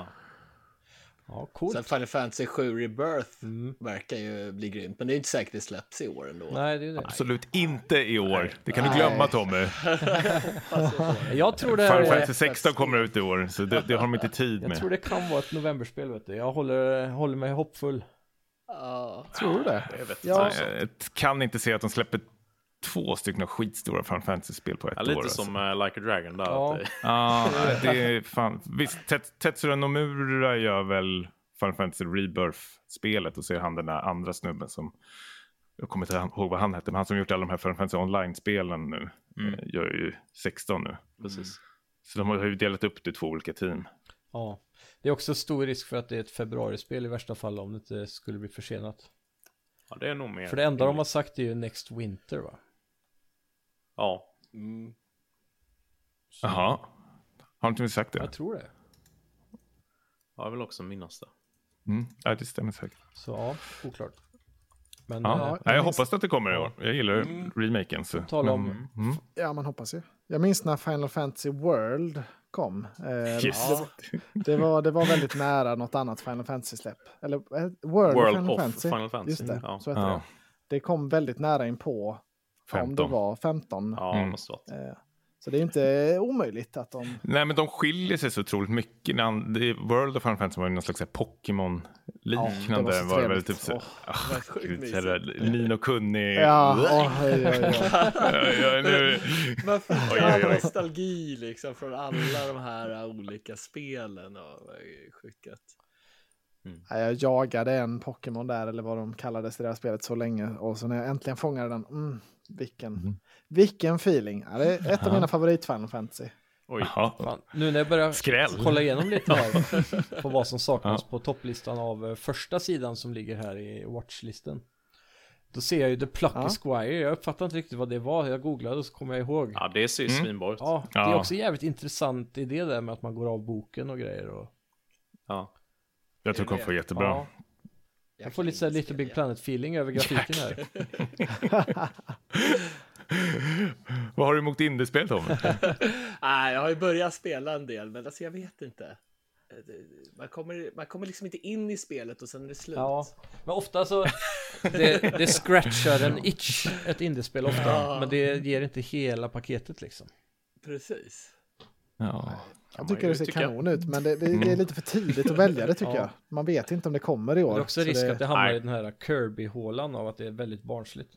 Ja, coolt. Sen Final Fantasy 7 Rebirth verkar ju bli grymt, men det är inte säkert det släpps i år ändå. Nej, det är det. Absolut inte i år. Det kan du glömma, Tommy. Jag tror det Final Fantasy 16 kommer ut i år, så det har de inte tid med. Jag tror det kan vara ett novemberspel, vet du. Jag håller mig hoppfull. Tror du det? Jag kan inte se att de släpper 2 stycken skitstora Final Fantasy-spel på ett år. Lite som Like a Dragon där. Ja, det är fan. Visst, Tetsuya Nomura gör väl Final Fantasy Rebirth-spelet och så är han den där andra snubben som, jag kommer inte ihåg vad han hette, men han som gjort alla de här Final Fantasy Online-spelen nu gör ju 16 nu. Precis. Så de har ju delat upp det i 2 olika team. Ja, det är också stor risk för att det är ett februarispel i värsta fall om det inte skulle bli försenat. Ja, det är nog mer. För det enda de har sagt är ju Next Winter, va? Ja. Jaha. Har inte vi sagt det? Jag tror det. Ja, jag vill också minnas det. Ja, det stämmer säkert. Så ja, oklart. Men, jag hoppas att det kommer i år. Jag gillar remaken. Så. Tala om... Ja, man hoppas ju. Jag minns när Final Fantasy World kom. Det var väldigt nära något annat Final Fantasy-släpp. Eller World of Fantasy. Final Fantasy. Just det, ja. så heter det. Det kom väldigt nära in på 15. Om det var 15. Ja, måste vara. Så det är inte omöjligt att de... Nej, men de skiljer sig så otroligt mycket. World of Final Fantasy var ju någon slags Pokémon-liknande. Ja, det var väl typ så... Nino Kunni. Man får nostalgi liksom från alla de här olika spelen. Skickat. Jag jagade en Pokémon där, eller vad de kallades i det här spelet, så länge. Och så när jag äntligen fångade den, vilken feeling. Ja, det är ett av mina favorit Final Fantasy. Oj. Fan. Nu när jag börjar kolla igenom lite här på vad som saknas på topplistan av första sidan som ligger här i watchlisten. Då ser jag ju The Plucky Squire. Jag uppfattar inte riktigt vad det var. Jag googlade och så kommer jag ihåg. Ja, det ser ju svinbra ut. Ja, det är också jävligt intressant idé där med att man går av boken och grejer. Och... Ja. Jag tror det kommer få jättebra. Ja. Jag får lite Little Big Planet-feeling över grafiken här. Vad har du emot indiespel, Tom? Nej, jag har ju börjat spela en del, men alltså jag vet inte. Man kommer liksom inte in i spelet och sen är det slut. Ja, men ofta så det scratchar en itch, ett indiespel ofta, men det ger inte hela paketet liksom. Precis. Ja. Jag tycker det ser kanon ut, men det är lite för tidigt att välja det tycker jag. Man vet inte om det kommer i år. Det är också risk att det hamnar i den här Kirby-hålan av att det är väldigt barnsligt.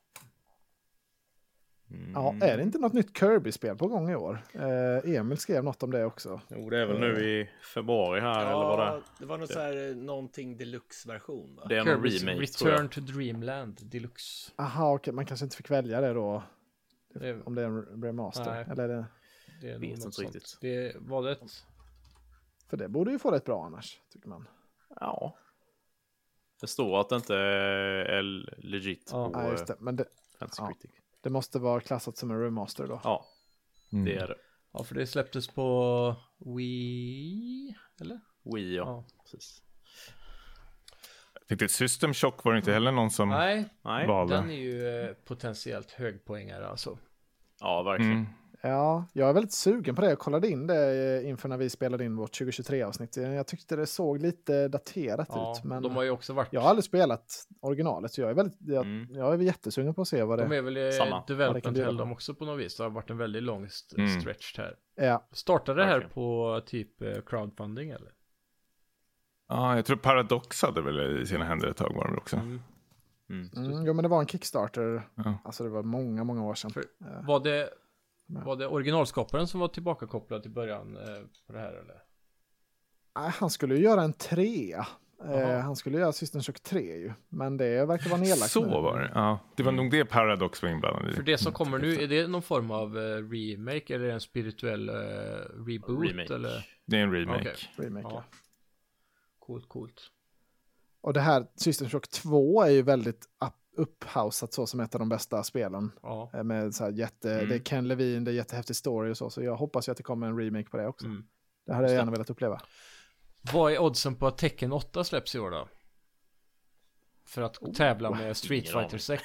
Ja, är det inte något nytt Kirby-spel på gång i år? Emil skrev något om det också. Jo, det är väl nu i februari här eller vad det är. Det var något så här, någonting deluxe-version va? Det är någon remake, Return to Dreamland Deluxe. Aha, okej, man kanske inte fick välja det då. Om det är en remaster. Nej. Eller är det... Det är vet något inte sånt. riktigt. Det var det ett... För det borde ju få rätt bra annars, tycker man. Ja. Det står att det inte är legit på Ja, just det. Men det, Critic. det måste vara klassat som en remaster då. Ja, det är det. Ja, för det släpptes på Wii, eller? Wii, ja. Precis. Jag tyckte System Shock var det inte heller någon som valde. Den är ju potentiellt högpoängare alltså. Ja, verkligen. Ja, jag är väldigt sugen på det. Jag kollade in det inför när vi spelade in vårt 2023-avsnitt. Jag tyckte det såg lite daterat ut. Men de har ju också varit... Jag har aldrig spelat originalet, så jag är väl jättesugen på att se vad det... De är väl i development hell de också på något vis. Det har varit en väldigt lång stretch här. Ja. Startade det här på typ crowdfunding eller? Ja, jag tror Paradox hade väl i sina händer ett tag var det också. Jo, men det var en Kickstarter. Ja. Alltså det var många år sedan. Var det originalskaparen som var tillbakakopplad till början på det här eller? Nej, han skulle ju göra en 3. Han skulle göra System Shock 3 ju. Men det verkar vara nedlagt. Så var det. Ja, det var nog det Paradox var inblandad i. För det som kommer nu, är det någon form av remake eller en spirituell reboot? Remake. Eller? Det är en remake. Okay. Remake, ja. Coolt. Och det här System Shock 2 är ju väldigt upphausat så som ett av de bästa spelen. Ja. Med så här det är Ken Levine, det är jättehäftig story och så jag hoppas ju att det kommer en remake på det också. Det hade jag gärna velat uppleva. Vad är oddsen på att Tekken 8 släpps i år då? För att tävla med Street Fighter 6.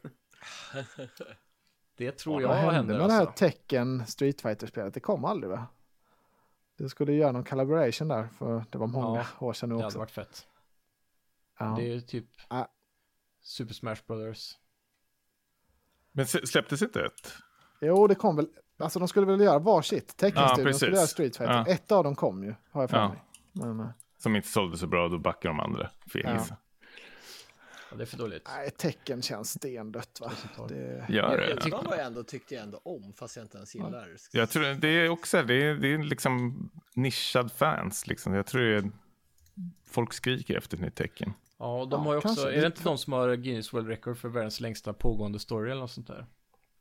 Det tror jag händer med det här Tekken Street Fighter-spelet? Det kom aldrig va? Det skulle göra någon collaboration där, för det var många år sedan nu också. Det hade varit fett. Ja. Det är ju typ Super Smash Brothers. Men släpptes inte ett? Jo, det kom väl. Alltså de skulle väl göra varsitt. Tekken-studion skulle göra Street Fighter. Ja. Ett av dem kom ju, har jag för mig. Men, som inte sålde så bra, då backar de andra. Ja, det är för dåligt. Nej, Tekken känns stendött va? De var jag tyckte jag ändå om, fast jag inte ens gillar. Jag tror det är också, det är liksom nischad fans liksom. Jag tror det är, folk skriker efter ett nytt Tekken. Ja, de har ju också, är det inte de som har Guinness World Record för världens längsta pågående story eller något sånt där?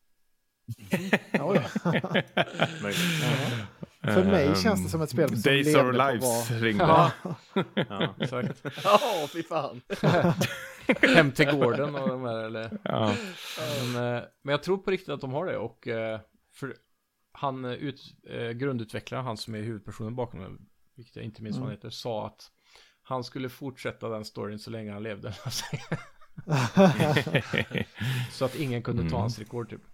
För mig känns det som ett spel som Days of Lives ringde. Ja, exakt. Fy fan. Hem till gården och de här eller. Ja. Men jag tror på riktigt att de har det och för han grundutvecklaren, han som är huvudpersonen bakom det, vilket jag inte minns vad han heter, sa att han skulle fortsätta den storyn så länge han levde. Så att ingen kunde ta hans rekord typ.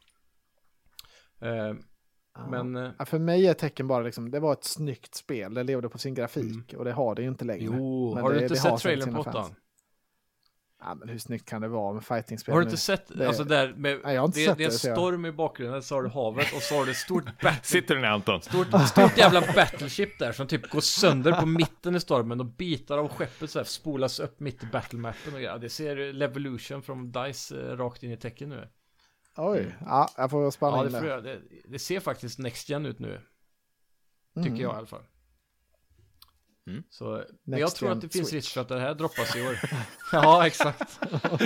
Men för mig är Tekken bara liksom, det var ett snyggt spel, det levde på sin grafik och det har det ju inte längre. Jo, men har du inte sett trailern på 8? Ja, men hur snyggt kan det vara med fighting-spel? Har du inte sett alltså där med, nej, jag har inte sett det är en storm i bakgrunden, så har du havet och så har du ett stort sitter den Anton? Stort jävla battleship där som typ går sönder på mitten i stormen och bitar av skeppet så här spolas upp mitt i battlemappen och grejer. Det ser Levolution från DICE rakt in i Tekken nu. Oj, ja, jag får spana in det ser faktiskt next gen ut nu. Tycker jag i alla fall. Så, men jag tror att det finns risk för att det här droppas i år. Ja, exakt.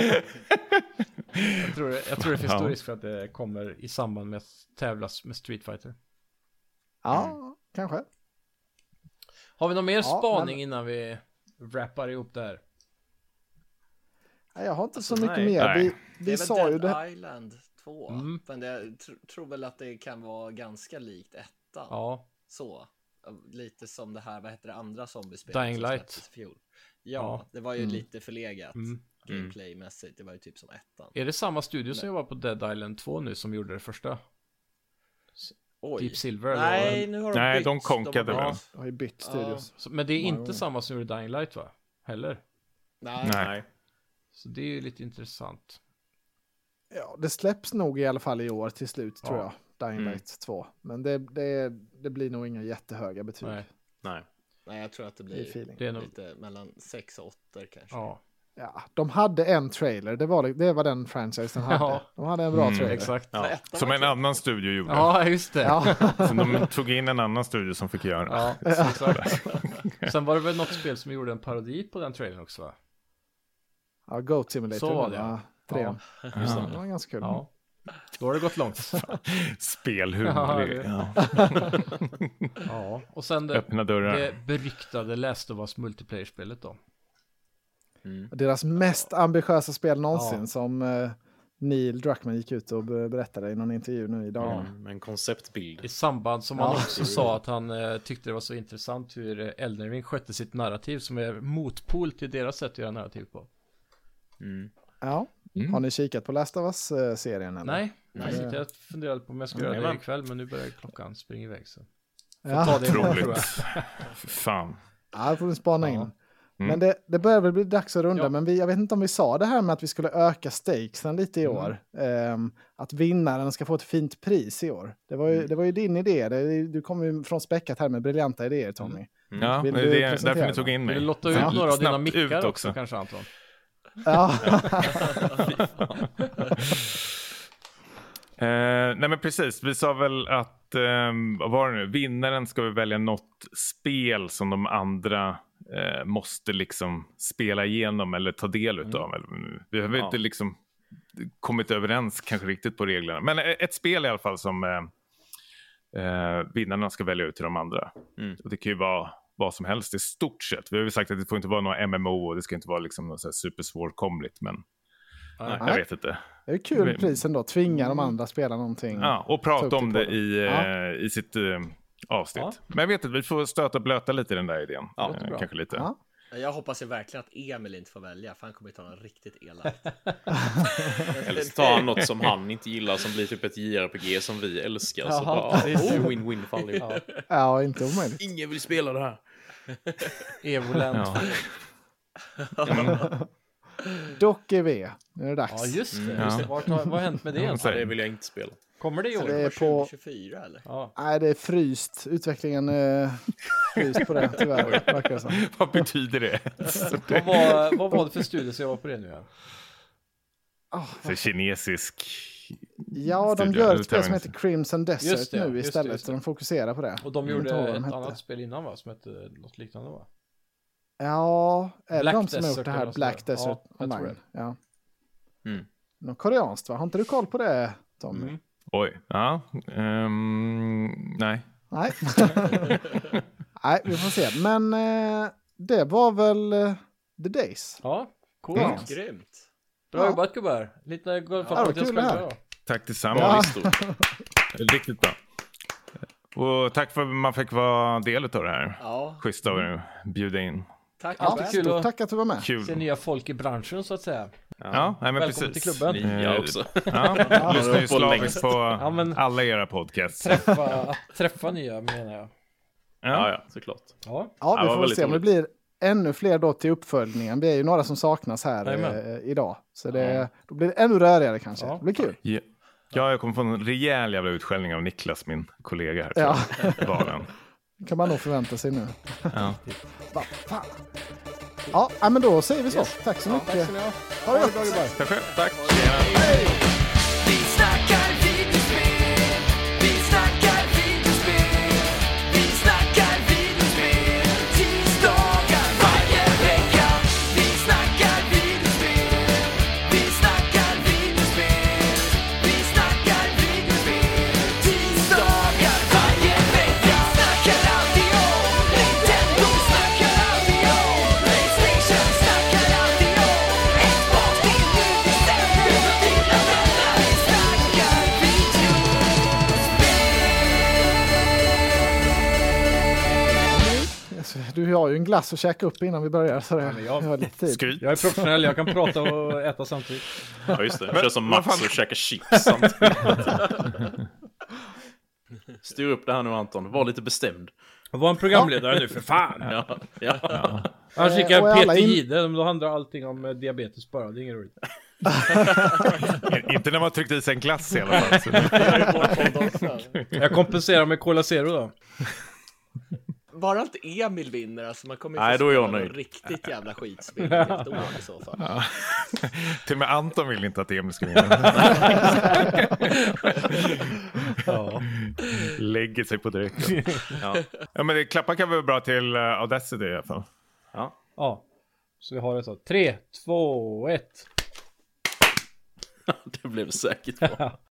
jag tror det finns stor risk för att det kommer i samband med att tävlas med Street Fighter. Ja, kanske. Har vi någon mer spaning innan vi wrappar ihop det här? Nej, jag har inte så mycket mer. Vi sa ju det. Island 2. Men jag tror väl att det kan vara ganska likt ettan. Ja. Så. Lite som det här, vad heter det andra zombiespelet? Dying Light. Ja, det var ju lite förlegat gameplaymässigt. Det var ju typ som ettan. Är det samma studio som var på Dead Island 2 nu som gjorde det första? Deep Silver? Nej, nu har de bytt. De konkade väl. De har ju bytt studios. Men det är inte samma som gjorde Dying Light va? Heller? Nej. Så det är ju lite intressant. Ja, det släpps nog i alla fall i år till slut tror jag. Dying Light 2. Men det blir nog inga jättehöga betyg. Nej, jag tror att det blir lite mellan 6 och 8 kanske. Ja, de hade en trailer. Det var den franchisen hade. Ja. De hade en bra trailer. Exakt. Ja. Som en annan studio gjorde. Ja, just det. Ja. Så de tog in en annan studio som fick göra. Ja, exakt. Sen var det väl något spel som gjorde en parodi på den trailern också, va? Ja, Goat Simulator. Så var det, ja. 3. Ja. Det var ganska kul. Ja. Då har det gått långt. Spelhumor. Ja, och sen Öppna dörrar. det beryktade Last of Us multiplayer-spelet då. Deras mest ambitiösa spel någonsin som Neil Druckmann gick ut och berättade i någon intervju nu i dagarna. Med en konceptbild. I samband som han också sa att han tyckte det var så intressant hur Elden Ring skötte sitt narrativ som är motpol till deras sätt att göra narrativ på. Ja. Har ni kikat på Last of Us-serien? Nej. Jag funderade på om jag ska göra det ikväll, men nu börjar klockan springa iväg. Så. Otroligt. Fan. Ja, det får vi spana in. Men det börjar väl bli dags att runda, men jag vet inte om vi sa det här med att vi skulle öka stakesen lite i år. Att vinnaren ska få ett fint pris i år. Det var ju din idé. Du kom ju från späckat här med briljanta idéer, Tommy. Ja, det är därför ni tog in mig. Vill du lotta ut några av dina mickar också kanske, Anton? Ja. Nej men precis, vi sa väl att vad var det nu? Vinnaren ska vi välja något spel som de andra måste liksom spela igenom eller ta del utav. Vi har väl inte liksom kommit överens kanske riktigt på reglerna, men ett spel i alla fall som vinnarna ska välja ut till de andra. Och det kan ju vara vad som helst i stort sett. Vi har ju sagt att det får inte vara något MMO och det ska inte vara liksom något så här supersvårkomligt, men jag vet inte. Det är kul prisen då, tvinga de andra att spela någonting. Ja, och prata om det i sitt avsnitt. Ja. Men jag vet att vi får stöta och blöta lite i den där idén. Ja, kanske lite. Ja. Jag hoppas ju verkligen att Emil inte får välja, för han kommer ta något riktigt elakt. Eller så tar han något som han inte gillar som blir typ ett JRPG som vi älskar. Så bara, win-win för allihopa. Ja, inte omöjligt. Ingen vill spela det här. Evoland. Dock är vi. Nu är det dags. Ja, just det. Vad har hänt med det? Det vill jag inte spela. Kommer det i år? Det är på 2024 eller? Ja. Nej, det är fryst. Utvecklingen är fryst på det, tyvärr. Vad betyder det? Vad var det för studie som jag var på det nu? Så kinesisk. Ja, de gör ett spel som heter Crimson Desert nu istället. Så de fokuserar på det. Och de gjorde ett annat spel innan, va? Som hette något liknande, va? Ja, eller Black de som har gjort Desert det här Black Desert Online. Ja. Något koreanskt, va? Har inte du koll på det, Tommy? Oj, ja. Nej. Nej. Nej, vi får se. Men det var väl The Days. Ja, coolt. Grymt. Bra jobbat, gubbar. Lite kul här. Tack detsamma. Riktigt bra. Och tack för att man fick vara del av det här. Schysst av er att bjuda in. Tack, kul att tack att du var med. Se nya folk i branschen, så att säga. Ja, nej, men välkommen precis. till klubben. Nya också. Ja, lyssnar ju slaviskt på alla era podcasts. Träffa nya, menar jag. Ja, såklart. Ja, vi får väl se om det blir ännu fler då till uppföljningen. Vi är ju några som saknas här idag. Så då blir det ännu rörigare kanske. Det blir kul. Ja, jag kommer få en rejäl jävla utskällning av Niklas, min kollega här. Valen. Kan man nog förvänta sig nu. Ja. Fan. Ja, men då säger vi så. Tack så mycket. Tack så mycket. Ha det bra, gubbar. Tack själv. Tack. Vi snackar videospel, vi snackar videospel, vi snackar videospel, tisdagar varje vecka. Vi snackar videospel, vi snackar videospel, vi snackar videospel, tisdagar varje vecka. Snackar alltid om Nintendo, snackar alltid om PlayStation, snackar alltid om Xbox, till nu december och dina vänner. Vi snackar Du har ju en glass att käka upp innan vi börjar. Så jag har lite tid. Skryt. Jag är professionell, jag kan prata och äta samtidigt. Ja, just det. Jag kör som Max och käkar chips samtidigt. Styr upp det här nu, Anton. Var lite bestämd. Jag var en programledare nu, för fan. Ja. Annars gick jag Peter Gide, då handlar allting om diabetes bara. Det är inget roligt. Inte när man tryckte i sig en glass i alla fall. Jag kompenserar med Cola Zero då. Bara inte Emil vinner, alltså man kommer Nej, då är jag nöjd. Riktigt jävla skitspel ett år i så fall. Ja. Till och med Anton vill inte att Emil ska vinna. Ja. Lägger sig på direkten. Ja, men det klappar kan vara bra till Audacity i alla fall. Ja. Så vi har det så. 3, 2, 1. Det blev säkert bra.